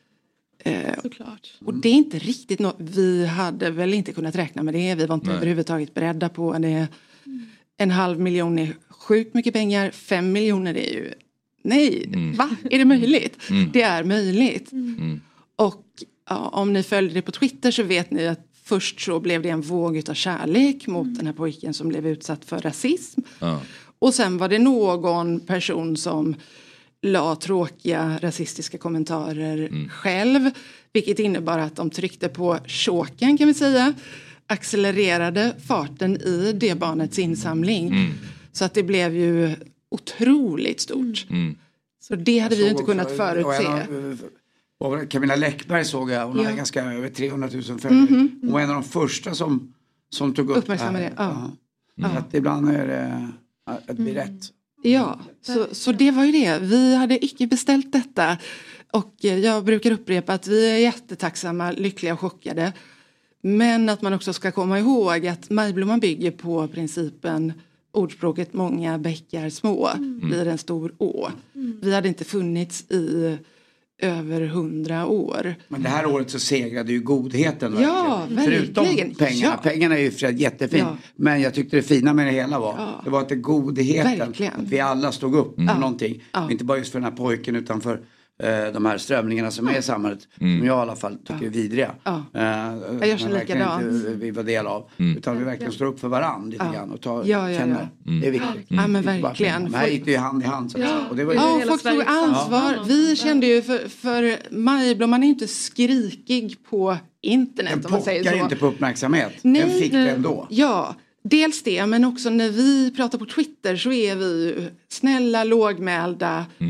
Eh, Såklart. Och det är inte riktigt något, vi hade väl inte kunnat räkna med det. Vi var inte Nej. överhuvudtaget beredda på det. Mm. En halv miljon är sjukt mycket pengar. Fem miljoner är ju, nej, mm. va? Är det möjligt? Mm. Det är möjligt. Mm. Och ja, om ni följer det på Twitter så vet ni att först så blev det en våg av kärlek mot mm. den här pojken som blev utsatt för rasism. Ja. Och sen var det någon person som la tråkiga rasistiska kommentarer mm. själv. Vilket innebar att de tryckte på choken kan vi säga. Accelererade farten i det barnets insamling. Mm. Så att det blev ju otroligt stort. Mm. Så det hade vi inte kunnat också, förutse. Och Camilla Läckberg såg jag. Hon ja. hade ganska över trehundratusen följare. Mm-hmm. Hon var en av de första som, som tog upp uppmärksamma det. Ja. Ja. Mm. Att ibland är det att det blir rätt. Ja, så, så det var ju det. Vi hade icke beställt detta. Och jag brukar upprepa att vi är jättetacksamma, lyckliga och chockade. Men att man också ska komma ihåg att Majblomman bygger på principen ordspråket många bäckar små mm. blir en stor å. Mm. Vi hade inte funnits i över hundra år. Men det här året så segrade ju godheten. Ja, verkligen. Förutom pengarna. Ja. Pengarna är ju för jättefint. Ja. Men jag tyckte det fina med det hela var. Ja. Det var att det godheten. Verkligen. Att vi alla stod upp mm. för någonting. Ja. Inte bara just för den här pojken utan för eh, de här strömningarna som är i samhället. Mm. Som jag i alla fall tycker ja. är vidriga. Ja. Eh, jag gör så likadant. Vi var del av. Mm. Utan vi verkligen står upp för varandra lite ja. grann. Och tar, ja, ja, känner. Ja. Mm. Det är viktigt. Mm. Ja men verkligen. Men här gick det ju hand i hand. Så ja. Och det var ju ja, folk tog ansvar. Ja. Vi kände ju för, för Majblomman är ju inte skrikig på internet. Den om man säger så. Den inte på uppmärksamhet. Nej, den fick nej. det ändå. Ja. Dels det, men också när vi pratar på Twitter så är vi snälla, lågmälda. Mm.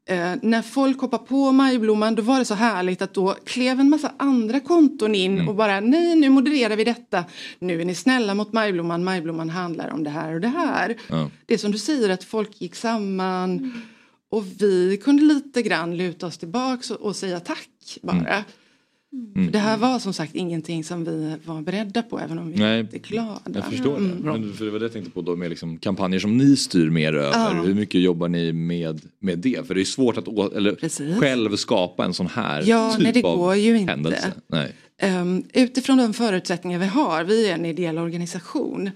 Eh, när folk hoppar på Majblomman, då var det så härligt att då klev en massa andra konton in mm. och bara, nej, nu modererar vi detta. Nu är ni snälla mot Majblomman. Majblomman handlar om det här och det här. Ja. Det är som du säger, att folk gick samman mm. och vi kunde lite grann luta oss tillbaka och, och säga tack bara. Mm. Mm. Det här var som sagt ingenting som vi var beredda på, även om vi Nej, är glada. Jag förstår mm. det. Men för det var det jag tänkte på då, med liksom kampanjer som ni styr mer över. Ja. Hur mycket jobbar ni med, med det? För det är svårt att å, eller, själv skapa en sån här ja, typ nej, det av går ju händelse. Inte. Nej. Um, utifrån de förutsättningar vi har, vi är en ideell organisation.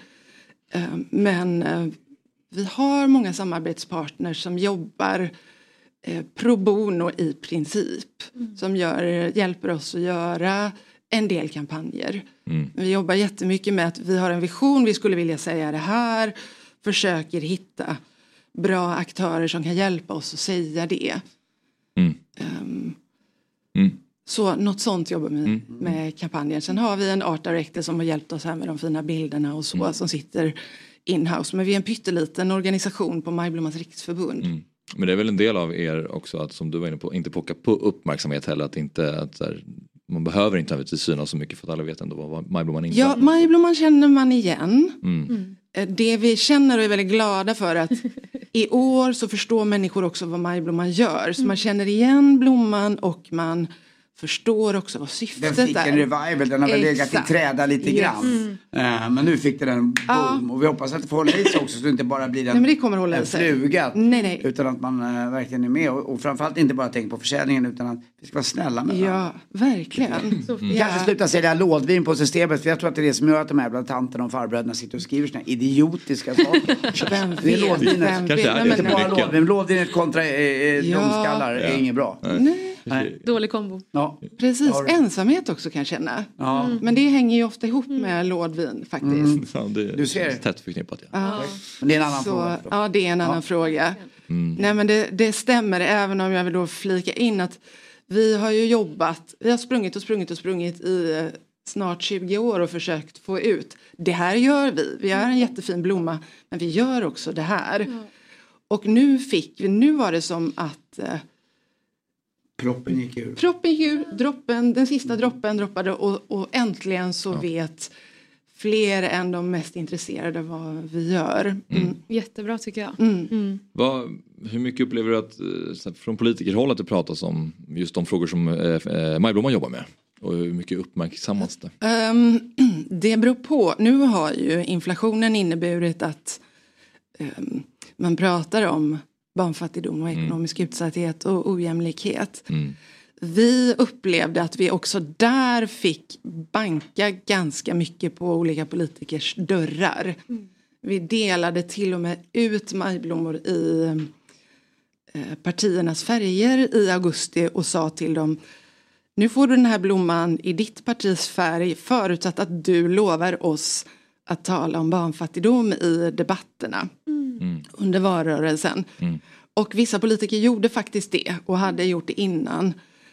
Um, men uh, vi har många samarbetspartners som jobbar Eh, pro bono i princip. Mm. Som gör, hjälper oss att göra en del kampanjer. Mm. Vi jobbar jättemycket med att vi har en vision. Vi skulle vilja säga det här. Försöker hitta bra aktörer som kan hjälpa oss att säga det. Mm. Um, mm. Så något sånt jobbar vi mm. med kampanjer. Sen har vi en art director som har hjälpt oss här med de fina bilderna och så. Mm. Som sitter in-house. Men vi är en pytteliten organisation på Majblommans riksförbund. Mm. Men det är väl en del av er också att, som du var inne på, inte pocka på uppmärksamhet heller, att inte att där, man behöver inte att synas så mycket för att alla vet ändå vad Majblomman inte ja, är. Ja, Majblomman känner man igen. Mm. Mm. Det vi känner och är väldigt glada för att i år så förstår människor också vad Majblomman gör. Så mm. man känner igen blomman och man förstår också vad syftet är. Den fick en revival, den har väl legat i träda lite yes. grann. Mm. Uh, men nu fick den en boom. Ja. Och vi hoppas att det får hålla i sig också, så det inte bara blir en, nej, men det kommer hålla en fluga. Nej, nej. Utan att man uh, verkligen är med. Och, och framförallt inte bara tänka på försäljningen, utan att vi ska vara snälla med ja, verkligen. Mm. Ja. Kanske sluta sälja lådvin på systemet, för jag tror att det är det som gör att de här bland tanterna och farbröderna sitter och skriver såna idiotiska saker. Vem vet? Det är lådvinet. Kanske är inte bara lådvin. Lådvinet kontra eh, ja. domskallar är ja. inget bra. Nej. Nej. Dålig kombo. Ja. Precis, ensamhet också kan jag känna. Ja. Mm. Men det hänger ju ofta ihop med lådvin faktiskt. Mm. Fan, det är du ser. Tätt förknippat. Ja. Ja. Men det är en annan Så, fråga. Ja, det är en annan ja. fråga. Mm. Nej, men det, det stämmer, även om jag vill då flika in att vi har ju jobbat, vi har sprungit och sprungit och sprungit i snart tjugo år och försökt få ut. Det här gör vi. Vi har en jättefin blomma, men vi gör också det här. Ja. Och nu fick vi, nu var det som att proppen gick ur. Proppen gick ur, droppen, den sista droppen droppade och, och äntligen så ja. vet fler än de mest intresserade vad vi gör. Mm. Mm. Jättebra tycker jag. Mm. Mm. Vad, hur mycket upplever du att från politikerhåll att det pratas om just de frågor som eh, Majblomman jobbar med? Och hur mycket uppmärksammas det? Um, det beror på. Nu har ju inflationen inneburit att um, man pratar om barnfattigdom och ekonomisk mm. utsatthet och ojämlikhet. Mm. Vi upplevde att vi också där fick banka ganska mycket på olika politikers dörrar. Mm. Vi delade till och med ut majblommor i eh, partiernas färger i augusti och sa till dem: nu får du den här blomman i ditt partis färg, förutsatt att du lovar oss att tala om barnfattigdom i debatterna mm. under valrörelsen. Mm. Och vissa politiker gjorde faktiskt det och hade gjort det innan.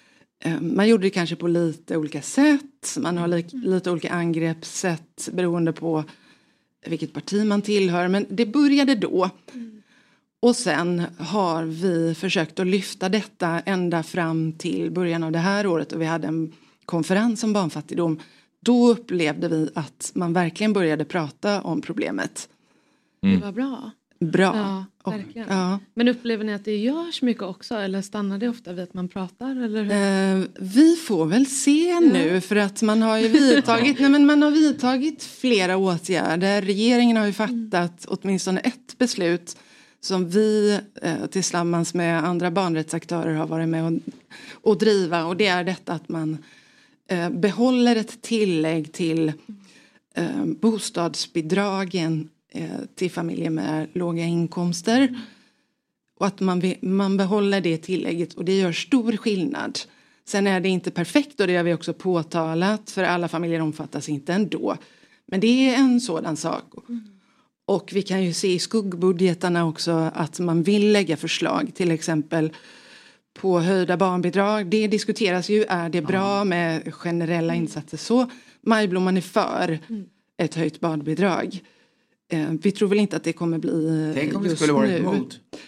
Man gjorde det kanske på lite olika sätt. Man har li- lite olika angreppssätt beroende på vilket parti man tillhör. Men det började då. Mm. Och sen har vi försökt att lyfta detta ända fram till början av det här året. Och vi hade en konferens om barnfattigdom. Då upplevde vi att man verkligen började prata om problemet. Mm. Det var bra. Bra. Ja, verkligen. Ja. Men upplever ni att det görs mycket också? Eller stannar det ofta vid att man pratar? Eller hur? Eh, vi får väl se ja. nu. För att man har ju vidtagit, nej, men man har vidtagit flera åtgärder. Regeringen har ju fattat mm. åtminstone ett beslut som vi eh, tillsammans med andra barnrättsaktörer har varit med och, och driva. Och det är detta att man eh, behåller ett tillägg till eh, bostadsbidragen till familjer med låga inkomster. Mm. Och att man, man behåller det tillägget. Och det gör stor skillnad. Sen är det inte perfekt och det har vi också påtalat. För alla familjer omfattas inte ändå. Men det är en sådan sak. Mm. Och vi kan ju se i skuggbudgetarna också att man vill lägga förslag. Till exempel på höjda barnbidrag. Det diskuteras ju. Är det bra med generella mm. insatser? Så Majblomman är för mm. ett höjt barnbidrag. Vi tror väl inte att det kommer bli. Tänk om vi skulle vara emot.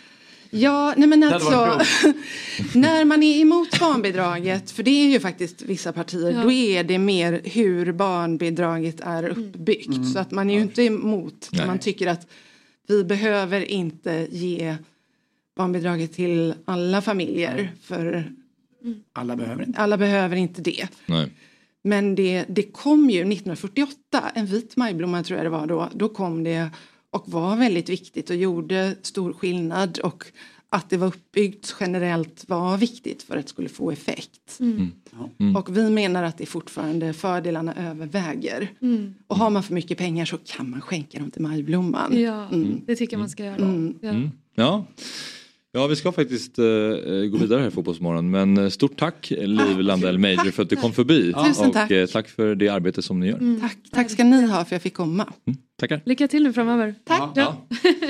Ja, nej men alltså när man är emot barnbidraget, för det är ju faktiskt vissa partier, ja. Då är det mer hur barnbidraget är uppbyggt. Mm. Så att man är ju inte emot, nej. Man tycker att vi behöver inte ge barnbidraget till alla familjer, för alla behöver inte, alla behöver inte det. Nej. Men det, det kom ju nittonhundrafyrtioåtta, en vit majblomma tror jag det var då, då kom det och var väldigt viktigt och gjorde stor skillnad, och att det var uppbyggt generellt var viktigt för att det skulle få effekt. Mm. Mm. Och vi menar att det fortfarande fördelarna överväger. Mm. Och har man för mycket pengar så kan man skänka dem till majblomman. Ja, mm. det tycker man ska göra. Mm. Ja. Mm. Ja. Ja, vi ska faktiskt uh, gå vidare här i Fotbollsmorgon. Men stort tack Liv Landell Major för att du kom förbi. Ja. Tusen tack. Och uh, tack för det arbete som ni gör. Mm. Tack. Tack ska ni ha för att jag fick komma. Mm. Tackar. Lycka till nu framöver. Tack. Ja,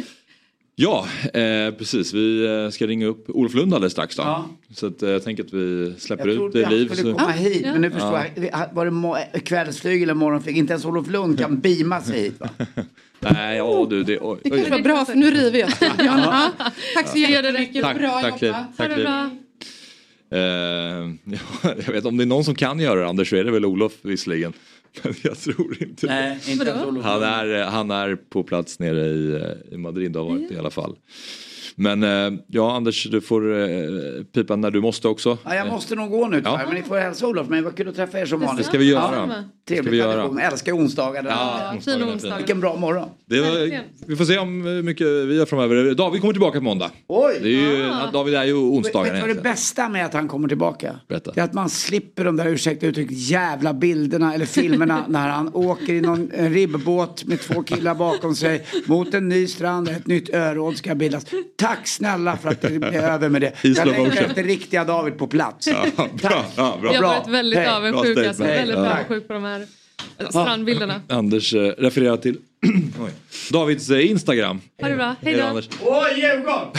ja eh, precis. Vi ska ringa upp Olof Lund alldeles strax då. Ja. Så att, eh, jag tänker att vi släpper ut Liv. Jag trodde han skulle komma hit, ja. Men nu förstår ja. jag. Var det mo- kvällsflyg eller morgonflyg? Inte ens Olof Lund kan beama sig hit, va? Nej, ja du. Det, oj, det kanske var bra, för nu river jag. Ja. Tack så jättemycket. Tack, bra tack, jobbat. Tack, tack, bra. Uh, ja, jag vet, om det är någon som kan göra det, Anders, så är det väl Olof visserligen. Men jag tror inte Nej, det. Inte han, är, han är på plats nere i, i Madrid, har varit mm. i alla fall. Men ja, Anders, du får eh, pipa när du måste också. Ja, jag måste nog gå nu, ja. Men ni får hälsa Olof. Men vad kul att träffa er som vanligt. Det ska vi göra. Ja. Trevligt vi göra. Älskar onsdagar. Ja, fin onsdag. Vilken bra morgon. Det var, vi får se om mycket vi gör framöver. David kommer tillbaka på måndag. Oj! Det är ju, David är ju onsdagar. Vet du vad det bästa med att han kommer tillbaka? Berätta. Det är att man slipper de där, ursäkta uttryck, jävla bilderna eller filmerna när han åker i någon en ribbåt med två killar bakom sig mot en ny strand. Ett nytt öråd ska bildas. Tack snälla för att det blir över med det. Jag längtar efter riktiga David på plats. Ja, bra, ja, bra. Jag har varit väldigt Hej. avundsjuk, alltså, väldigt ja. avundsjuk på de här strandbilderna. Anders eh, refererar till Davids eh, Instagram. Ha det bra, hej då. Anders. Åh, Djurgården!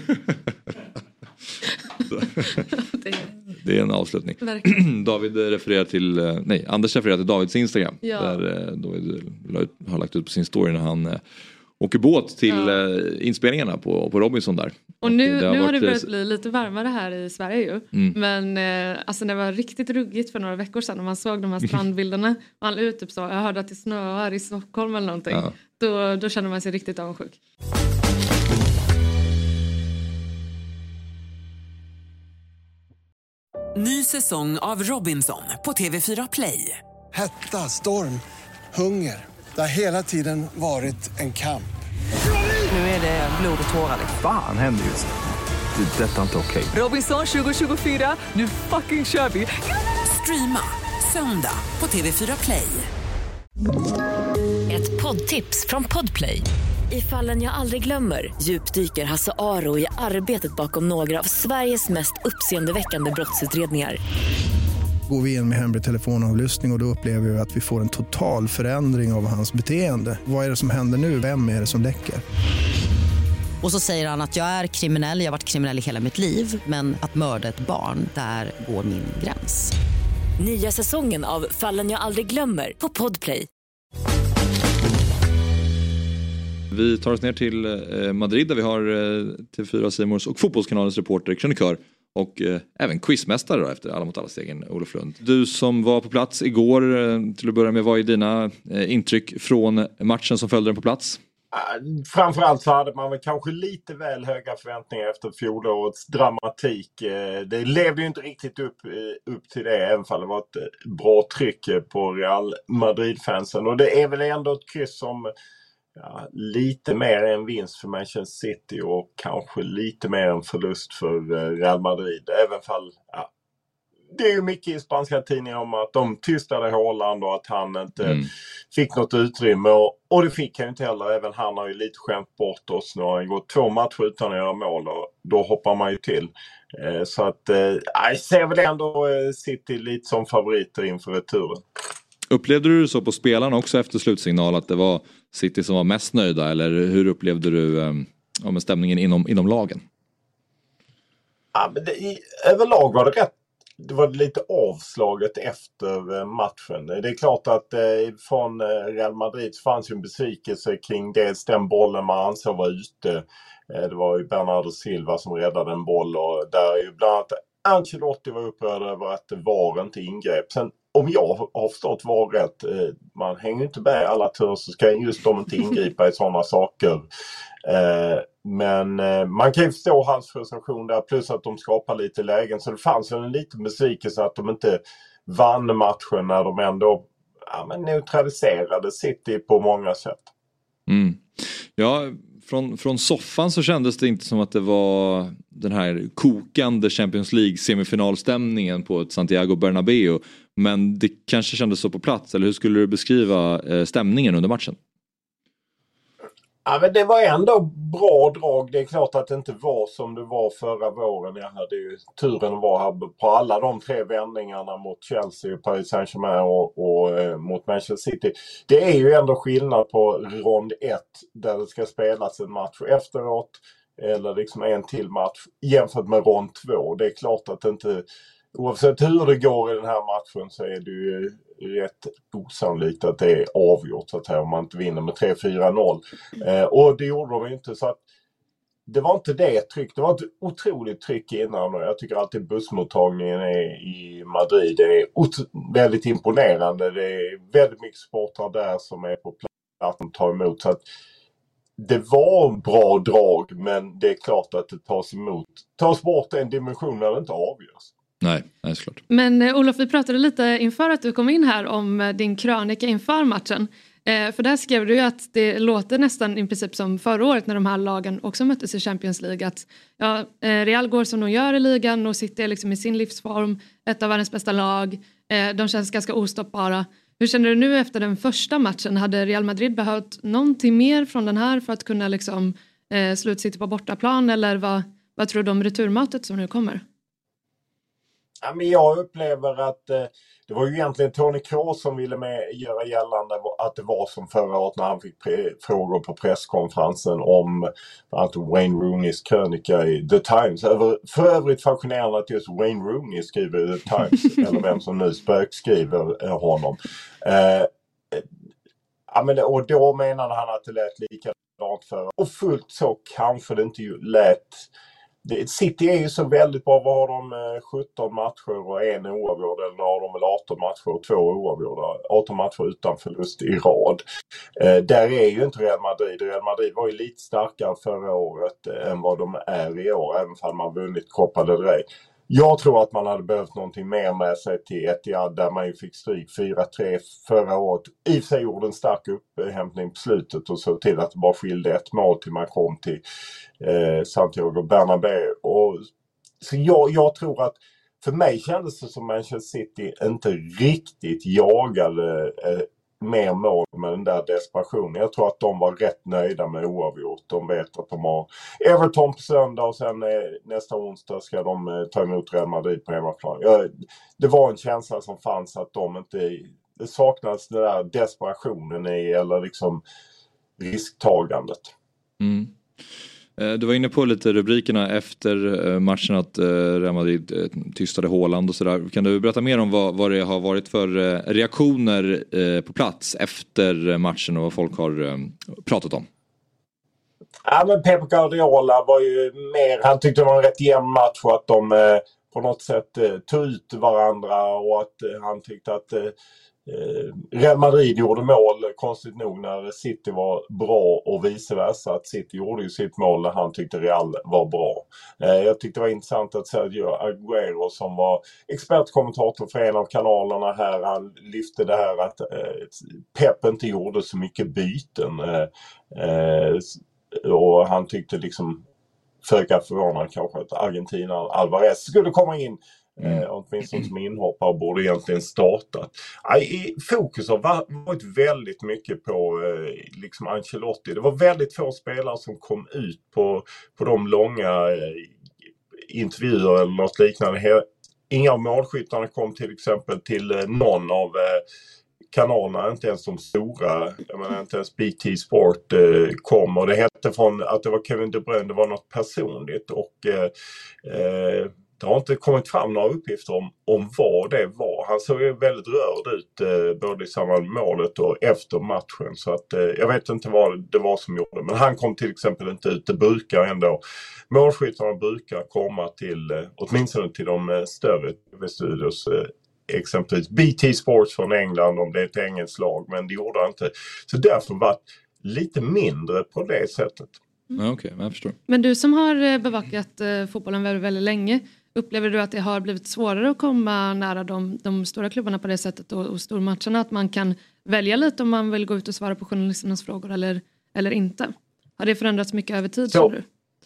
Det är en avslutning. David refererar till, nej, Anders refererar till Davids Instagram. Ja. Där eh, David har lagt ut på sin story när han eh, åker båt till ja. eh, inspelningarna på, på Robinson där. Och nu, det har, nu har det börjat bli lite varmare här i Sverige ju. Mm. Men eh, alltså det var riktigt ruggigt för några veckor sedan när man såg de här strandbilderna. Och han ut typ så, jag hörde att det snöar i Stockholm eller någonting. Ja. Då, då känner man sig riktigt avundsjuk. Ny säsong av Robinson på T V fyra Play. Hetta, storm, hunger. Det har hela tiden varit en kamp. Nu är det blod och tårar. Fan händer just det. Det är detta inte okej. Okay. Robinson tjugo tjugofyra, nu fucking kör vi. Streama söndag på T V fyra Play. Ett poddtips från Podplay. I Fallen jag aldrig glömmer djupdyker Hasse Aro i arbetet bakom några av Sveriges mest uppseendeväckande brottsutredningar. Går vi in med hemlig telefonavlyssning och, och då upplever vi att vi får en total förändring av hans beteende. Vad är det som händer nu? Vem är det som läcker? Och så säger han att jag är kriminell, jag har varit kriminell i hela mitt liv. Men att mörda ett barn, där går min gräns. Nya säsongen av Fallen jag aldrig glömmer på Podplay. Vi tar oss ner till Madrid där vi har T V fyra Simors och Fotbollskanalens reporter, krönikör och eh, även quizmästare då, efter Alla mot alla-stegen, Olof Lund. Du som var på plats igår, eh, till att börja med, vad är dina eh, intryck från matchen som följde den på plats? Framförallt så hade man väl kanske lite väl höga förväntningar efter fjolårets dramatik. Det levde ju inte riktigt upp, upp till det, även om det var ett bra tryck på Real Madrid-fansen. Och det är väl ändå ett kryss som ja, lite mer en vinst för Manchester City och kanske lite mer en förlust för Real Madrid. Även fall, ja, det är ju mycket i spanska tidningar om att de tystade Haaland och att han inte mm. fick något utrymme. Och, och det fick han ju inte heller. Även han har ju lite skämt bort oss. Nu har han gått två matcher utan att göra mål och då hoppar man ju till. Eh, så att eh, jag ser väl ändå eh, City lite som favoriter inför returen. Upplevde du så på spelarna också efter slutsignal att det var City som var mest nöjda? Eller hur upplevde du eh, ja, med stämningen inom, inom lagen? Ja, men det, i, överlag var det rätt det var lite avslaget efter matchen. Det är klart att eh, från Real Madrid fanns ju en besvikelse kring dels den bollen man ansåg var ute. Eh, det var ju Bernardo Silva som räddade en boll och där ju bland annat Ancelotti var upprörd över att det var inte ingrepp. Sen om jag har förstått var rätt, eh, man hänger inte med alla turer, så ska just de inte ingripa i sådana saker. Eh, men eh, man kan ju förstå hans frustration där, plus att de skapar lite lägen. Så det fanns en liten besvikelse att de inte vann matchen när de ändå ja, men neutraliserade City på många sätt. Mm. Ja, från, från soffan så kändes det inte som att det var den här kokande Champions League semifinalstämningen på ett Santiago Bernabéu. Men det kanske kändes så på plats, eller hur skulle du beskriva eh, stämningen under matchen? Ja, men det var ändå bra drag. Det är klart att det inte var som det var förra våren. Jag hade ju turen att vara här på alla de tre vändningarna mot Chelsea, Paris Saint-Germain och, och eh, mot Manchester City. Det är ju ändå skillnad på rond ett där det ska spelas en match efteråt eller liksom en till match jämfört med rond två. Det är klart att det inte, oavsett hur det går i den här matchen, så är det ju rätt osannolikt att det är avgjort så att här, om man inte vinner med tre fyra noll. Eh, och det gjorde de inte, så att det var inte det tryck. Det var ett otroligt tryck innan, och jag tycker alltid bussmottagningen är i Madrid är ot- väldigt imponerande. Det är väldigt mycket supportrar där som är på plats att ta emot, så att det var bra drag, men det är klart att det tas emot. Tas bort en dimension när det inte avgörs. Nej, det är såklart. Men eh, Olof, vi pratade lite inför att du kom in här om eh, din krönika inför matchen. Eh, för där skrev du ju att det låter nästan i princip som förra året när de här lagen också möttes i Champions League. Att ja, eh, Real går som de gör i ligan och sitter liksom i sin livsform. Ett av världens bästa lag. Eh, de känns ganska ostoppbara. Hur känner du nu efter den första matchen? Hade Real Madrid behövt någonting mer från den här för att kunna liksom, eh, slutsitta på bortaplan? Eller vad, vad tror du om returmötet som nu kommer? Ja, men jag upplever att eh, det var ju egentligen Toni Kroos som ville med göra gällande att det var som förra året när han fick pre- frågor på presskonferensen om att Wayne Rooneys krönika i The Times. Över, för övrigt fascinerande att just Wayne Rooney skriver The Times, eller vem som nu spökskriver eh, honom. Eh, ja, men, och då menade han att det lät likadant för. Och fullt så kanske det inte lät. City är ju så väldigt bra. Vad har de? sjutton matcher och en oavgjord, eller har de väl arton matcher och två oavgjorda? arton matcher utan förlust i rad. Eh, där är ju inte Real Madrid. Real Madrid var ju lite starkare förra året än vad de är i år, även om man vunnit Copa del Rey. Jag tror att man hade behövt någonting mer med sig till Etihad, där man ju fick stryk fyra tre förra året. I sig gjorde en stark upphämtning på slutet och så till att det bara skilde ett mål till man kom till eh, Santiago Bernabéu. Och, så jag, jag tror att för mig kändes det som Manchester City inte riktigt jagade eh, mer mål med den där desperationen. Jag tror att de var rätt nöjda med oavgjort. De vet att de har Everton på söndag och sen eh, nästa onsdag ska de eh, ta emot Real Madrid på hemmaplan. Ja, det var en känsla som fanns att de inte, det saknades den där desperationen i, eller liksom risktagandet. Mm. Du var inne på lite rubrikerna efter matchen att Real Madrid tystade Haaland och sådär. Kan du berätta mer om vad, vad det har varit för reaktioner på plats efter matchen och vad folk har pratat om? Ja, men Pep Guardiola var ju mer, han tyckte det var en rätt jämn match och att de eh, på något sätt eh, tog ut varandra och att eh, han tyckte att eh, Real Madrid gjorde mål konstigt nog när City var bra och vice versa, att City gjorde ju sitt mål när han tyckte Real var bra. Eh, jag tyckte det var intressant att Sergio Aguero som var expertkommentator för en av kanalerna här, han lyfte det här att eh, Pep inte gjorde så mycket byten eh, eh, och han tyckte liksom föga förvånad kanske att Argentina Alvarez skulle komma in Mm. Eh, åtminstone som inhoppare borde egentligen startat. I fokus har varit väldigt mycket på eh, liksom Ancelotti. Det var väldigt få spelare som kom ut på, på de långa eh, intervjuer eller något liknande. Inga av målskyttarna kom till exempel till eh, någon av eh, kanalerna, inte ens de stora, jag menar inte ens B T Sport eh, kom, och det hette från att det var Kevin De Bruyne, det var något personligt och eh, eh, det har inte kommit fram några uppgifter om, om vad det var. Han såg ju väldigt rörd ut eh, både i samband med målet och efter matchen. Så att, eh, jag vet inte vad det var som gjorde. Men han kom till exempel inte ut. Det brukar ändå, målskyttarna brukar komma till, eh, åtminstone till de eh, större T V-studios. Eh, exempelvis B T Sports från England om det är ett engelskt lag. Men det gjorde han inte. Så därför var det lite mindre på det sättet. Mm. Okej, okay, jag förstår. Men du som har bevakat eh, fotbollen väldigt, väldigt länge, upplever du att det har blivit svårare att komma nära de, de stora klubbarna på det sättet och, och stormatcherna, att man kan välja lite om man vill gå ut och svara på journalisternas frågor eller, eller inte? Har det förändrats mycket över tid, så. tror du?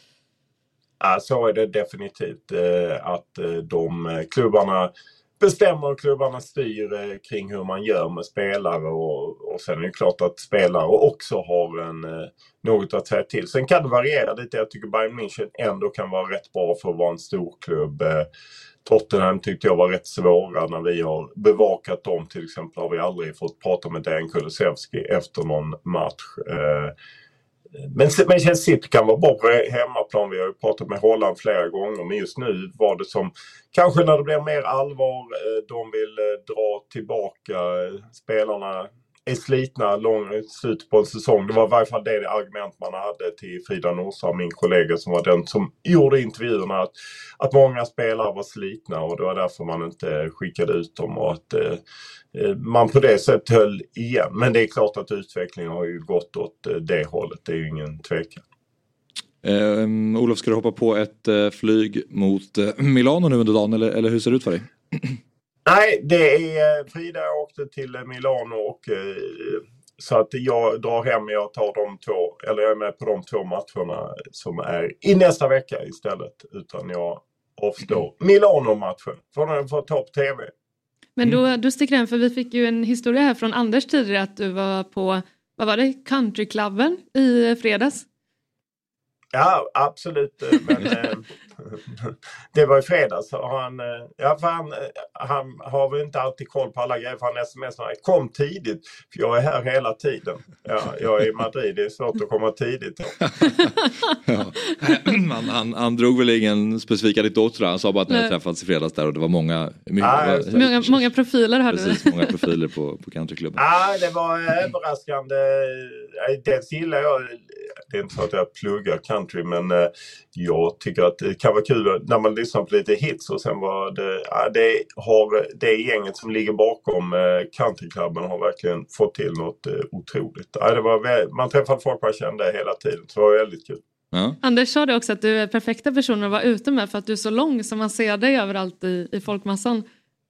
Ja, så är det definitivt eh, att eh, de klubbarna bestämmer och klubbarna styr eh, kring hur man gör med spelare och, och sen är det klart att spelare också har en, eh, något att säga till. Sen kan det variera lite. Jag tycker Bayern München ändå kan vara rätt bra för att vara en stor klubb. Eh, Tottenham tyckte jag var rätt svåra när vi har bevakat dem. Till exempel har vi aldrig fått prata med Dejan Kulusevski efter någon match. Eh, Men Manchester City kan vara bra på hemmaplan. Vi har ju pratat med Holland flera gånger. Men just nu var det som, kanske när det blir mer allvar, de vill dra tillbaka. Spelarna är slitna långt slut på en säsong. Det var i varje fall det argument man hade till Frida Norsa, min kollega som var den som gjorde intervjuerna. Att, att många spelare var slitna och det var därför man inte skickade ut dem. Och att eh, man på det sättet höll igen. Men det är klart att utvecklingen har ju gått åt det hållet. Det är ju ingen tvekan. Eh, Olof, ska du hoppa på ett eh, flyg mot eh, Milano nu under dagen? Eller, eller hur ser det ut för dig? Nej, det är Frida jag åkte till Milano och eh, så att jag drar hem. Jag tar de två, eller jag är med på de två matcherna som är i nästa vecka istället. Utan jag avstår Milano-matchen. Får den få ta på tv. Men då, då sticker den, för vi fick ju en historia här från Anders tidigare att du var på, vad var det, countryklubben i fredags? Ja, absolut. Men eh, det var i fredags. Han, ja, för han, han har väl inte alltid koll på alla grejer. För han smsar, kom tidigt. För jag är här hela tiden. Ja, jag är i Madrid. Det är svårt att komma tidigt. Ja. han, han, han drog väl ingen specifik anekdot. Han sa bara att ni hade träffats i fredags där. Och det var många... Mycket, ja, var, många, många profiler hade precis, många profiler på, på countryklubben. Ja, det var överraskande. Dels gillar jag... Det är inte så att jag pluggar country, men eh, jag tycker att det kan vara kul när man lyssnar på lite hits och sen var det, ja, det har det gänget som ligger bakom eh, countryklubben har verkligen fått till något eh, otroligt. Ja, det var, man träffade folk man kände hela tiden, så det var väldigt kul. Ja. Anders sa det också att du är perfekta personer att vara ute med för att du är så lång som man ser dig överallt i, i folkmassan.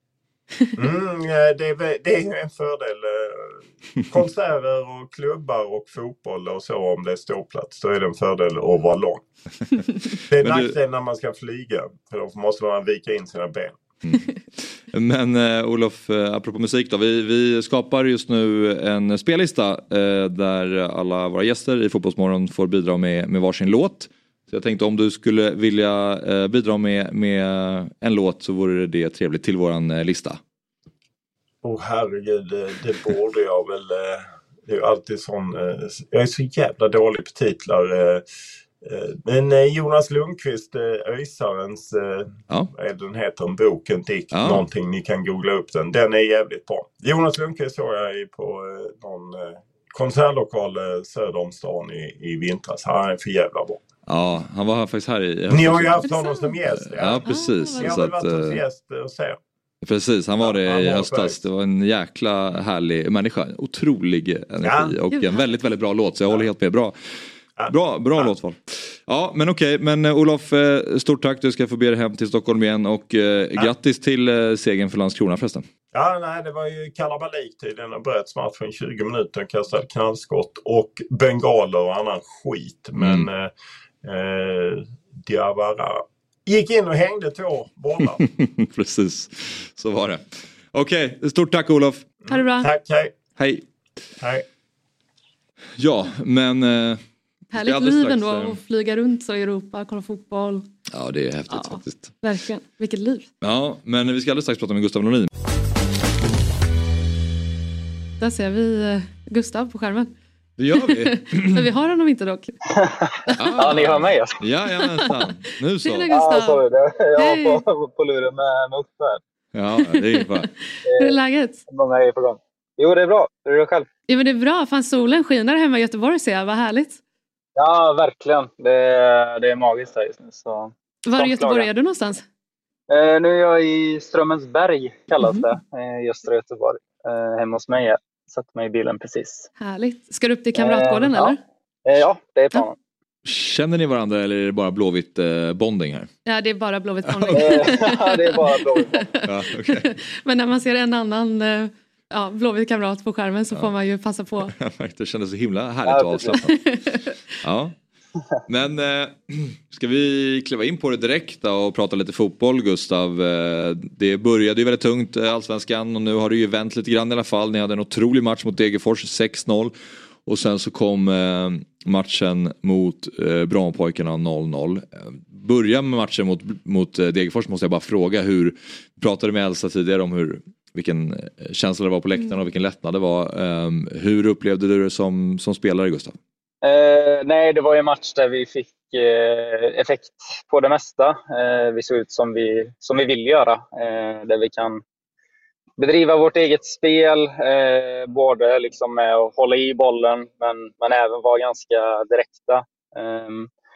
Mm, det, är, det är en fördel. Konserter och klubbar och fotboll och så, om det är ståplats, då är det en fördel att vara lång. Det är nackdel du... när man ska flyga, för då måste man vika in sina ben. Mm. Men eh, Olof, eh, apropå musik då, vi, vi skapar just nu en spellista eh, där alla våra gäster i Fotbollsmorgon får bidra med, med varsin låt. Så jag tänkte om du skulle vilja eh, bidra med, med en låt så vore det trevligt till våran eh, lista. Åh oh, herregud, det, det borde jag väl. Eh, det är ju alltid sån, eh, jag är så jävla dålig på titlar. Eh, Men eh, Jonas Lundqvist, eh, Öjsarens, eh, ja. vad är den heter, en bok, en dikt, ja. någonting, ni kan googla upp den. Den är jävligt bra. Jonas Lundqvist såg jag i på eh, någon eh, konsertlokal eh, söder om stan i, i vintras. Han är för jävla bra. Ja, han var faktiskt här i... Ni har ju haft honom som gäst. Ja, ja precis. Ah, jag har varit hos gäst och se. Precis, han var det ja, han i var höstas. Det var en jäkla härlig människa. Otrolig energi ja. och en väldigt, väldigt bra låt. Så jag håller helt med. Bra. Bra, bra ja. låtval. Ja, men okej. Men Olof, stort tack. Du ska få be dig hem till Stockholm igen. Och eh, ja. grattis till eh, segern för Landskrona förresten. Ja, nej, det var ju kalabalik tiden. Det bröts matchen tjugo minuter. Kastade knallskott och bengaler och annan skit. Men mm. eh, Diawara gick in och hängde två bollar. Precis, så var det. Okej, okay. Stort tack Olof. Ha det bra. Tack, hej. Hej. Hej. Ja, men... Eh, härligt liv ändå att flyga runt så i Europa, kolla fotboll. Ja, det är häftigt ja, faktiskt. Verkligen, vilket liv. Ja, men vi ska alldeles strax prata med Gustav Norlin. Där ser vi Gustav på skärmen. Det gör vi. Men vi har honom inte dock. ah. Ja, ni har mig. Alltså. Jajamensan. Nu så. Ja, sorry. Jag var på, på luren med, med Otto. Ja, det är bra. Hur är läget? Många är på gång. Jo, det är bra. Hur är det själv? Ja, men det är bra. Fan, solen skiner hemma i Göteborg, ser jag. Vad härligt. Ja, verkligen. Det är, det är magiskt här just nu. Så... Var i Göteborg är du någonstans? Eh, nu är jag i Strömmensberg, kallas mm. det. Eh, I östra Göteborg. Eh, hemma hos mig. Jag satt mig i bilen precis. Härligt. Ska du upp till Kamratgården, eh, eller? Ja. Eh, ja, det är planen. Känner ni varandra eller är det bara blåvitt eh, bonding här? Ja, det är bara blåvitt bonding. Ja, det är bara blåvitt bonding. Ja, okay. Men när man ser en annan eh, ja, blåvitt kamrat på skärmen så ja. får man ju passa på. Det kändes så himla härligt och avslappnat. Ja. Men eh, ska vi kliva in på det direkt då och prata lite fotboll, Gustav? Eh, det började ju väldigt tungt, eh, Allsvenskan, och nu har det ju vänt lite grann i alla fall. Ni hade en otrolig match mot Degerfors, sex noll. Och sen så kom eh, matchen mot eh, Brommapojkarna noll noll. Eh, börja med matchen mot, mot eh, Degerfors måste jag bara fråga hur, vi pratade med Elsa tidigare om hur, vilken känsla det var på läktaren och vilken lättnad det var. Eh, hur upplevde du det som, som spelare, Gustav? Eh, nej, det var ju en match där vi fick eh, effekt på det mesta. Eh, vi såg ut som vi, som vi vill göra. Eh, där vi kan bedriva vårt eget spel, eh, både liksom med att hålla i bollen men, men även vara ganska direkta. Eh,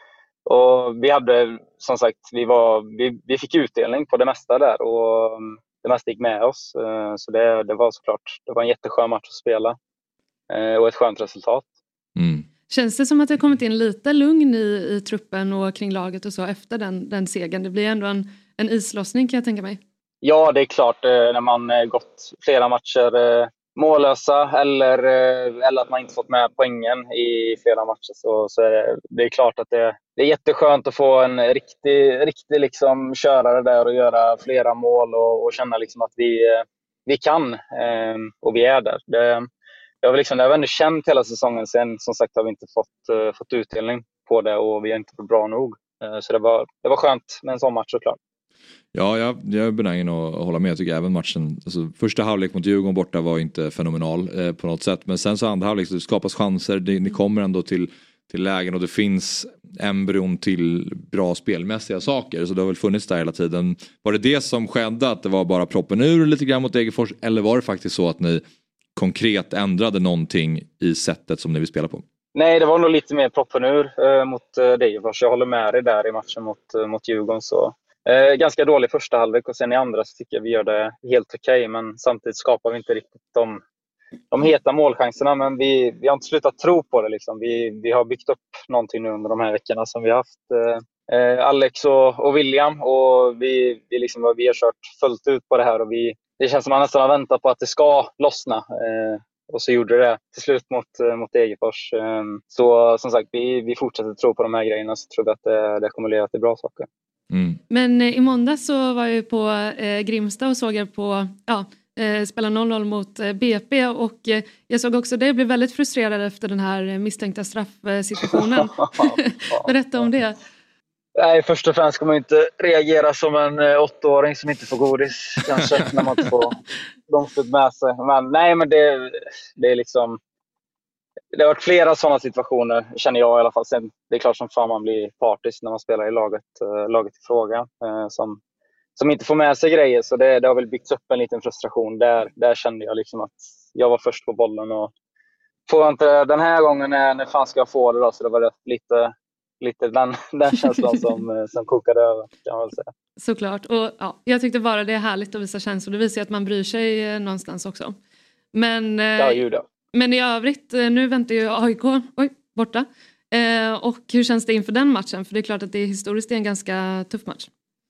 och vi hade, som sagt, vi, var, vi, vi fick utdelning på det mesta där och det mesta gick med oss. Eh, så det, det var såklart, det var en jätteskön match att spela eh, och ett skönt resultat. Mm. Känns det som att det har kommit in lite lugn i, i truppen och kring laget och så efter den, den segern? Det blir ändå en, en islossning, kan jag tänka mig. Ja, det är klart. När man gått flera matcher mållösa eller, eller att man inte fått med poängen i flera matcher så, så är det, det är klart att det, det är jätteskönt att få en riktig, riktig liksom körare där och göra flera mål och, och känna liksom att vi, vi kan och vi är där. Det, Jag har, liksom, jag har ändå känt hela säsongen sen. Som sagt har vi inte fått, uh, fått utdelning på det och vi är inte bra nog. Uh, så det var, det var skönt med en sån match såklart. Ja, jag, jag är benägen att hålla med. Jag tycker även matchen, alltså, första halvlek mot Djurgården borta var inte fenomenal eh, på något sätt. Men sen så andra halvlek så skapas chanser. Det, ni kommer ändå till, till lägen och det finns embryon till bra spelmässiga saker. Så det har väl funnits där hela tiden. Var det det som skedde, att det var bara proppen ur lite grann mot Degerfors? Eller var det faktiskt så att ni konkret ändrade någonting i sättet som ni vill spela på? Nej, det var nog lite mer proppen ur eh, mot eh, Degerfors. Jag håller med dig där i matchen mot, eh, mot Djurgården. Så, eh, ganska dålig första halvlek och sen i andra så tycker jag vi gör det helt okej. Okay, men samtidigt skapar vi inte riktigt de, de heta målchanserna. Men vi, vi har inte slutat tro på det. Liksom. Vi, vi har byggt upp någonting nu under de här veckorna som vi har haft. Eh, Alex och, och William. Och vi, vi, liksom, vi har kört fullt ut på det här och vi det känns som att man nästan har väntat på att det ska lossna. Eh, och så gjorde det till slut mot, mot Degerfors. Eh, så som sagt, vi, vi fortsätter tro på de här grejerna så tror vi att det, det kommer leda till bra saker. Mm. Men eh, i måndag så var jag på eh, Grimsta och såg er på ja, eh, spela noll noll mot eh, B P. Och eh, jag såg också det blev väldigt frustrerad efter den här misstänkta straffsituationen. Berätta om det. Nej, först och främst ska man inte reagera som en eh, åttaåring som inte får godis kanske när man inte får domslut med sig. Men nej, men det, det är liksom det har varit flera sådana situationer känner jag i alla fall. Sen, det är klart som fan man blir partisk när man spelar i laget, eh, laget i fråga eh, som, som inte får med sig grejer. Så det, det har väl byggts upp en liten frustration där. Där kände jag liksom att jag var först på bollen och får jag inte den här gången när, när fan ska jag få det då? Så det var lite lite den, den känslan som, som kokade över kan man säga. Såklart. Och ja, jag tyckte bara det är härligt att visa känslor. Det visar att man bryr sig någonstans också. Men, ja, ju då. Men i övrigt, nu väntar ju A I K oj, borta. Eh, och hur känns det inför den matchen? För det är klart att det är historiskt en ganska tuff match.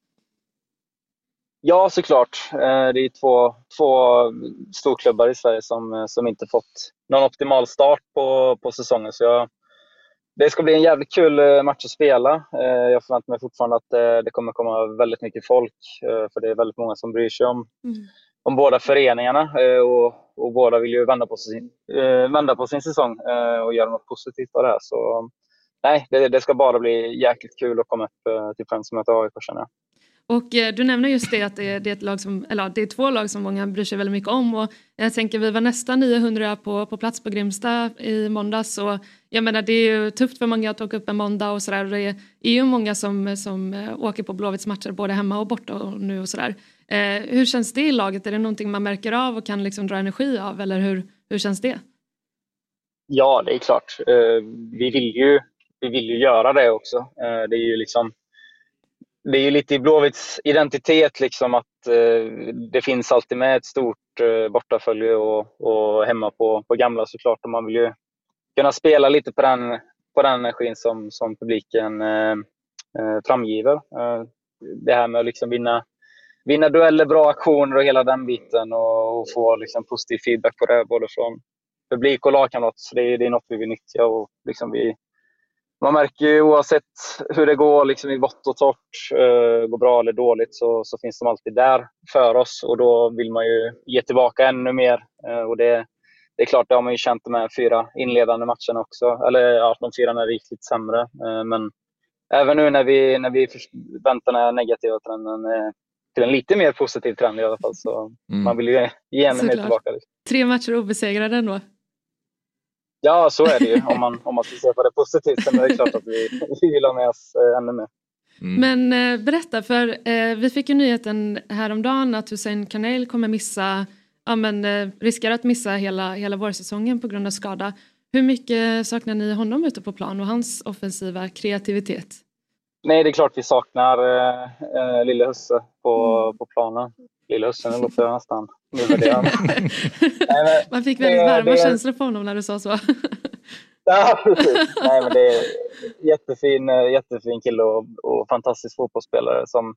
Ja, såklart. Eh, det är två, två storklubbar i Sverige som, som inte fått någon optimal start på, på säsongen. Så jag Det ska bli en jävligt kul match att spela. Jag förväntar mig fortfarande att det kommer komma väldigt mycket folk. För det är väldigt många som bryr sig om, mm. om båda föreningarna. Och, och båda vill ju vända på sin, vända på sin säsong och göra något positivt av det här. Så nej, det, det ska bara bli jäkligt kul att komma upp till Friends som heter A I K, känner jag. Och eh, du nämner just det att det är, det är ett lag som, eller det är två lag som många bryr sig väldigt mycket om. Och jag tänker vi var nästan niohundra på, på plats på Grimsta i måndags. Och jag menar det är ju tufft för många att åka upp en måndag och sådär. Och det är, är ju många som, som eh, åker på Blåvitts matcher både hemma och borta och nu och sådär. Eh, hur känns det i laget? Är det någonting man märker av och kan liksom dra energi av? Eller hur, hur känns det? Ja, det är klart. Eh, vi vill ju, vi vill ju göra det också. Eh, det är ju liksom Det är ju lite i Blåvitts identitet liksom att eh, det finns alltid med ett stort eh, bortafölje och, och hemma på, på gamla såklart. Och man vill ju kunna spela lite på den, på den energin som, som publiken eh, eh, framgiver. Eh, det här med att liksom vinna, vinna dueller, bra aktioner och hela den biten och, och få liksom positiv feedback på det både från publik och lagkamrat. Så det, det är något vi vill nyttja och liksom vi Man märker ju oavsett hur det går liksom i vått och torrt, uh, går bra eller dåligt så, så finns de alltid där för oss och då vill man ju ge tillbaka ännu mer. Uh, och det, det är klart, det har man ju känt de här fyra inledande matcherna också. Eller ja, de fyra när det gick lite sämre. Uh, men även nu när vi, när vi väntar den här negativa trenden uh, till en lite mer positiv trend i alla fall. Så mm. man vill ju ge ännu mer tillbaka. Liksom. Tre matcher obesegrade ändå. Ja, så är det ju. Om man, om man ska se på det positivt så är det klart att vi, vi vill ha med oss eh, ännu mer. Mm. Men eh, berätta, för eh, vi fick ju nyheten häromdagen att Hussein Kanel kommer missa, ja men eh, riskerar att missa hela, hela vårsäsongen på grund av skada. Hur mycket saknar ni honom ute på plan och hans offensiva kreativitet? Nej, det är klart vi saknar eh, eh, Lille Husse på, mm. på planen. Lille Husse, nu låter jag nästan nedvärderande. Man fick väldigt varma det... känslor på honom när du sa så. Ja, precis. Nej, men det är jättefin, jättefin kille och, och fantastisk fotbollsspelare som,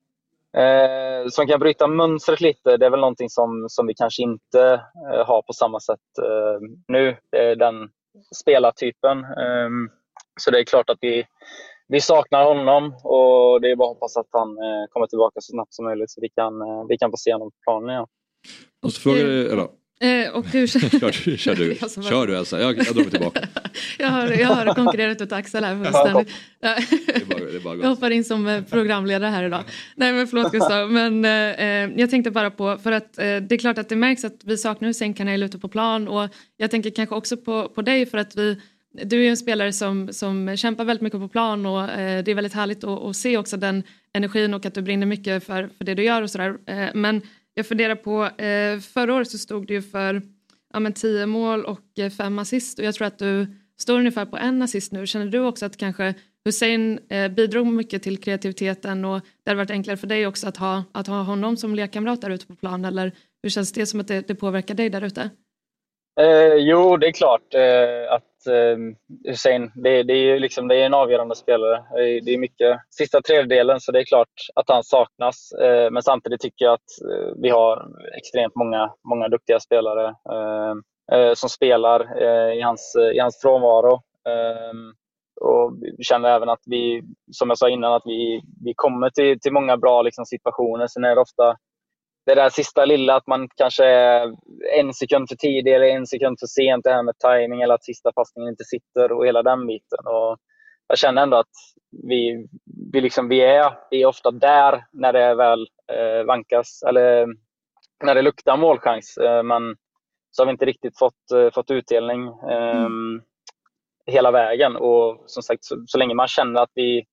eh, som kan bryta mönstret lite. Det är väl någonting som, som vi kanske inte eh, har på samma sätt eh, nu. Det är den spelartypen. Eh, så det är klart att vi Vi saknar honom och det är bara att hoppas att han eh, kommer tillbaka så snabbt som möjligt så vi kan, eh, vi kan få se honom på planen. Ja. Och så frågar du, eller? Eh, och hur... kör, kör du, kör du Elsa, jag, jag drar mig tillbaka. jag har, jag har konkurrerat ut Axel här fullständigt. det är bara, det är bara jag hoppar in som programledare här idag. Nej men förlåt Gustav, men eh, jag tänkte bara på, för att eh, det är klart att det märks att vi saknar Hussein Kanel ute på plan och jag tänker kanske också på, på dig för att vi du är ju en spelare som, som kämpar väldigt mycket på plan och eh, det är väldigt härligt att, att se också den energin och att du brinner mycket för, för det du gör och sådär. Eh, men jag funderar på, eh, förra året så stod du ju för ja, men tio mål och eh, fem assist och jag tror att du står ungefär på en assist nu. Känner du också att kanske Hussein eh, bidrog mycket till kreativiteten och det har varit enklare för dig också att ha, att ha honom som lekkamrat där ute på plan eller hur känns det som att det, det påverkar dig där ute? Eh, jo, det är klart eh, att eh, Hussein, det, det är ju liksom, det är en avgörande spelare. Eh, det är mycket sista tredjedelen så det är klart att han saknas. Eh, men samtidigt tycker jag att eh, vi har extremt många, många duktiga spelare eh, eh, som spelar eh, i, hans, i hans frånvaro. Eh, och vi känner även att vi, som jag sa innan, att vi, vi kommer till, till många bra liksom, situationer. Sen är det ofta det där sista lilla att man kanske är en sekund för tidig eller en sekund för sent, det här med timing eller att sista passningen inte sitter och hela den biten. Och jag känner ändå att vi, vi, liksom, vi, är, vi är ofta där när det väl eh, vankas eller när det luktar målchans. Eh, men så har vi inte riktigt fått, eh, fått utdelning eh, mm. hela vägen. Och som sagt, så, så länge man känner att vi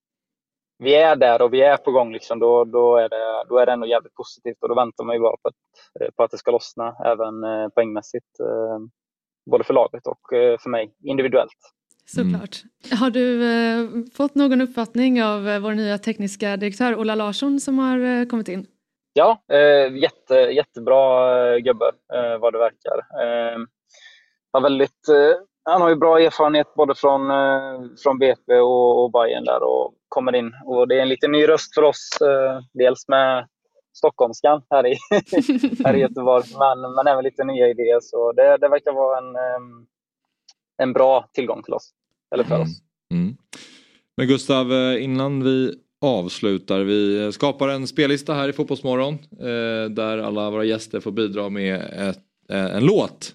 Vi är där och vi är på gång liksom, då, då, är det, då är det ändå jävligt positivt och då väntar man ju bara på att, på att det ska lossna även eh, poängmässigt eh, både för laget och eh, för mig individuellt. Såklart. Mm. Har du eh, fått någon uppfattning av eh, vår nya tekniska direktör Ola Larsson som har eh, kommit in? Ja, eh, jätte, jättebra eh, gubbe eh, vad det verkar. Eh, har väldigt, eh, han har ju bra erfarenhet både från, eh, från B P och, och Bayern där och kommer in. Och det är en lite ny röst för oss. Eh, dels med stockholmskan här i, här i Göteborg. Men, men även lite nya idéer. Så det, det verkar vara en, eh, en bra tillgång till oss. Eller för mm. oss. Mm. Men Gustav, innan vi avslutar. Vi skapar en spellista här i Fotbollsmorgon. Eh, där alla våra gäster får bidra med ett, eh, en låt.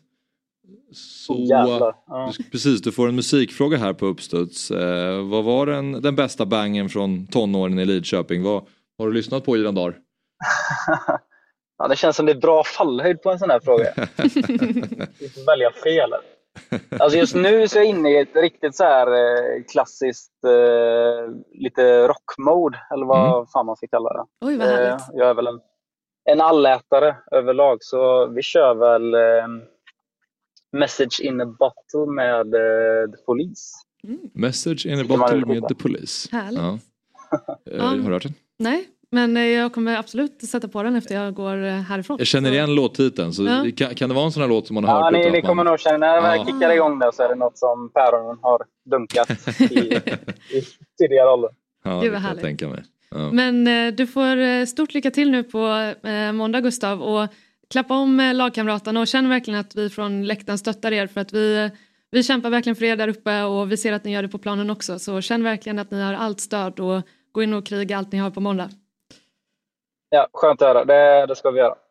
Så Jävlar, ja. du, precis, du får en musikfråga här på uppstuds. Eh, vad var den, den bästa bangen från tonåren i Lidköping? Vad, Har du lyssnat på Iran Dar? Ja, det känns som det är bra fallhöjd på en sån här fråga. Du får välja fel. Alltså just nu så är jag inne i ett riktigt så här eh, klassiskt eh, lite rockmode, eller vad mm. fan man ska kalla det. Oj, vad härligt. Eh, jag är väl en, en allätare överlag, så vi kör väl eh, Message in a Bottle med eh, The Police. Mm. Message in a Bottle med The Police. Härligt. Ja. eh, har du hört den? Nej. Men jag kommer absolut sätta på den efter jag går härifrån. Jag känner igen så. låttiteln. Så ja. kan, kan det vara en sån här låt som man har ja, hört? Ja, ni, ni man... kommer nog känna. När jag ja. kickar igång det så är det något som päronen har dunkat i, i tidigare ålder. Ja, det kan jag tänka mig. Ja. Men eh, du får stort lycka till nu på eh, måndag, Gustav. Och klappa om eh, lagkamraterna och känn verkligen att vi från läktaren stöttar er. För att vi, vi kämpar verkligen för er där uppe och vi ser att ni gör det på planen också. Så känn verkligen att ni har allt stöd och gå in och kriga allt ni har på måndag. Ja, skönt att höra. Det, det ska vi göra.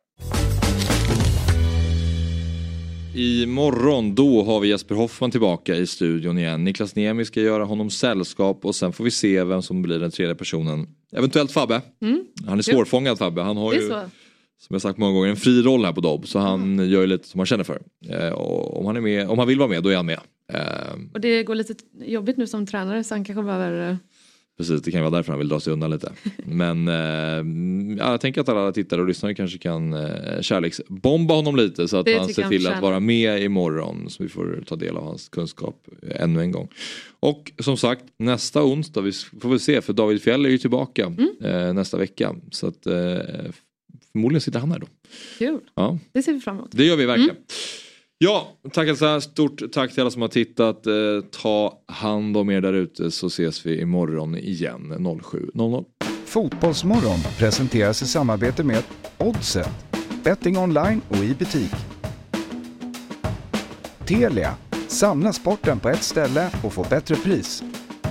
Imorgon då har vi Jesper Hoffman tillbaka i studion igen. Niklas Niemi ska göra honom sällskap och sen får vi se vem som blir den tredje personen. Eventuellt Fabbe. Mm. Han är svårfångad, Fabbe. Han har ju, så. som jag sagt många gånger, en fri roll här på Dobb. Så han mm. gör ju lite som han känner för. Eh, och om han är med, om han vill vara med, då är han med. Eh, och det går lite jobbigt nu som tränare, så han kanske behöver... Precis, det kan vara därför han vill dra sig undan lite. Men eh, ja, jag tänker att alla tittare och lyssnare kanske kan eh, kärleksbomba honom lite. Så att det han ser till att vara med imorgon. Så vi får ta del av hans kunskap ännu en gång. Och som sagt, nästa onsdag, vi får väl se. För David Fjell är ju tillbaka mm. eh, nästa vecka. Så att eh, förmodligen sitter han här då. Kul, ja. Det ser vi fram emot. Det gör vi verkligen. Mm. Ja, tack alltså. Stort tack till alla som har tittat. Eh, ta hand om er där ute så ses vi imorgon igen sju noll noll. Fotbollsmorgon presenteras i samarbete med Oddset. Betting online och i butik. Telia. Samla sporten på ett ställe och få bättre pris.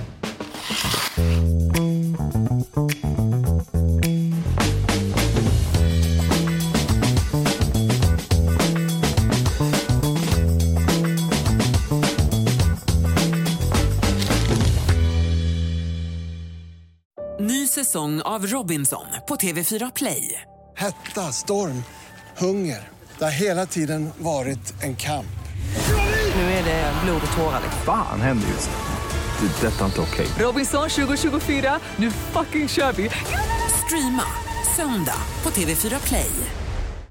Säsong av Robinson på T V fyra Play. Hetta, storm, hunger. Det har hela tiden varit en kamp. Nu är det blod och tårar. Fan händer just det. Det är detta inte okej. Okay. Robinson tjugo tjugofyra, nu fucking kör vi. Streama söndag på T V fyra Play.